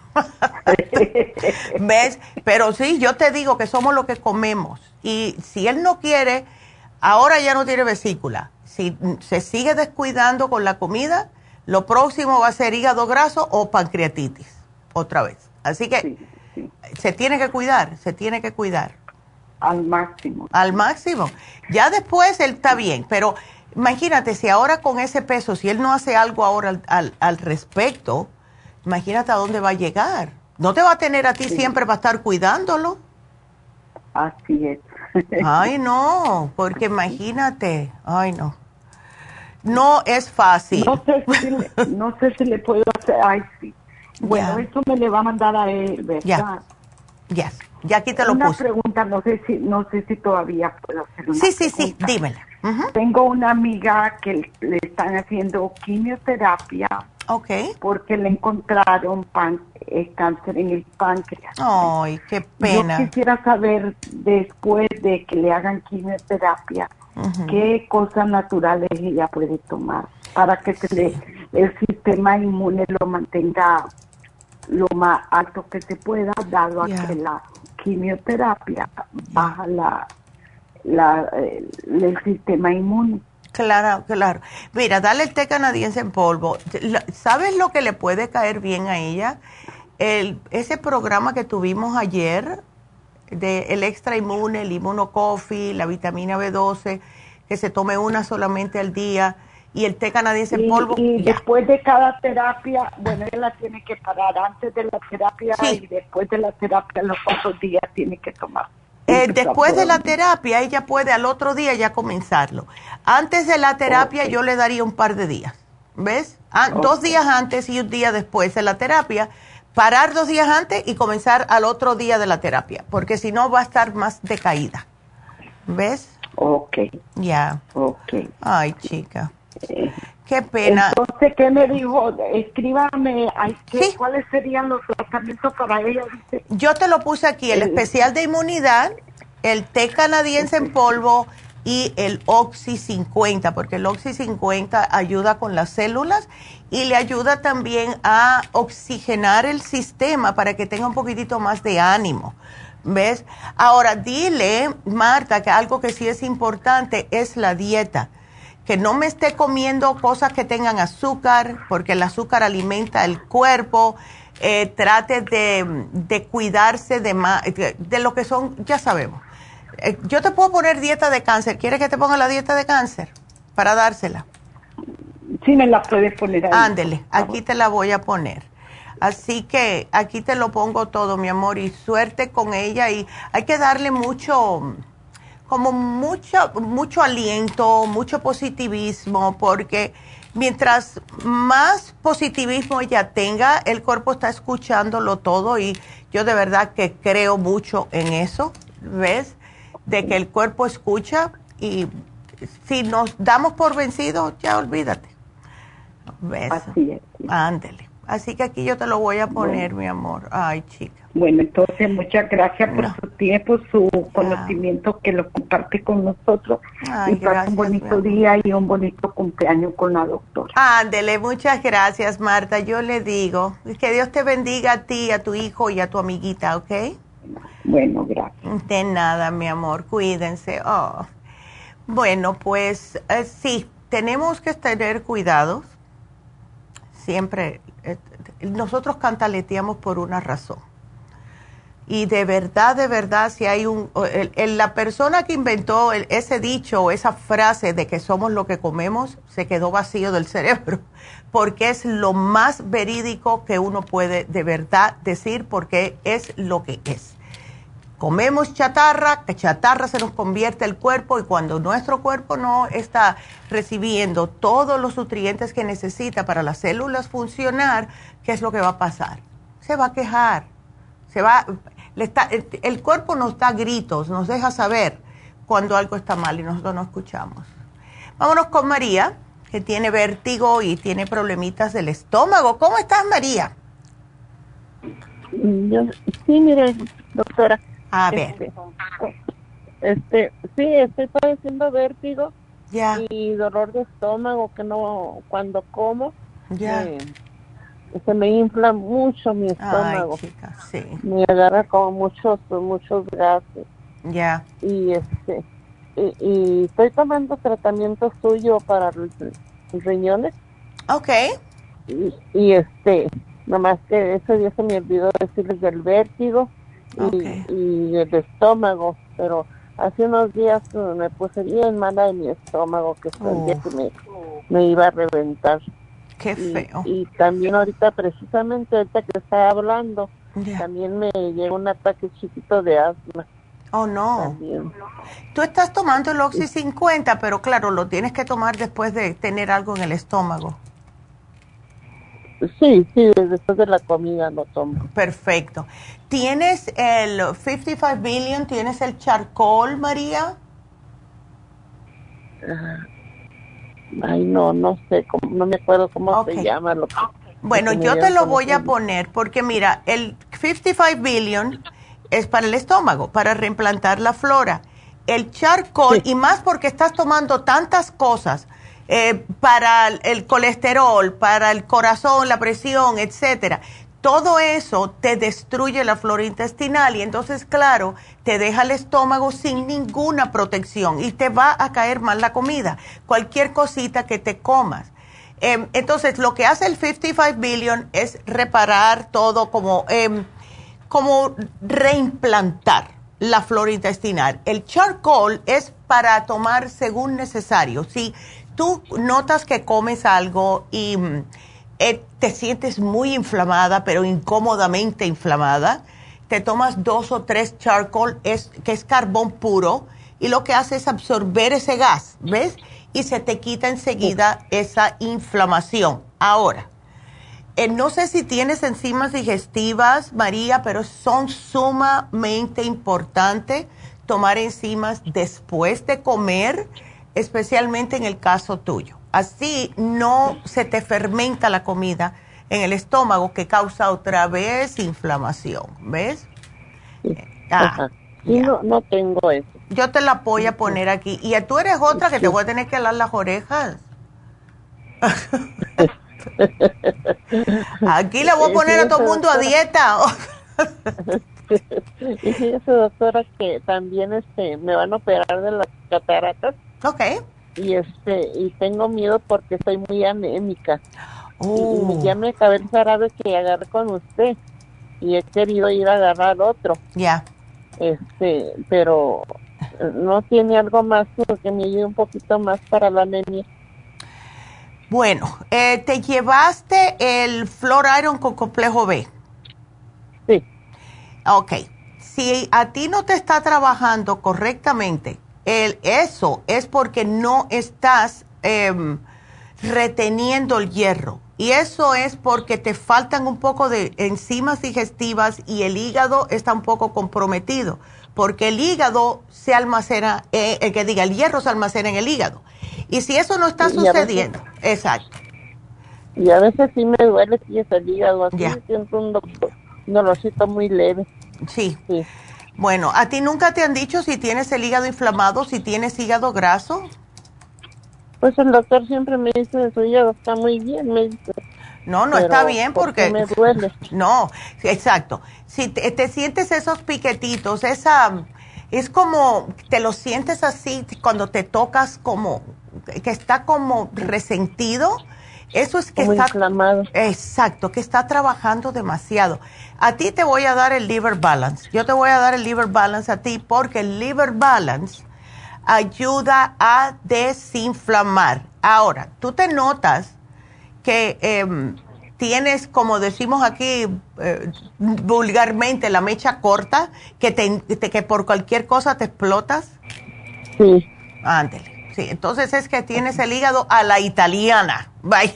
¿Ves? Pero sí, yo te digo que somos lo que comemos. Y si él no quiere, ahora ya no tiene vesícula. Si se sigue descuidando con la comida, lo próximo va a ser hígado graso o pancreatitis, otra vez. Así que sí, sí. se tiene que cuidar, se tiene que cuidar. Al máximo. Al máximo. Ya después él está bien, pero imagínate, si ahora con ese peso, si él no hace algo ahora al, al, al respecto, imagínate a dónde va a llegar. No te va a tener a ti sí. siempre para estar cuidándolo. Así es. Ay, no, porque imagínate, ay, no. No es fácil. No sé si le, no sé si le puedo hacer, ay, sí. Bueno, yeah. Eso me le va a mandar a él, ¿verdad? Ya, yeah. yes. ya aquí te lo una puse. Una pregunta, no sé si no sé si todavía puedo hacer una Sí, sí, pregunta. sí, dímela. Uh-huh. Tengo una amiga que le están haciendo quimioterapia. Okay. Porque le encontraron pan, eh, cáncer en el páncreas. Ay, qué pena. Yo quisiera saber, después de que le hagan quimioterapia, uh-huh. qué cosas naturales ella puede tomar para que se le, el sistema inmune lo mantenga lo más alto que se pueda, dado yeah. a que la quimioterapia baja la, la el, el sistema inmune. Claro, claro. Mira, dale el té canadiense en polvo. ¿Sabes lo que le puede caer bien a ella? El, ese programa que tuvimos ayer, de el extra inmune, el inmuno coffee, la vitamina B doce, que se tome una solamente al día, y el té canadiense y, en polvo. Y ya. Después de cada terapia, bueno, ella la tiene que parar antes de la terapia sí. y después de la terapia, los cuatro días tiene que tomar. Eh, después de la terapia, ella puede al otro día ya comenzarlo. Antes de la terapia, okay. yo le daría un par de días, ¿ves? Ah, okay. Dos días antes y un día después de la terapia, parar dos días antes y comenzar al otro día de la terapia, porque si no va a estar más decaída, ¿ves? Ok. Ya. Yeah. Ok. Ay, chica. Eh, Qué pena. Entonces, ¿qué me dijo? Escríbame, ¿qué, ¿sí? ¿cuáles serían los tratamientos para ella? Dice, yo te lo puse aquí, el, el especial de inmunidad, el té canadiense en polvo y el Oxy cincuenta, porque el Oxy cincuenta ayuda con las células y le ayuda también a oxigenar el sistema para que tenga un poquitito más de ánimo. ¿Ves? Ahora, dile, Marta, que algo que sí es importante es la dieta. Que no me esté comiendo cosas que tengan azúcar, porque el azúcar alimenta el cuerpo. Eh, trate de, de cuidarse de, de, de lo que son, ya sabemos. Eh, yo te puedo poner dieta de cáncer. ¿Quieres que te ponga la dieta de cáncer? Para dársela. Sí, me la puedes poner ahí. Ándele, aquí te la voy a poner. Así que aquí te lo pongo todo, mi amor, y suerte con ella. Y hay que darle mucho, como mucho, mucho aliento, mucho positivismo, porque mientras más positivismo ella tenga, el cuerpo está escuchándolo todo y yo de verdad que creo mucho en eso, ¿ves? De que el cuerpo escucha y si nos damos por vencidos, ya olvídate. ¿Ves? Así es. Ándele. Así que aquí yo te lo voy a poner, bueno, mi amor. Ay, chica. Bueno, entonces muchas gracias por no. su tiempo, su conocimiento, que lo comparte con nosotros. Ay, y para un bonito día y un bonito cumpleaños con la doctora. Ándele, muchas gracias, Marta. Yo le digo, que Dios te bendiga a ti, a tu hijo y a tu amiguita, ¿ok? Bueno, gracias. De nada, mi amor, cuídense. Oh. Bueno, pues eh, sí, tenemos que tener cuidados. Siempre, eh, nosotros cantaleteamos por una razón. Y de verdad, de verdad, si hay un... El, el, la persona que inventó el, ese dicho o esa frase de que somos lo que comemos, se quedó vacío del cerebro, porque es lo más verídico que uno puede de verdad decir, porque es lo que es. Comemos chatarra, que chatarra se nos convierte el cuerpo y cuando nuestro cuerpo no está recibiendo todos los nutrientes que necesita para las células funcionar, ¿qué es lo que va a pasar? Se va a quejar, se va, le está, el, el cuerpo nos da gritos, nos deja saber cuando algo está mal y nosotros no escuchamos. Vámonos con María, que tiene vértigo y tiene problemitas del estómago. ¿Cómo estás, María? Yo, sí, mire, doctora. A ver. Este, este, sí, estoy padeciendo vértigo ya. y dolor de estómago que no, cuando como, ya. Eh, se me infla mucho mi estómago. Ay, chica, sí. Me agarra como muchos, muchos gases. Ya. Y este, y, y estoy tomando tratamiento suyo para los riñones. Okay. Y, y este, nomás que ese día se me olvidó decirles del vértigo. Okay. Y, y el estómago, pero hace unos días me puse bien mala de mi estómago, que sentía que me, me iba a reventar. Qué feo. Y, y también ahorita, precisamente ahorita que estaba hablando, yeah. también me llegó un ataque chiquito de asma. Oh, no. También. Tú estás tomando el Oxy cincuenta, pero claro, lo tienes que tomar después de tener algo en el estómago. Sí, sí, después de la comida lo tomo. Perfecto. ¿Tienes el cincuenta y cinco billion? ¿Tienes el charcoal, María? Uh, ay, no, no sé, cómo, no me acuerdo cómo okay. se llama. Lo que, bueno, lo que yo te lo voy conocer. a poner porque mira, el cincuenta y cinco billion es para el estómago, para reimplantar la flora. El charcoal, sí. Y más porque estás tomando tantas cosas, Eh, para el colesterol, para el corazón, la presión, etcétera. Todo eso te destruye la flora intestinal y entonces, claro, te deja el estómago sin ninguna protección y te va a caer mal la comida, cualquier cosita que te comas. Eh, entonces, lo que hace el cincuenta y cinco billion es reparar todo, como, eh, como reimplantar la flora intestinal. El charcoal es para tomar según necesario. Si tú notas que comes algo y eh, te sientes muy inflamada, pero incómodamente inflamada, te tomas dos o tres charcoal, es, que es carbón puro, y lo que hace es absorber ese gas, ¿ves? Y se te quita enseguida esa inflamación. Ahora, eh, no sé si tienes enzimas digestivas, María, pero son sumamente importantes tomar enzimas después de comer, especialmente en el caso tuyo. Así no se te fermenta la comida en el estómago que causa otra vez inflamación, ¿ves? Sí. Ah, sí, no, no tengo eso. Yo te la voy a poner aquí. Y tú eres otra que te voy a tener que alar las orejas. Aquí le voy a poner a todo el mundo a dieta. Y fíjese, doctora, que también este me van a operar de las cataratas. Okay. Y este y tengo miedo porque soy muy anémica. Oh. Y ya me acabé el jarabe que agarré con usted y he querido ir a agarrar otro. Ya. Yeah. Este, pero no tiene algo más que me ayude un poquito más para la anemia. Bueno, eh, ¿te llevaste el Flor Iron con complejo B? Sí. Ok. Si a ti no te está trabajando correctamente, el, eso es porque no estás eh, reteniendo el hierro. Y eso es porque te faltan un poco de enzimas digestivas y el hígado está un poco comprometido. Porque el hígado se almacena, eh, el que diga, el hierro se almacena en el hígado. Y si eso no está y sucediendo, veces, exacto. Y a veces sí me duele, sí es el hígado, así Ya. siento un doctor, un dolorcito muy leve. Sí. Sí. Bueno, ¿a ti nunca te han dicho si tienes el hígado inflamado, si tienes hígado graso? Pues el doctor siempre me dice, su hígado está muy bien, me dice. No, no Pero, está bien porque... ¿por qué me duele? No, exacto. Si te, te sientes esos piquetitos, esa... Es como, te lo sientes así cuando te tocas como, que está como resentido. Eso es que Como está... inflamado. Exacto, que está trabajando demasiado. A ti te voy a dar el Liver Balance. Yo te voy a dar el Liver Balance a ti porque el Liver Balance ayuda a desinflamar. Ahora, tú te notas que eh, tienes, como decimos aquí eh, vulgarmente, la mecha corta, que, te, te, que por cualquier cosa te explotas. Sí. Ándale. Sí, entonces es que tienes el hígado a la italiana. Vaya.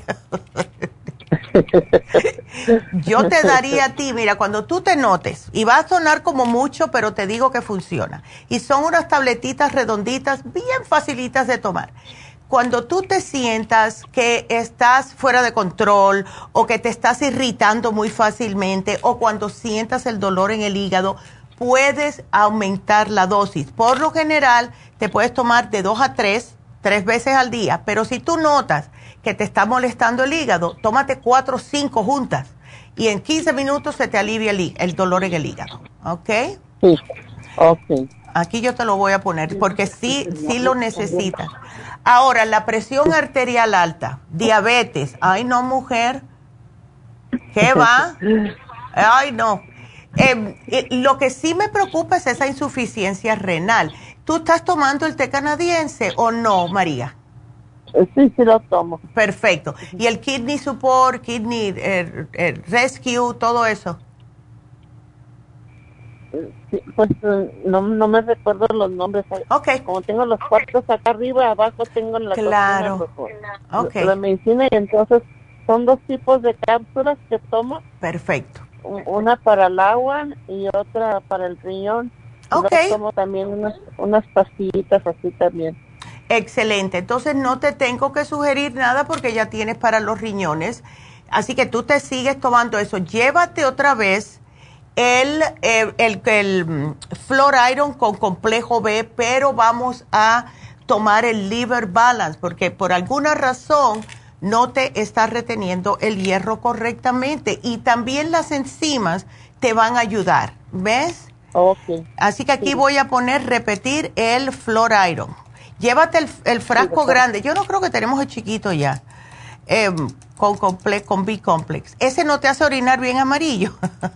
Yo te daría a ti, mira, cuando tú te notes, y va a sonar como mucho, pero te digo que funciona. Y son unas tabletitas redonditas, bien facilitas de tomar. Cuando tú te sientas que estás fuera de control o que te estás irritando muy fácilmente o cuando sientas el dolor en el hígado, puedes aumentar la dosis. Por lo general, te puedes tomar de dos a tres, tres veces al día. Pero si tú notas que te está molestando el hígado, tómate cuatro o cinco juntas. Y en quince minutos se te alivia el, el dolor en el hígado. ¿Ok? Sí. Ok. Aquí yo te lo voy a poner porque sí, sí lo necesitas. Ahora, la presión arterial alta, diabetes. Ay, no, mujer. ¿Qué va? Ay, no. Eh, eh, lo que sí me preocupa es esa insuficiencia renal. ¿Tú estás tomando el té canadiense o no, María? Sí, sí lo tomo. Perfecto. ¿Y el Kidney Support, Kidney eh, eh, Rescue, todo eso? Sí, pues no, no me recuerdo los nombres. Ok. Como tengo los cuartos acá arriba, abajo tengo la Claro. cocina, Ok. la medicina, y entonces son dos tipos de cápsulas que tomo. Perfecto. Una para el agua y otra para el riñón. Ok. Y tomo también unas, unas pastillitas así también. Excelente. Entonces no te tengo que sugerir nada porque ya tienes para los riñones. Así que tú te sigues tomando eso. Llévate otra vez el, el, el, el Flor Iron con complejo B, pero vamos a tomar el Liver Balance porque por alguna razón no te está reteniendo el hierro correctamente. Y también las enzimas te van a ayudar. ¿Ves? Okay. Así que aquí Sí. voy a poner repetir el Flor Iron. Llévate el, el frasco Sí, grande. Yo no creo que tenemos el chiquito ya. Eh, con, comple con B-Complex. ¿Ese no te hace orinar bien amarillo?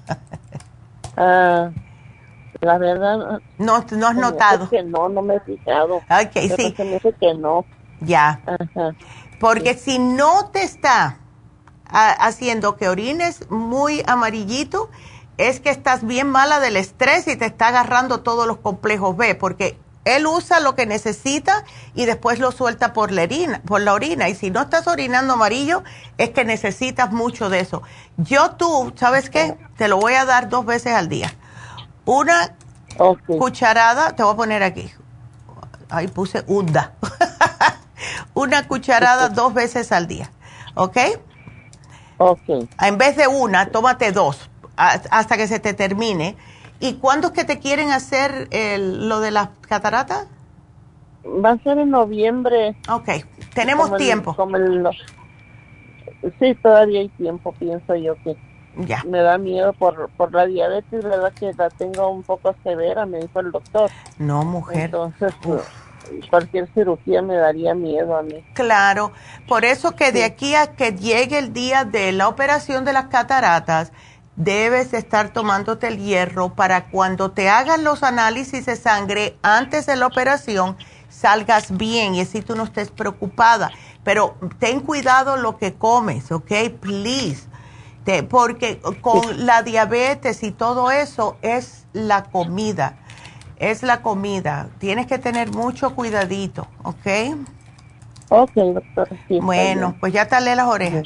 Ah, la verdad... No, no has me notado. hace que no, no me he fijado. Ok, Pero sí. se me hace que no. Ya. Ajá. Porque si no te está a, haciendo que orines muy amarillito, es que estás bien mala del estrés y te está agarrando todos los complejos B, porque él usa lo que necesita y después lo suelta por la orina, por la orina. Y si no estás orinando amarillo, es que necesitas mucho de eso. Yo tú, ¿sabes qué? Te lo voy a dar dos veces al día. Una Okay. cucharada, te voy a poner aquí. Ahí puse unda. Una cucharada dos veces al día. ¿Ok? Ok. En vez de una, tómate dos a- hasta que se te termine. ¿Y cuándo es que te quieren hacer el- lo de las cataratas? Va a ser en noviembre. Ok, tenemos Como el- tiempo. como el- sí, todavía hay tiempo, pienso yo que Ya. me da miedo por, por la diabetes, verdad que la tengo un poco severa, me dijo el doctor. No, mujer. Entonces, pues, cualquier cirugía me daría miedo a mí. Claro, por eso que de aquí a que llegue el día de la operación de las cataratas, debes de estar tomándote el hierro para cuando te hagan los análisis de sangre antes de la operación, salgas bien y así tú no estés preocupada. Pero ten cuidado lo que comes, ¿ok? Please. Te, porque con sí. la diabetes y todo eso es la comida. Es la comida. Tienes que tener mucho cuidadito, ¿ok? Ok, doctora. Sí, bueno, pues ya talé las orejas.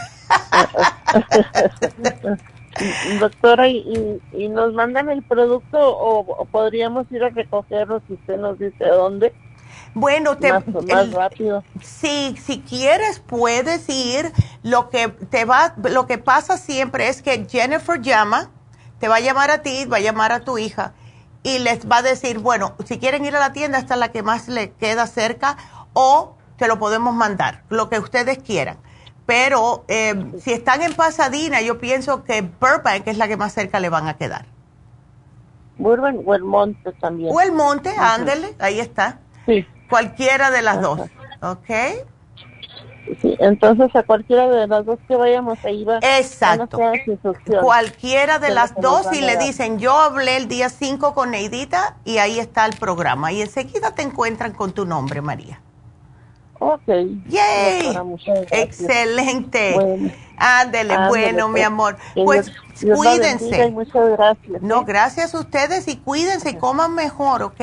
Doctora, ¿y, ¿y nos mandan el producto o, o podríamos ir a recogerlo si usted nos dice dónde? Bueno, te, más, más el, rápido. Sí, si quieres puedes ir. Lo que te va, lo que pasa siempre es que Jennifer llama, te va a llamar a ti, va a llamar a tu hija y les va a decir, bueno, si quieren ir a la tienda, esta es la que más le queda cerca o te lo podemos mandar, lo que ustedes quieran. Pero eh, si están en Pasadena, yo pienso que Burbank es la que más cerca le van a quedar. Burbank o el Monte también. O el Monte, uh-huh. ándele, ahí está. Sí. Cualquiera de las uh-huh. dos, ¿ok? Sí, entonces a cualquiera de las dos que vayamos ahí va. Exacto. Cualquiera de las dos y le dicen, yo hablé el día cinco con Neidita y ahí está el programa. Y enseguida te encuentran con tu nombre, María. Ok. ¡Yay! Excelente. Bueno. Ándele, Ándele, bueno, pues, mi amor. Pues Dios, cuídense. Dios muchas gracias. No, gracias a ustedes y cuídense y coman mejor, ¿ok?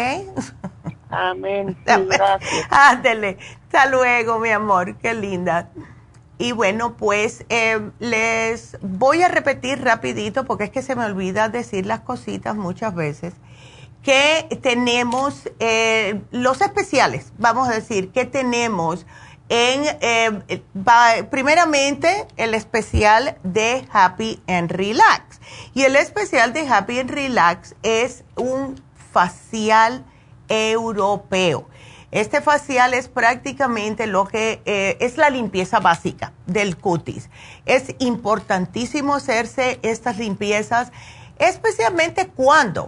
Amén. Sí, gracias. Ándele. Hasta luego, mi amor. Qué linda. Y bueno, pues eh, les voy a repetir rapidito porque es que se me olvida decir las cositas muchas veces. Que tenemos eh, los especiales, vamos a decir, que tenemos en, eh, va, primeramente, el especial de Happy and Relax. Y el especial de Happy and Relax es un facial europeo. Este facial es prácticamente lo que eh, es la limpieza básica del cutis. Es importantísimo hacerse estas limpiezas, especialmente cuando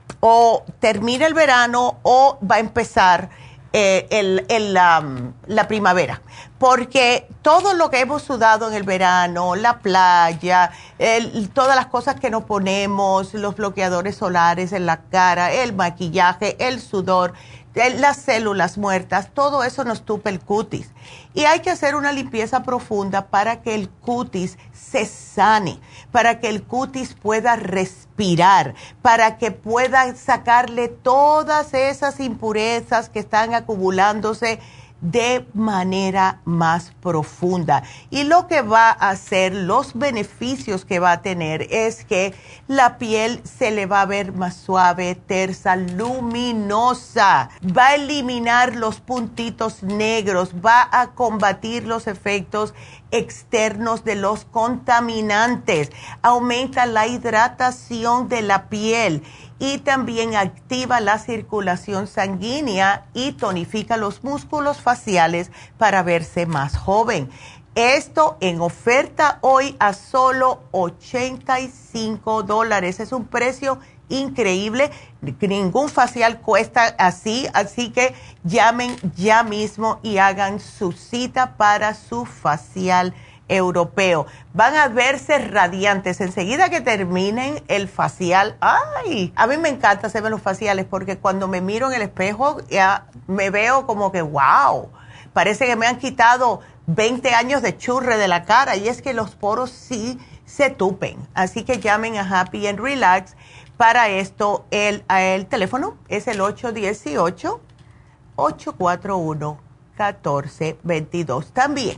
o termina el verano o va a empezar eh, el, el, um, la primavera. Porque todo lo que hemos sudado en el verano, la playa, el, todas las cosas que nos ponemos, los bloqueadores solares en la cara, el maquillaje, el sudor, el, las células muertas, todo eso nos tupe el cutis. Y hay que hacer una limpieza profunda para que el cutis se sane, para que el cutis pueda respirar, para que pueda sacarle todas esas impurezas que están acumulándose de manera más profunda. Y lo que va a hacer, los beneficios que va a tener es que la piel se le va a ver más suave, tersa, luminosa. Va a eliminar los puntitos negros, va a combatir los efectos externos de los contaminantes, aumenta la hidratación de la piel y también activa la circulación sanguínea y tonifica los músculos faciales para verse más joven. Esto en oferta hoy a solo ochenta y cinco dólares. Es un precio increíble. Ningún facial cuesta así, así que llamen ya mismo y hagan su cita para su facial europeo. Van a verse radiantes. Enseguida que terminen el facial, ¡ay! A mí me encanta hacerme los faciales porque cuando me miro en el espejo ya me veo como que ¡wow! Parece que me han quitado veinte años de churre de la cara y es que los poros sí se tupen. Así que llamen a Happy and Relax. Para esto, el, el teléfono es el ocho uno ocho, ocho cuatro uno, uno cuatro dos dos. También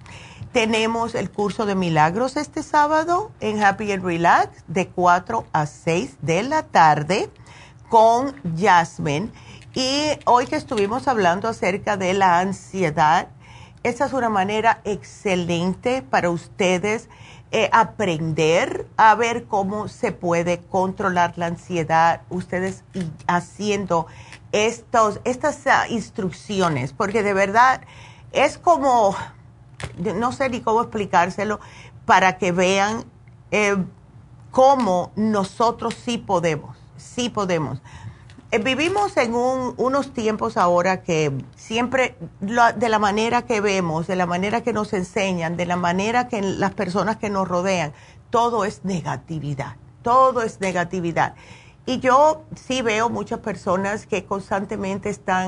tenemos el curso de milagros este sábado en Happy and Relax de cuatro a seis de la tarde con Jasmine. Y hoy que estuvimos hablando acerca de la ansiedad, esta es una manera excelente para ustedes eh, aprender a ver cómo se puede controlar la ansiedad, ustedes haciendo estos, estas uh, instrucciones, porque de verdad es como, no sé ni cómo explicárselo, para que vean eh, cómo nosotros sí podemos, sí podemos. Vivimos en un, unos tiempos ahora que siempre lo, de la manera que vemos, de la manera que nos enseñan, de la manera que las personas que nos rodean, todo es negatividad, todo es negatividad. Y yo sí veo muchas personas que constantemente están,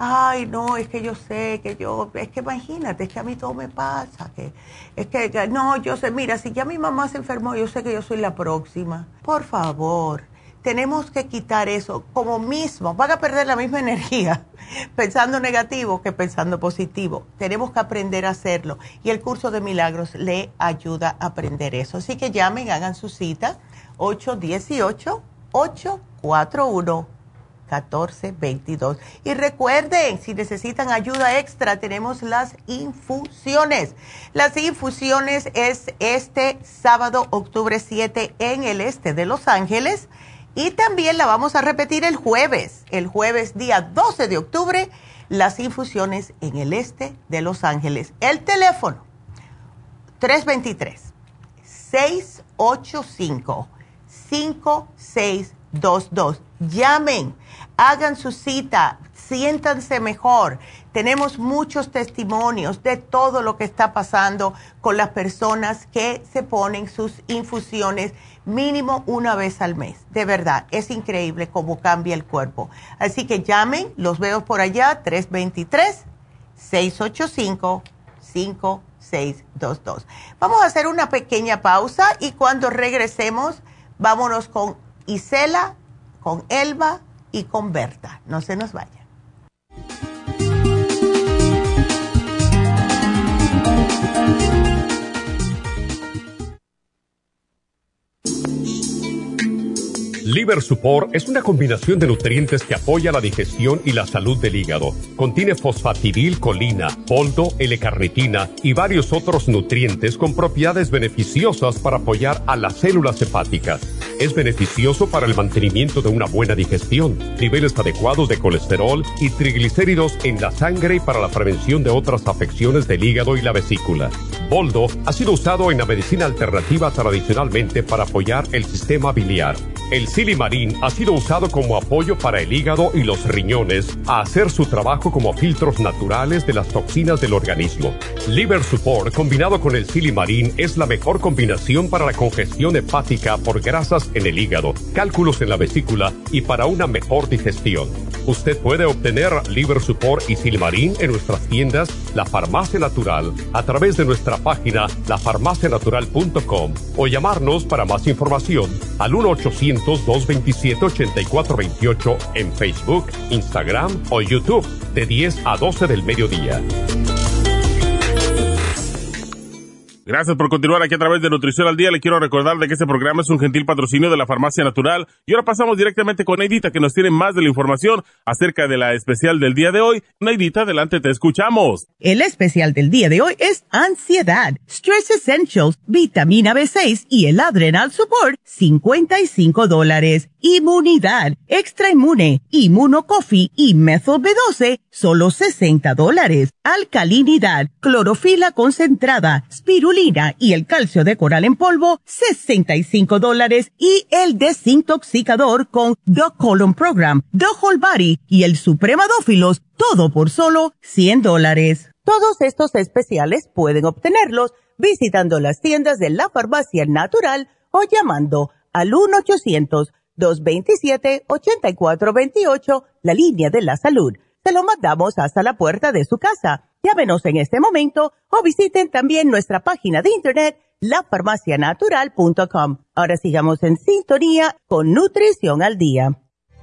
ay, no, es que yo sé que yo, es que imagínate, es que a mí todo me pasa, que es que, no, yo sé, mira, si ya mi mamá se enfermó, yo sé que yo soy la próxima. Por favor, tenemos que quitar eso, como mismo, van a perder la misma energía pensando negativo que pensando positivo. Tenemos que aprender a hacerlo y el curso de milagros le ayuda a aprender eso. Así que llamen, hagan su cita, ocho uno ocho, ocho cuatro uno, uno cuatro dos dos. Y recuerden, si necesitan ayuda extra, tenemos las infusiones. Las infusiones es este sábado, octubre siete, en el este de Los Ángeles. Y también la vamos a repetir el jueves. El jueves, día doce de octubre, las infusiones en el este de Los Ángeles. El teléfono, tres dos tres, seis ocho cinco, cinco seis dos dos. Llamen, hagan su cita, siéntanse mejor. Tenemos muchos testimonios de todo lo que está pasando con las personas que se ponen sus infusiones mínimo una vez al mes. De verdad, es increíble cómo cambia el cuerpo. Así que llamen, los veo por allá, tres dos tres, seis ocho cinco, cinco seis dos dos. Vamos a hacer una pequeña pausa y cuando regresemos, vámonos con Isela, con Elba y con Berta. No se nos vayan. Liver Support es una combinación de nutrientes que apoya la digestión y la salud del hígado. Contiene fosfatidilcolina, boldo, L-carnitina y varios otros nutrientes con propiedades beneficiosas para apoyar a las células hepáticas. Es beneficioso para el mantenimiento de una buena digestión, niveles adecuados de colesterol y triglicéridos en la sangre y para la prevención de otras afecciones del hígado y la vesícula. Boldo ha sido usado en la medicina alternativa tradicionalmente para apoyar el sistema biliar. El Silimarín ha sido usado como apoyo para el hígado y los riñones a hacer su trabajo como filtros naturales de las toxinas del organismo. Liver Support combinado con el Silimarín es la mejor combinación para la congestión hepática por grasas en el hígado, cálculos en la vesícula y para una mejor digestión. Usted puede obtener Liver Support y Silimarín en nuestras tiendas La Farmacia Natural a través de nuestra página la farmacia natural punto com o llamarnos para más información al uno ochocientos, dos veintisiete, ochenta y cuatro veintiocho en Facebook, Instagram o YouTube de diez a doce del mediodía. Gracias por continuar aquí a través de Nutrición al Día. Le quiero recordar de que este programa es un gentil patrocinio de la Farmacia Natural. Y ahora pasamos directamente con Neidita, que nos tiene más de la información acerca de la especial del día de hoy. Neidita, adelante, te escuchamos. El especial del día de hoy es ansiedad, Stress Essentials, vitamina B seis y el Adrenal Support, cincuenta y cinco dólares. Inmunidad, Extra Inmune, Inmuno Coffee y Methyl B doce, solo sesenta dólares. Alcalinidad, clorofila concentrada, spirulina y el calcio de coral en polvo, sesenta y cinco dólares. Y el desintoxicador con The Colon Program, The Whole Body y el Supremadófilos, todo por solo cien dólares. Todos estos especiales pueden obtenerlos visitando las tiendas de la Farmacia Natural o llamando al uno ochocientos, dos veintisiete, ochenta y cuatro veintiocho, la línea de la salud. Se lo mandamos hasta la puerta de su casa. Llámenos en este momento o visiten también nuestra página de internet, la farmacia natural punto com. Ahora sigamos en sintonía con Nutrición al Día.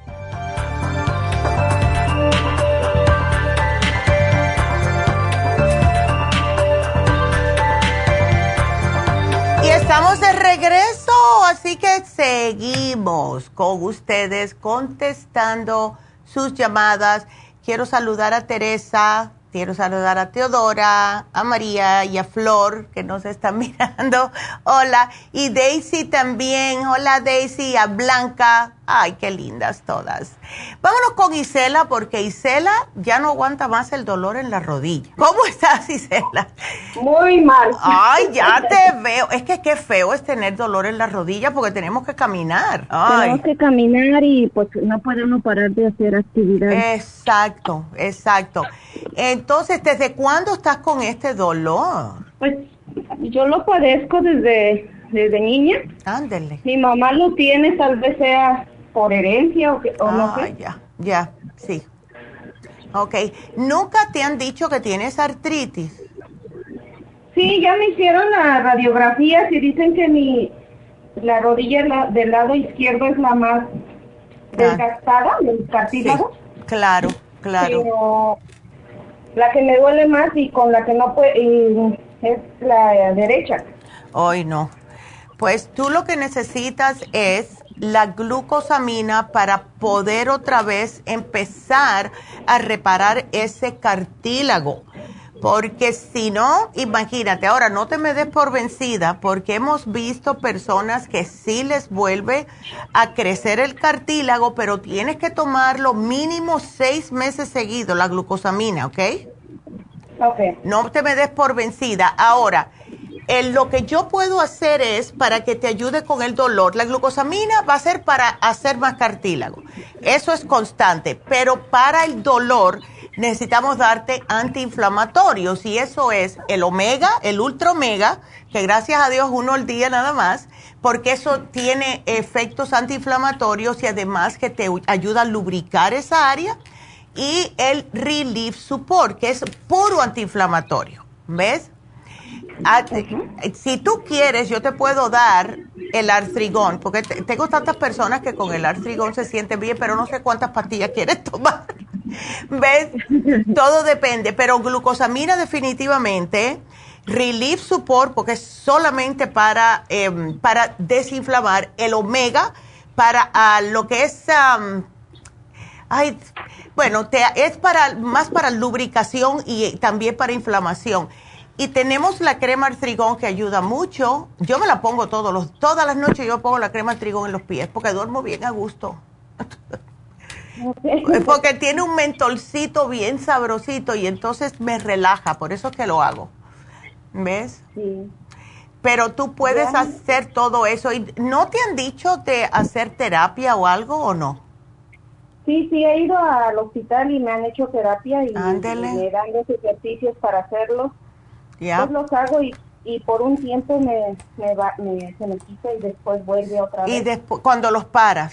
Y estamos de regreso, así que seguimos con ustedes contestando sus llamadas. Quiero saludar a Teresa, quiero saludar a Teodora, a María y a Flor, que nos están mirando. Hola. Y Daisy también. Hola, Daisy. A Blanca. Ay, qué lindas todas. Vámonos con Isela, porque Isela ya no aguanta más el dolor en la rodilla. ¿Cómo estás, Isela? Muy mal. Ay, ya te veo. Es que qué feo es tener dolor en la rodilla porque tenemos que caminar. Ay. Tenemos que caminar y pues no podemos parar de hacer actividades. Exacto, exacto. Entonces, ¿desde cuándo estás con este dolor? Pues yo lo padezco desde, desde niña. Ándele. Mi mamá lo tiene, tal vez sea por herencia o, que, o ah, no sé. ya, ya, sí. Ok. ¿Nunca te han dicho que tienes artritis? Sí, ya me hicieron las radiografías y dicen que mi la rodilla la, del lado izquierdo es la más desgastada del cartílago. Sí, claro, claro. Pero la que me duele más y con la que no puede es la derecha. Hoy no. Pues tú lo que necesitas es la glucosamina para poder otra vez empezar a reparar ese cartílago. Porque si no, imagínate, ahora no te me des por vencida, porque hemos visto personas que sí les vuelve a crecer el cartílago, pero tienes que tomarlo mínimo seis meses seguidos, la glucosamina, ¿ok? Ok. No te me des por vencida. Ahora, eh, lo que yo puedo hacer es para que te ayude con el dolor. La glucosamina va a ser para hacer más cartílago. Eso es constante, pero para el dolor necesitamos darte antiinflamatorios y eso es el omega, el ultra omega, que gracias a Dios uno al día nada más, porque eso tiene efectos antiinflamatorios y además que te ayuda a lubricar esa área, y el Relief Support, que es puro antiinflamatorio, ¿ves? Ah, si tú quieres, yo te puedo dar el artrigón, porque te, tengo tantas personas que con el artrigón se sienten bien, pero no sé cuántas pastillas quieres tomar. ¿Ves? Todo depende, pero glucosamina definitivamente, Relief Support, porque es solamente para, eh, para desinflamar, el omega, para uh, lo que es, um, ay, bueno, te, es para más para lubricación y también para inflamación. Y tenemos la crema artrigón que ayuda mucho. Yo me la pongo todos los, todas las noches, yo pongo la crema artrigón en los pies porque duermo bien a gusto. Porque tiene un mentolcito bien sabrosito y entonces me relaja, por eso es que lo hago. ¿Ves? Sí. Pero tú puedes Ya. hacer todo eso. ¿Y no te han dicho de hacer terapia o algo o no? Sí, sí, he ido al hospital y me han hecho terapia y, y Ándele. me dan los ejercicios para hacerlos. Ya. Pues los hago y, y por un tiempo me, me, va, me se me quita y después vuelve otra vez. Y después, cuando los paras.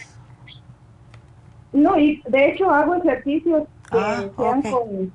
No, y de hecho hago ejercicios que Ah, sean ok. con,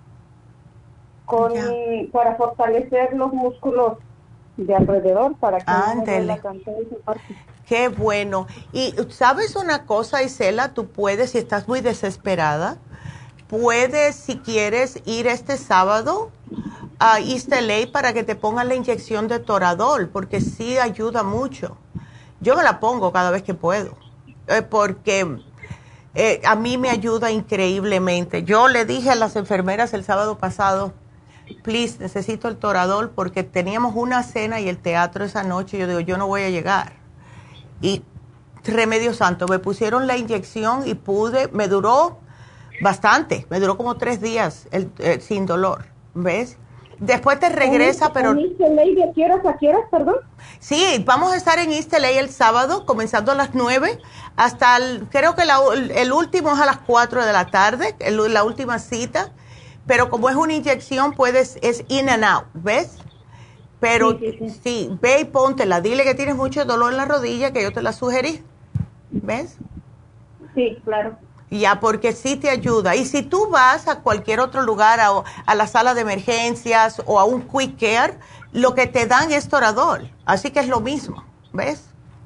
con Ya. para fortalecer los músculos de alrededor para que no me Ándele. duela tanto esa parte. Qué bueno. Y sabes una cosa, Isela, tú puedes, si estás muy desesperada, puedes, si quieres, ir este sábado a East L A para que te pongan la inyección de Toradol, porque sí ayuda mucho. Yo me la pongo cada vez que puedo, eh, porque eh, a mí me ayuda increíblemente. Yo le dije a las enfermeras el sábado pasado, please, necesito el Toradol, porque teníamos una cena y el teatro esa noche. Yo digo, yo no voy a llegar. Y remedio santo, me pusieron la inyección y pude, me duró bastante, me duró como tres días el, eh, sin dolor, ¿ves? Después te regresa, pero... ¿En East L A de qué horas a qué horas, perdón? Sí, vamos a estar en East L A el sábado, comenzando a las nueve, hasta el, creo que la, el último es a las cuatro de la tarde, el, la última cita, pero como es una inyección, puedes, es in and out, ¿ves? Pero sí, sí, sí. sí, ve y póntela, dile que tienes mucho dolor en la rodilla, que yo te la sugerí, ¿ves? Sí, claro. Ya, porque sí te ayuda. Y si tú vas a cualquier otro lugar, a, a la sala de emergencias o a un quick care, lo que te dan es Toradol. Así que es lo mismo, ¿ves?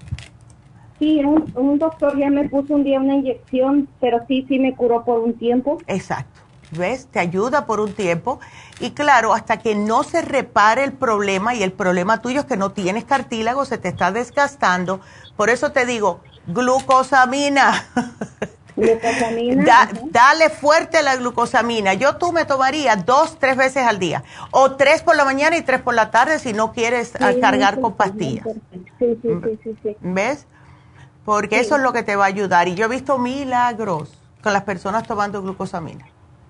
Sí, un, un doctor ya me puso un día una inyección, pero sí, sí me curó por un tiempo. Exacto. ¿Ves? Te ayuda por un tiempo. Y claro, hasta que no se repare el problema, y el problema tuyo es que no tienes cartílago, se te está desgastando. Por eso te digo, glucosamina. Glucosamina. Da, dale fuerte a la glucosamina. Yo tú me tomaría dos, tres veces al día. O tres por la mañana y tres por la tarde si no quieres Sí, cargar sí, con sí, pastillas. Sí, sí, sí, sí, sí. ¿Ves? Porque Sí. eso es lo que te va a ayudar. Y yo he visto milagros con las personas tomando glucosamina.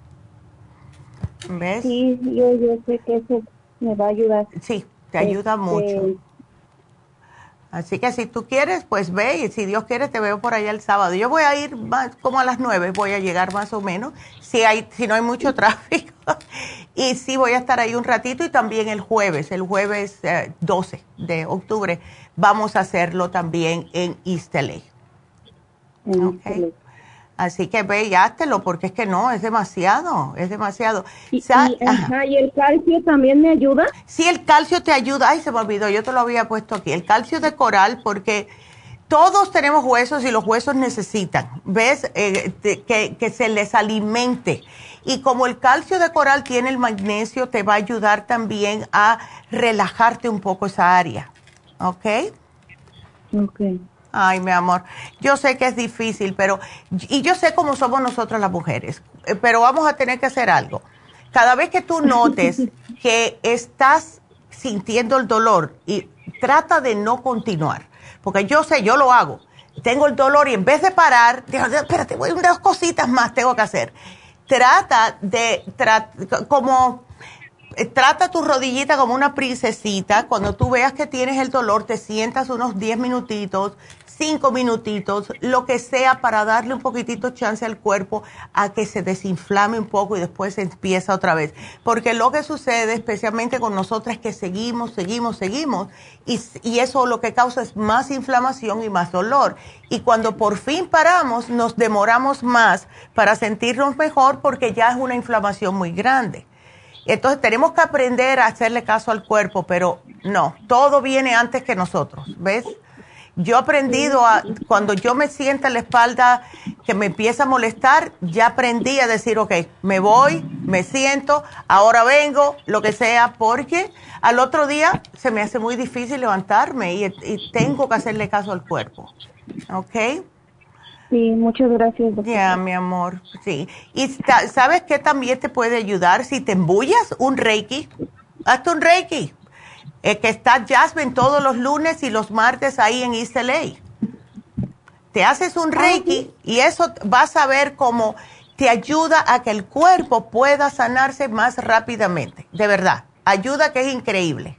¿Ves? Sí, yo, yo sé que eso me va a ayudar. Sí, te ayuda Este, mucho. Así que si tú quieres, pues ve, y si Dios quiere te veo por allá el sábado. Yo voy a ir más, como a las nueve, voy a llegar más o menos, si hay, si no hay mucho tráfico. Y sí voy a estar ahí un ratito, y también el jueves, el jueves eh, doce de octubre, vamos a hacerlo también en East L A. en Okay. este- Así que ve y háztelo, porque es que no, es demasiado, es demasiado. ¿Y, Sa- y, ajá, ¿y el calcio también me ayuda? Sí, el calcio te ayuda. Ay, se me olvidó, yo te lo había puesto aquí. El calcio de coral, porque todos tenemos huesos y los huesos necesitan, ¿ves? Eh, te- que, que se les alimente. Y como el calcio de coral tiene el magnesio, te va a ayudar también a relajarte un poco esa área. ¿Ok? Ok. Ay, mi amor, yo sé que es difícil, pero, y yo sé cómo somos nosotras las mujeres, eh, pero vamos a tener que hacer algo. Cada vez que tú notes que estás sintiendo el dolor, y trata de no continuar, porque yo sé, yo lo hago. Tengo el dolor y en vez de parar, digo, espérate, voy unas cositas más tengo que hacer. Trata de, tra- como... Trata tu rodillita como una princesita. Cuando tú veas que tienes el dolor, te sientas unos diez minutitos, cinco minutitos, lo que sea, para darle un poquitito chance al cuerpo a que se desinflame un poco y después se empieza otra vez. Porque lo que sucede, especialmente con nosotras, es que seguimos, seguimos, seguimos y, y eso lo que causa es más inflamación y más dolor. Y cuando por fin paramos, nos demoramos más para sentirnos mejor porque ya es una inflamación muy grande. Entonces tenemos que aprender a hacerle caso al cuerpo, pero no, todo viene antes que nosotros, ¿ves? Yo he aprendido a, cuando yo me siento en la espalda que me empieza a molestar, ya aprendí a decir, ok, me voy, me siento, ahora vengo, lo que sea, porque al otro día se me hace muy difícil levantarme y, y tengo que hacerle caso al cuerpo, ¿ok? Sí, muchas gracias, doctora. Ya, mi amor, sí. Y ta- ¿sabes qué también te puede ayudar? Si te embullas un Reiki, hazte un Reiki. Eh, que está Jasmine todos los lunes y los martes ahí en East L A. Te haces un Reiki y eso vas a ver cómo te ayuda a que el cuerpo pueda sanarse más rápidamente. De verdad, ayuda que es increíble.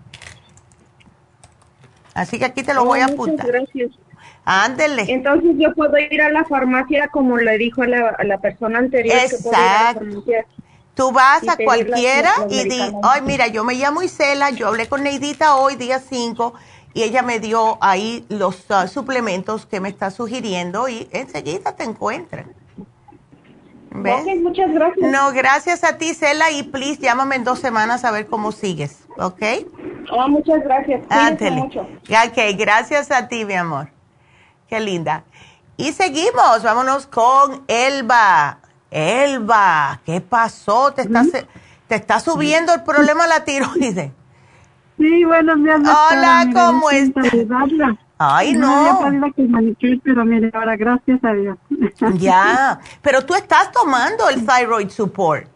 Así que aquí te lo voy a apuntar. Muchas gracias. Ándele. Entonces yo puedo ir a la farmacia como le dijo a la, a la persona anterior. Que puedo ir a la Exacto. farmacia Tú vas y a pedir cualquiera las- los y di, medicamentos. ay, mira, yo me llamo Isela, yo hablé con Neidita hoy, día cinco, y ella me dio ahí los uh, suplementos que me está sugiriendo y enseguida te encuentran. ¿Ves? Ok, muchas gracias. No, gracias a ti, Isela, y please llámame en dos semanas a ver cómo sigues, ¿ok? Ah, muchas gracias. Cuídese Ándele. mucho. Ok, gracias a ti, mi amor. Qué linda. Y seguimos, vámonos con Elba. Elba, ¿qué pasó? ¿Te está, se- te está subiendo el problema de la tiroides? Sí, buenos días, doctora. Hola, Mire, ¿cómo yo estás? quiero saludarla. Ay, No no. había podido comunicar, pero mire, ahora gracias a Dios. Ya, pero tú estás tomando el thyroid support.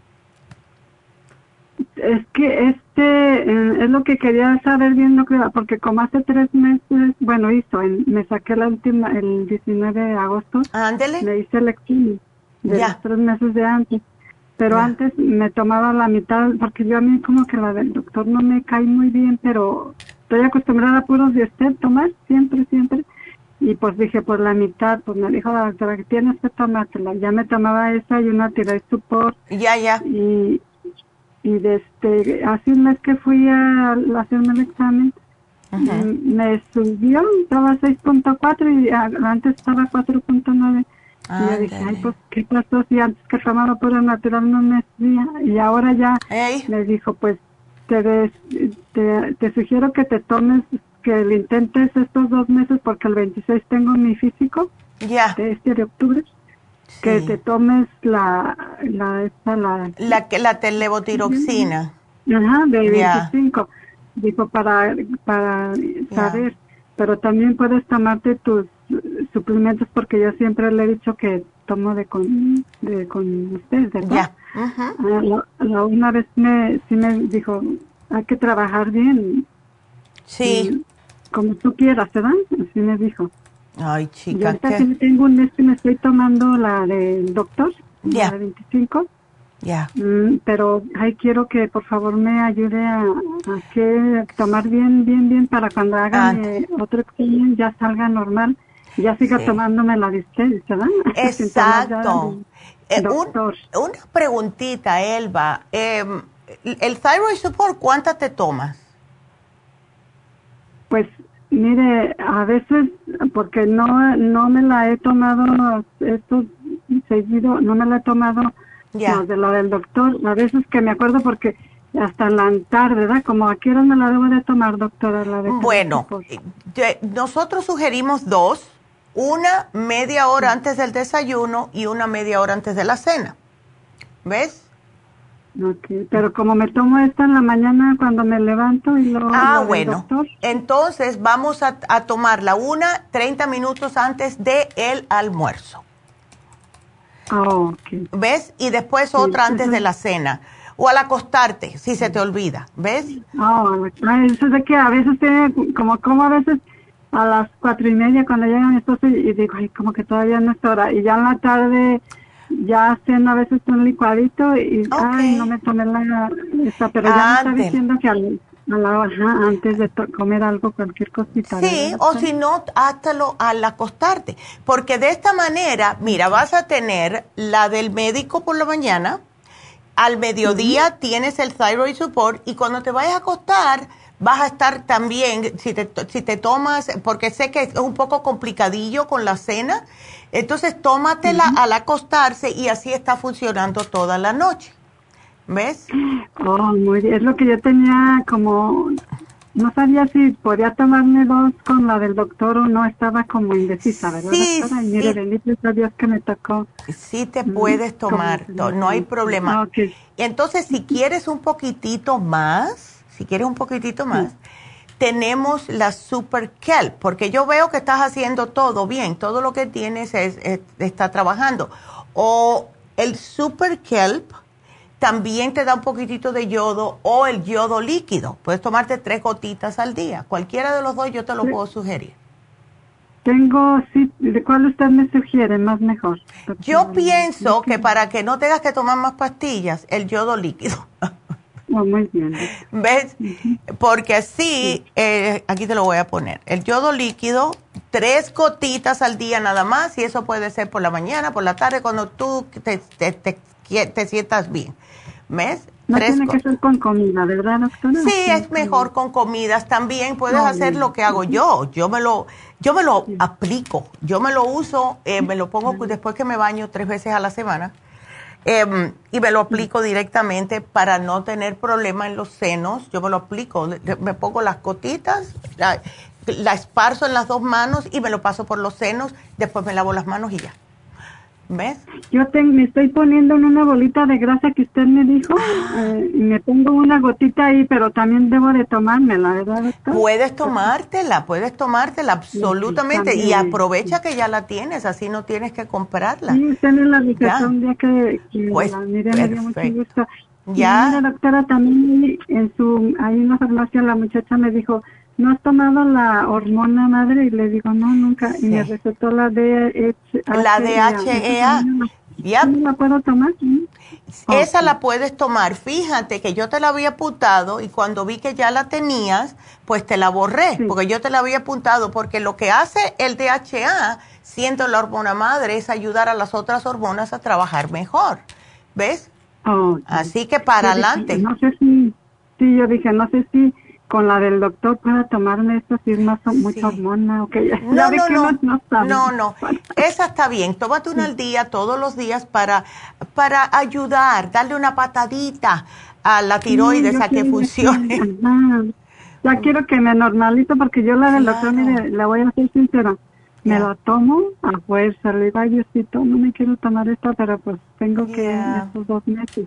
Es que este eh, es lo que quería saber bien, no creo, porque como hace tres meses, bueno, hizo, en- me saqué la última, el diecinueve de agosto. Ándele. Me hice el examen de Ya. los tres meses de antes. Pero Ya. antes me tomaba la mitad, porque yo a mí como que la del doctor no me cae muy bien, pero estoy acostumbrada a puros de usted tomar, siempre, siempre. Y pues dije, por la mitad, pues me dijo la doctora que tienes que tomártela. Ya me tomaba esa y una tiroid support. Ya, ya. Y, y desde hace un mes que fui a, a hacerme el examen, Ajá. mm, me subió, estaba seis punto cuatro y a- antes estaba cuatro punto nueve. Y yo dije, ay, Ándale. pues, ¿qué pasó si antes que tomaba pura natural no me subía? Y ahora ya Ey. me dijo, pues, te, des- te, te sugiero que te tomes, que lo intentes estos dos meses porque el veintiséis tengo mi físico Ya. de este de octubre, que Sí. te tomes la, la, esta, la, La, que- la televotiroxina. ajá, de Ya. veinticinco, dijo, para, para saber, pero también puedes tomarte tus suplementos porque yo siempre le he dicho que tomo de con, de con ustedes, ¿verdad? Ya. Ujú. Ah, la, la una vez me, sí me dijo, hay que trabajar bien, Sí. como tú quieras, ¿verdad? Así me dijo. Ay, Y chica, ahorita ¿qué? sí tengo un mes que me estoy tomando la del doctor, Ya. la de veinticinco. Ya. Mm, pero ay, quiero que por favor me ayude a, a que tomar bien, bien, bien para cuando haga Ah. mi otro examen ya salga normal, ya siga Sí. tomándome la de ustedes, ¿verdad? Sin tomar ya Exacto. el Eh, un- doctor. una preguntita, Elba. Eh, el thyroid support, ¿cuántas te tomas? Pues mire, a veces porque no no me la he tomado estos seguido, no me la he tomado, Ya. no, de la del doctor. A veces que me acuerdo porque hasta en la tarde, ¿verdad? Como a qué hora me la debo de tomar, doctora. La de Bueno, de- nosotros sugerimos dos, una media hora antes del desayuno y una media hora antes de la cena. ¿Ves? Okay, pero como me tomo esta en la mañana cuando me levanto y luego Ah, la del bueno. doctor. Entonces vamos a, a tomar la una treinta minutos antes de el almuerzo. Oh, okay. ¿Ves? Y después otra antes de la cena. O al acostarte, si se te olvida. ¿Ves? Oh, ah, eso es de que a veces tiene, como como a veces a las cuatro y media cuando llega mi esposo y, y digo, ay, como que todavía no es hora. Y ya en la tarde ya hacen a veces un licuadito y, ay, no me tomé la esta, pero ya me está Ándale. diciendo que al- a la hora antes de to- comer algo, cualquier cosita. Sí, ¿verdad? o si no, háztelo al acostarte. Porque de esta manera, mira, vas a tener la del médico por la mañana, al mediodía tienes el thyroid support y cuando te vayas a acostar vas a estar también, si te, si te tomas, porque sé que es un poco complicadillo con la cena, entonces tómatela al acostarse y así está funcionando toda la noche. ¿Ves? Oh, muy bien. Es lo que yo tenía como, no sabía si podía tomarme dos con la del doctor o no, estaba como indecisa, ¿verdad, Sí, doctora? Y mire, sí. bendito sea Dios que me tocó. Sí te puedes tomar, como- no hay problema. Ok. Entonces, si quieres un poquitito más, si quieres un poquitito más, tenemos la Super Kelp, porque yo veo que estás haciendo todo bien, todo lo que tienes es, es- está trabajando. O el Super Kelp también te da un poquitito de yodo o el yodo líquido. Puedes tomarte tres gotitas al día. Cualquiera de los dos yo te lo Sí. puedo sugerir. Tengo, sí, ¿de cuál usted me sugiere? Más mejor. Yo pienso que para que no tengas que tomar más pastillas, el yodo líquido. Oh, muy bien. ¿Ves? Porque así, eh, aquí te lo voy a poner. El yodo líquido, tres gotitas al día nada más, y eso puede ser por la mañana, por la tarde, cuando tú te, te, te, te sientas bien. ¿Ves? No Tres tiene que gotitas. ser con comida, ¿verdad, doctora? Sí, es mejor con comidas también. Puedes Ah, hacer bien. lo que hago yo. Yo me lo, yo me lo aplico. Yo me lo uso, eh, me lo pongo después que me baño tres veces a la semana. Eh, y me lo aplico directamente para no tener problema en los senos. Yo me lo aplico. Me pongo las gotitas, la, la esparzo en las dos manos y me lo paso por los senos. Después me lavo las manos y ya. ¿Ves? Yo te, me estoy poniendo en una bolita de grasa que usted me dijo, eh, y me pongo una gotita ahí, pero también debo de tomármela, ¿verdad, doctor? Puedes tomártela, puedes tomártela absolutamente. Y también. aprovecha que ya la tienes, así no tienes que comprarla. Sí, usted me la recetó Ya. un día que, que Pues, la miré, me dio mucho perfecto. gusto. Ya. Y mira, doctora, también en su, ahí en la farmacia la muchacha me dijo, ¿no has tomado la hormona madre? Y le digo, no, nunca. Y me recetó la D H E A. La D H E A. ¿Ya la puedo tomar? ¿Sí? Esa la puedes tomar. Fíjate que yo te la había apuntado y cuando vi que ya la tenías, pues te la borré, porque yo te la había apuntado, porque lo que hace el D H E A, siendo la hormona madre, es ayudar a las otras hormonas a trabajar mejor. ¿Ves? Oh, Así que para yo dije, adelante. no sé si, sí, yo dije, no sé si con la del doctor pueda tomarme esto, si es más mucha hormona o que ya, No, ya ve no, que no, uno no sabe. no, no, esa está bien, tómate una al día, todos los días para, para ayudar, darle una patadita a la tiroides Sí, yo a que quiero- funcione. Ajá. Ya quiero que me normalizo porque yo la del doctor, mire, la voy a ser sincera, me la tomo a fuerza, le digo, ay Diosito, no me quiero tomar esta, pero pues tengo que estos dos meses.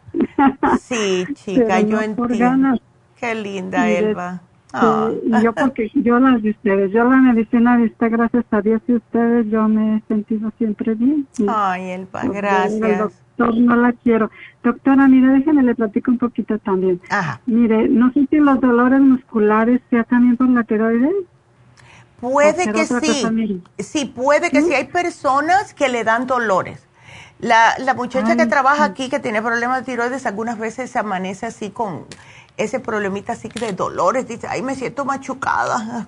Sí, chica, Pero yo no por entiendo. ganas. Qué linda, Y de- Elba. Ah. Sí, y yo porque yo las de ustedes, yo la medicina de usted, gracias a Dios y ustedes, yo me he sentido siempre bien. Y Ay, Elba, pues, gracias. El doctor no la quiero. Doctora, mire, déjeme le platico un poquito también. Ajá. Mire, no sé si los dolores musculares sea también por la tiroides. Puede ¿O que será otra cosa, sí. mire? Sí, puede que sí. Hay personas que le dan dolores. La, la muchacha Ay, que trabaja sí. aquí, que tiene problemas de tiroides, algunas veces se amanece así con ese problemita así de dolores. Dice, ay, me siento machucada.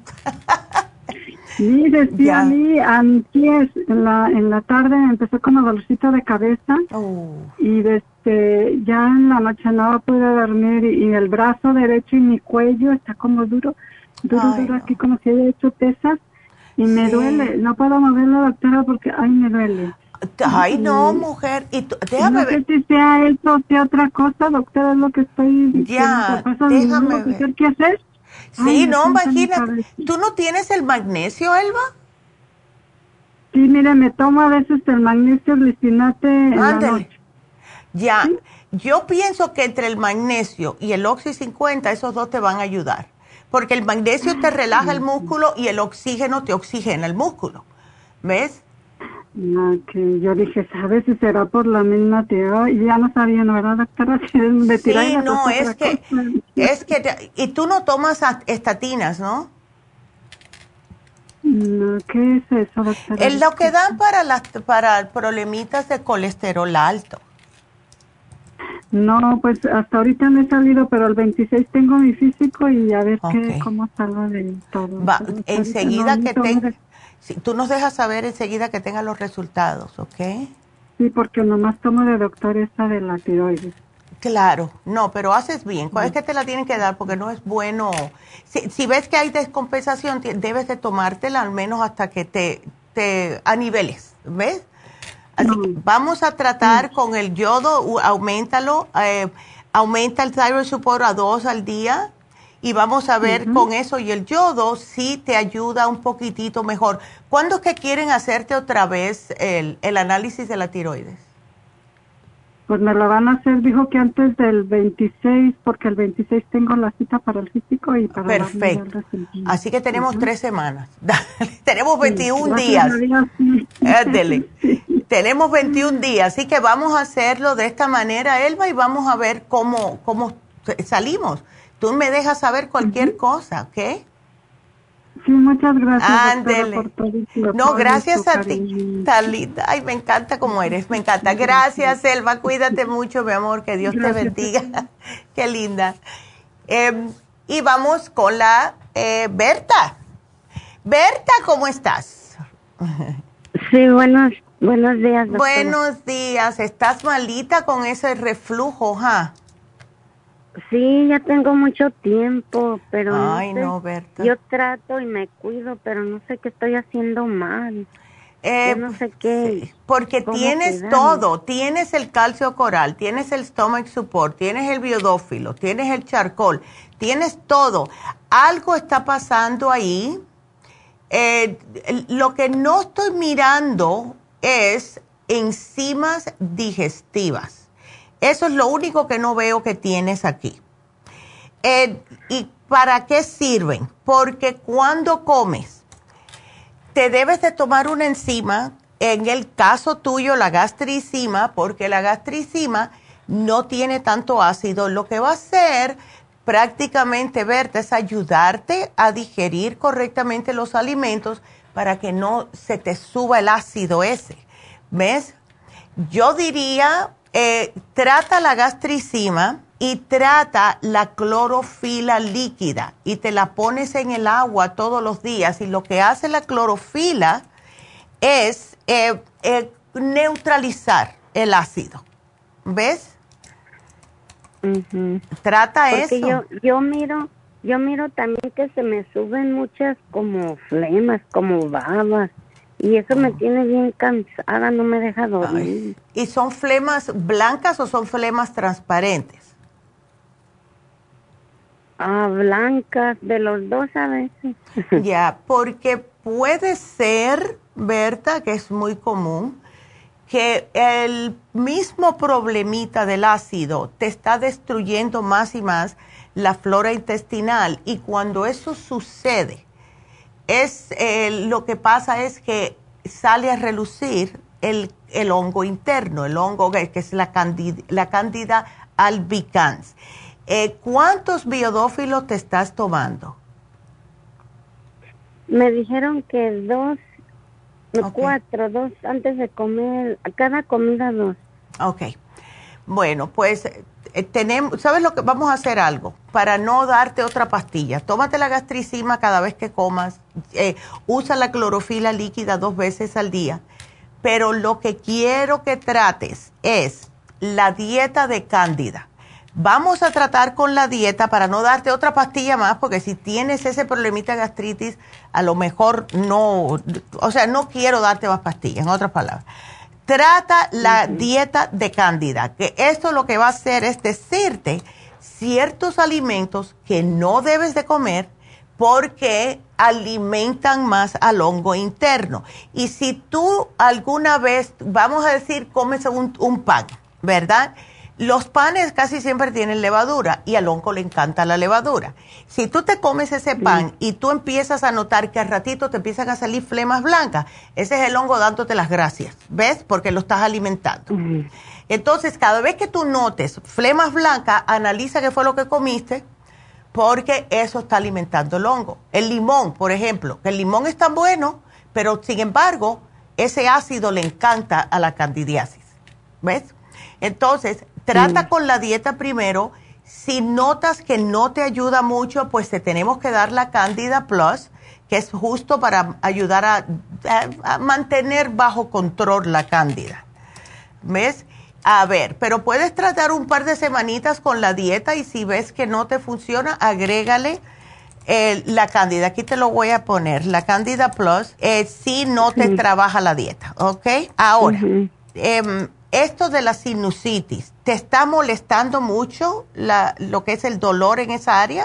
Mire, sí, Ya. a mí antes, en la, en la tarde empezó con un dolorcito de cabeza Oh. y desde ya en la noche no pude dormir y, y el brazo derecho y mi cuello está como duro, duro, Ay, duro aquí como si haya hecho pesas y me Sí. duele. No puedo moverlo, doctora, porque ay, me duele. Ay, no, mujer. Y tú, déjame no ver. No sé si sea eso o sea otra cosa, doctora, es lo que estoy diciendo. Ya, déjame ver. ¿Qué hacer? Sí, Ay, no, imagínate. ¿Tú no tienes el magnesio, Elba? Sí, mire, me tomo a veces el magnesio glicinate en la noche. Ya, ¿sí? Yo pienso que entre el magnesio y el Oxy cincuenta, esos dos te van a ayudar. Porque el magnesio te relaja el músculo y el oxígeno te oxigena el músculo. ¿Ves? Okay. Yo dije, ¿sabes si será por la misma tía? Y ya no sabía, ¿no, verdad, doctora? Si me sí, no, es que, es que, te, y tú no tomas estatinas, ¿no? No, ¿qué es eso, doctora? Es lo que dan para las, para problemitas de colesterol alto. No, pues hasta ahorita me he salido, pero el veintiséis tengo mi físico y a ver okay. qué, cómo salgo de todo. Va, enseguida no, que tenga, si, tú nos dejas saber enseguida que tenga los resultados, ¿ok? Sí, porque nomás tomo de doctor esta de la tiroides. Claro, no, pero haces bien. ¿Cuál es que te la tienen que dar? Porque no es bueno. Si, si ves que hay descompensación, debes de tomártela al menos hasta que te, te aniveles, ¿ves? Así no. que vamos a tratar con el yodo, auméntalo, eh, aumenta el thyroid support a dos al día y vamos a ver uh-huh. con eso y el yodo sí te ayuda un poquitito mejor. ¿Cuándo es que quieren hacerte otra vez el, el análisis de la tiroides? Pues me lo van a hacer, dijo que antes del veintiséis, porque el veintiséis tengo la cita para el físico y para perfecto. La así que tenemos uh-huh. tres semanas. tenemos veintiún sí, días. Sí. Dele. Sí. Tenemos veintiún días, así que vamos a hacerlo de esta manera, Elba, y vamos a ver cómo, cómo salimos. Tú me dejas saber cualquier uh-huh. cosa, ¿ok? Sí, muchas gracias. Ándele. Por todo, por no, gracias a ti, tan linda. Ay, me encanta cómo eres, me encanta. Gracias, Elba, cuídate mucho, mi amor, que Dios gracias. te bendiga. Qué linda. Eh, y vamos con la eh, Berta. Berta, ¿cómo estás? Sí, buenos, buenos días, doctora. Buenos días. ¿Estás malita con ese reflujo, ja? Sí, ya tengo mucho tiempo, pero Ay, no, sé, no, Berta. Yo trato y me cuido, pero no sé qué estoy haciendo mal. Eh, yo no sé qué. Sí, porque tienes cuidarme. todo. Tienes el calcio coral, tienes el stomach support, tienes el biodófilo, tienes el charcoal, tienes todo. Algo está pasando ahí. Eh, lo que no estoy mirando es enzimas digestivas. Eso es lo único que no veo que tienes aquí. Eh, ¿Y para qué sirven? Porque cuando comes, te debes de tomar una enzima, en el caso tuyo la gastricima, porque la gastricima no tiene tanto ácido. Lo que va a hacer prácticamente, Berta, es ayudarte a digerir correctamente los alimentos para que no se te suba el ácido ese. ¿Ves? Yo diría... Eh, trata la gastricima y trata la clorofila líquida y te la pones en el agua todos los días y lo que hace la clorofila es eh, eh, neutralizar el ácido. ¿Ves? Uh-huh. Trata Porque eso. Yo, yo miro, yo miro también que se me suben muchas como flemas, como babas. Y eso me tiene bien cansada, no me deja dormir. Ay. ¿Y son flemas blancas o son flemas transparentes? Ah, blancas, de los dos a veces. Ya, porque puede ser, Berta, que es muy común, que el mismo problemita del ácido te está destruyendo más y más la flora intestinal. Y cuando eso sucede, es eh, lo que pasa es que sale a relucir el, el hongo interno, el hongo que es la candida, la candida albicans. Eh, ¿Cuántos biodófilos te estás tomando? Me dijeron que dos, okay. cuatro, dos antes de comer, cada comida dos. Ok. Bueno, pues eh, tenemos, ¿sabes lo que? Vamos a hacer algo para no darte otra pastilla. Tómate la gastricima cada vez que comas. Eh, usa la clorofila líquida dos veces al día. Pero lo que quiero que trates es la dieta de cándida. Vamos a tratar con la dieta para no darte otra pastilla más, porque si tienes ese problemita de gastritis, a lo mejor no, o sea, no quiero darte más pastillas, en otras palabras. trata la dieta de cándida, que esto lo que va a hacer es decirte ciertos alimentos que no debes de comer porque alimentan más al hongo interno. Y si tú alguna vez, vamos a decir, comes un, un pan, ¿verdad? Los panes casi siempre tienen levadura y al hongo le encanta la levadura. Si tú te comes ese pan y tú empiezas a notar que al ratito te empiezan a salir flemas blancas, ese es el hongo dándote las gracias, ¿ves? Porque lo estás alimentando. Uh-huh. Entonces, cada vez que tú notes flemas blancas, analiza qué fue lo que comiste, porque eso está alimentando el hongo. El limón, por ejemplo, que el limón es tan bueno, pero sin embargo, ese ácido le encanta a la candidiasis, ¿ves? Entonces, trata mm. con la dieta primero. Si notas que no te ayuda mucho, pues te tenemos que dar la Candida Plus, que es justo para ayudar a, a, a mantener bajo control la cándida. ¿Ves? A ver, pero puedes tratar un par de semanitas con la dieta y si ves que no te funciona, agrégale eh, la cándida. Aquí te lo voy a poner, la Candida Plus, eh, si no te sí. trabaja la dieta, ¿ok? Ahora, uh-huh. eh, esto de la sinusitis, ¿te está molestando mucho la, lo que es el dolor en esa área?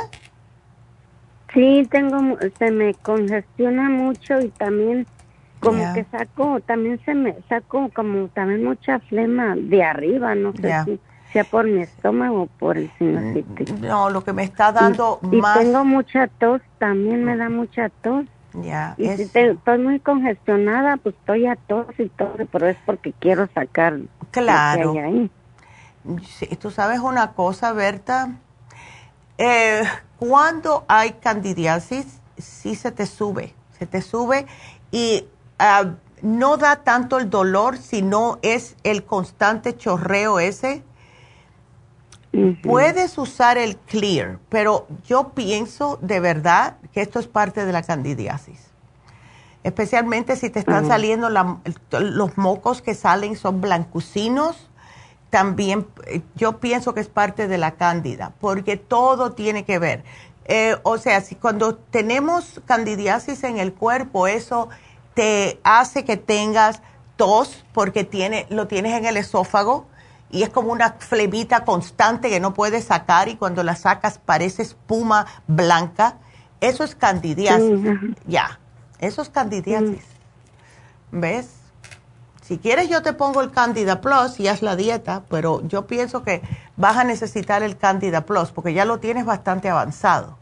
Sí, tengo, se me congestiona mucho y también como yeah. que saco, también se me saco como también mucha flema de arriba, no sé yeah. si sea por mi estómago o por el sinusitis. No, lo que me está dando y, más... Y tengo mucha tos, también me da mucha tos. Ya, y si te, estoy muy congestionada, pues estoy a tos y todo, pero es porque quiero sacar claro. lo que hay ahí. Sí, tú sabes una cosa, Berta, eh, cuando hay candidiasis, sí se te sube, se te sube y uh, no da tanto el dolor, sino es el constante chorreo ese. Uh-huh. Puedes usar el Clear, pero yo pienso de verdad que esto es parte de la candidiasis. Especialmente si te están uh-huh. saliendo la, los mocos que salen son blancucinos, también yo pienso que es parte de la cándida, porque todo tiene que ver. Eh, o sea, si cuando tenemos candidiasis en el cuerpo, eso te hace que tengas tos, porque tiene, lo tienes en el esófago, y es como una flemita constante que no puedes sacar y cuando la sacas parece espuma blanca. Eso es candidiasis. Sí. Ya, eso es candidiasis. Sí. ¿Ves? Si quieres yo te pongo el Candida Plus y haz la dieta, pero yo pienso que vas a necesitar el Candida Plus porque ya lo tienes bastante avanzado.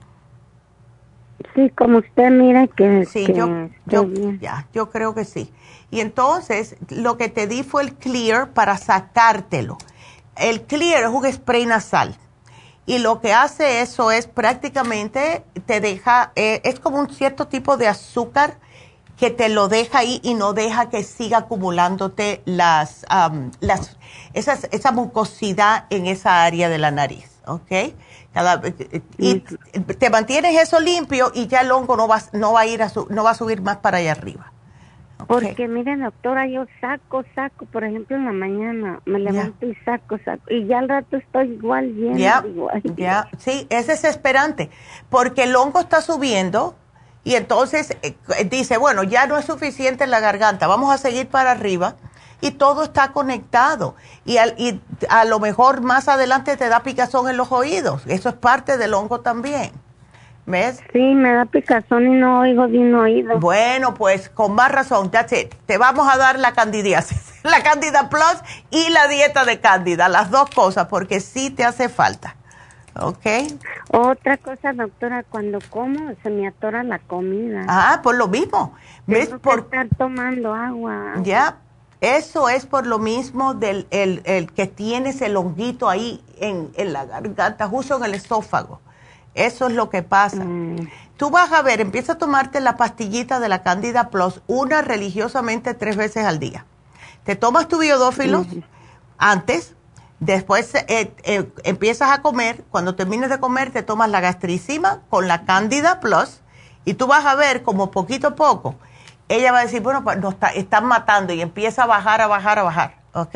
Sí, como usted mira que... Sí, que yo, yo, ya, yo creo que sí. Y entonces, lo que te di fue el Clear para sacártelo. El Clear es un spray nasal. Y lo que hace eso es prácticamente, te deja, eh, es como un cierto tipo de azúcar que te lo deja ahí y no deja que siga acumulándote las, um, las, esas, esa mucosidad en esa área de la nariz, ¿ok? Cada, y te mantienes eso limpio y ya el hongo no va, no va a ir a su, no va a subir más para allá arriba. Okay. Porque mire, doctora, yo saco, saco, por ejemplo, en la mañana me levanto yeah. y saco, saco, y ya al rato estoy igual, bien, yeah. igual. Ya, yeah. sí, es desesperante, porque el hongo está subiendo y entonces eh, dice, bueno, ya no es suficiente en la garganta, vamos a seguir para arriba. Y todo está conectado. Y, al, y a lo mejor más adelante te da picazón en los oídos. Eso es parte del hongo también. ¿Ves? Sí, me da picazón y no oigo bien oído. Bueno, pues con más razón. That's it. Te vamos a dar la candidiasis, la Candida Plus y la dieta de cándida. Las dos cosas, porque sí te hace falta. ¿Ok? Otra cosa, doctora, cuando como se me atora la comida. Ah, por lo mismo. ¿Ves? Tengo por que estar tomando agua. Ya. Eso es por lo mismo del el, el que tienes el honguito ahí en, en la garganta, justo en el esófago. Eso es lo que pasa. Mm. Tú vas a ver, empieza a tomarte la pastillita de la Candida Plus, una religiosamente tres veces al día. Te tomas tu biodófilos mm. antes, después eh, eh, empiezas a comer, cuando termines de comer te tomas la gastricima con la Candida Plus y tú vas a ver como poquito a poco ella va a decir, bueno, pues nos está, están matando y empieza a bajar, a bajar, a bajar, ¿ok?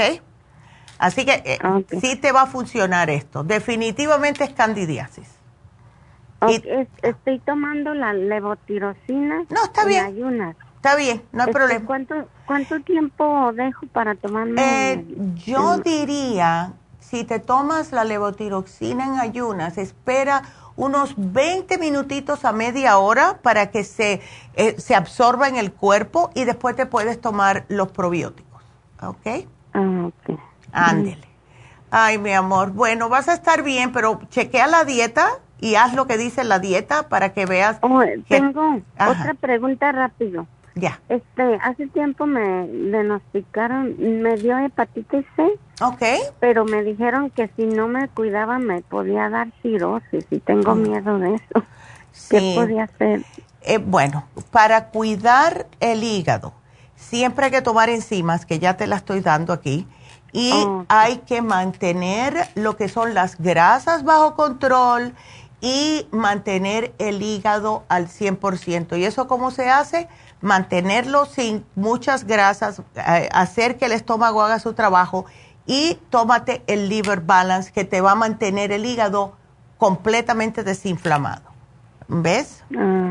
Así que eh, okay. sí te va a funcionar esto. Definitivamente es candidiasis. Okay. Y, estoy tomando la levotirosina. No, está bien. Ayunas. está bien, no hay este, problema. ¿cuánto, ¿Cuánto tiempo dejo para tomarme? Eh, yo el... diría, si te tomas la levotiroxina en ayunas, espera unos veinte minutitos a media hora para que se, eh, se absorba en el cuerpo y después te puedes tomar los probióticos, ¿ok? Ah, ok. Ándele. Ay, mi amor, bueno, vas a estar bien, pero chequea la dieta y haz lo que dice la dieta para que veas. Oh, que... Tengo Ajá. otra pregunta rápido. Ya. Este, hace tiempo me diagnosticaron, me dio hepatitis C. Ok. Pero me dijeron que si no me cuidaba me podía dar cirrosis y tengo mm. miedo de eso. Sí. ¿Qué podía hacer? Eh, bueno, para cuidar el hígado, siempre hay que tomar enzimas, que ya te la estoy dando aquí, y oh. hay que mantener lo que son las grasas bajo control y mantener el hígado al cien por ciento. ¿Y eso cómo se hace? Mantenerlo sin muchas grasas, eh, hacer que el estómago haga su trabajo y tómate el Liver Balance que te va a mantener el hígado completamente desinflamado. ¿Ves? Uh,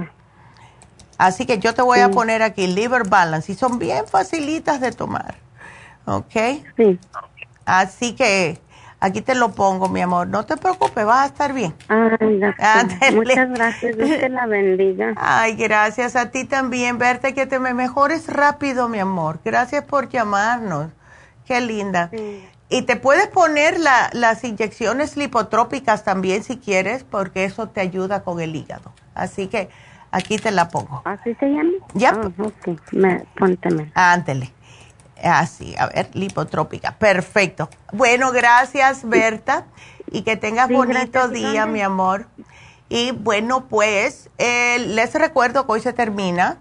Así que yo te voy sí. a poner aquí Liver Balance y son bien facilitas de tomar. ¿Ok? Sí. Así que aquí te lo pongo, mi amor. No te preocupes, vas a estar bien. Ay, doctor, muchas gracias. Dios te la bendiga. Ay, gracias a ti también. Verte que te me mejores rápido, mi amor. Gracias por llamarnos. Qué linda. Sí. Y te puedes poner la, las inyecciones lipotrópicas también si quieres, porque eso te ayuda con el hígado. Así que aquí te la pongo. ¿Así se llama? Ya. Oh, ok, me, pónteme. Ándele. Así, a ver, lipotrópica. Perfecto. Bueno, gracias, Berta. Y que tengas sí, bonito día, mi amor. Y bueno, pues, eh, les recuerdo que hoy se termina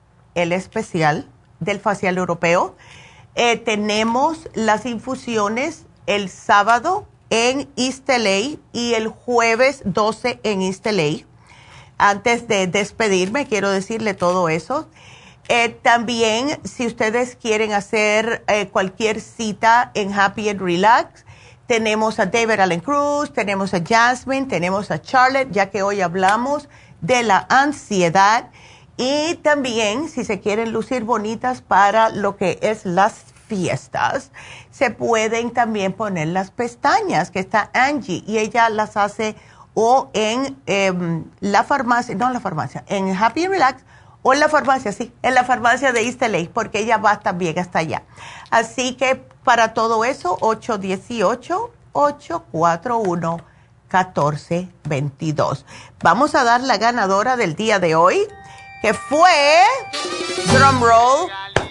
el especial del facial europeo. Eh, tenemos las infusiones el sábado en East L A y el jueves doce en East L A. Antes de despedirme, quiero decirle todo eso. Eh, también, si ustedes quieren hacer eh, cualquier cita en Happy and Relax, tenemos a David Allen Cruz, tenemos a Jasmine, tenemos a Charlotte, ya que hoy hablamos de la ansiedad. Y también, si se quieren lucir bonitas para lo que es las fiestas, se pueden también poner las pestañas, que está Angie, y ella las hace o en eh, la farmacia, no en la farmacia, en Happy and Relax, o en la farmacia, sí, en la farmacia de East L A, porque ella va también hasta allá. Así que para todo eso, ocho uno ocho, ocho cuatro uno, uno cuatro dos dos. Vamos a dar la ganadora del día de hoy, que fue, drum roll,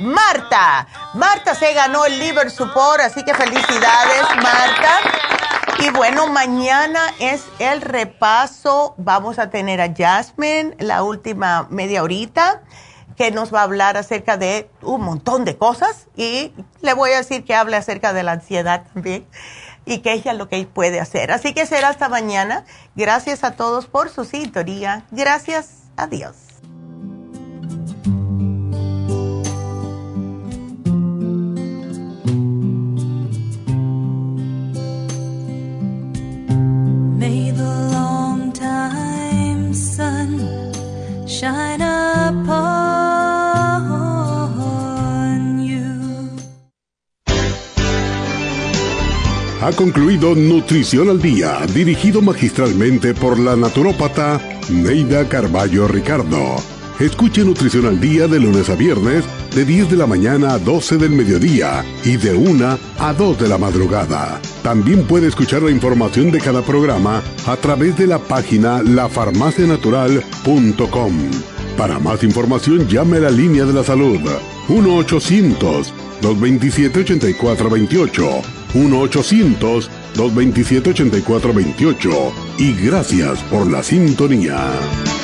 Marta. Marta se ganó el Liver Support, así que felicidades, Marta. Y bueno, mañana es el repaso. Vamos a tener a Jasmine la última media horita, que nos va a hablar acerca de un montón de cosas. Y le voy a decir que hable acerca de la ansiedad también y que ella es lo que puede hacer. Así que será hasta mañana. Gracias a todos por su sintonía. Gracias. Adiós. May the long time sun shine upon you. Ha concluido Nutrición al Día, dirigido magistralmente por la naturópata Neida Carballo Ricardo. Escuche Nutrición al Día de lunes a viernes de diez de la mañana a doce del mediodía y de una a dos de la madrugada. También puede escuchar la información de cada programa a través de la página la farmacia natural punto com. Para más información llame a la línea de la salud uno ochocientos, dos veintisiete, ochenta y cuatro veintiocho, uno ochocientos, dos veintisiete, ochenta y cuatro veintiocho y gracias por la sintonía.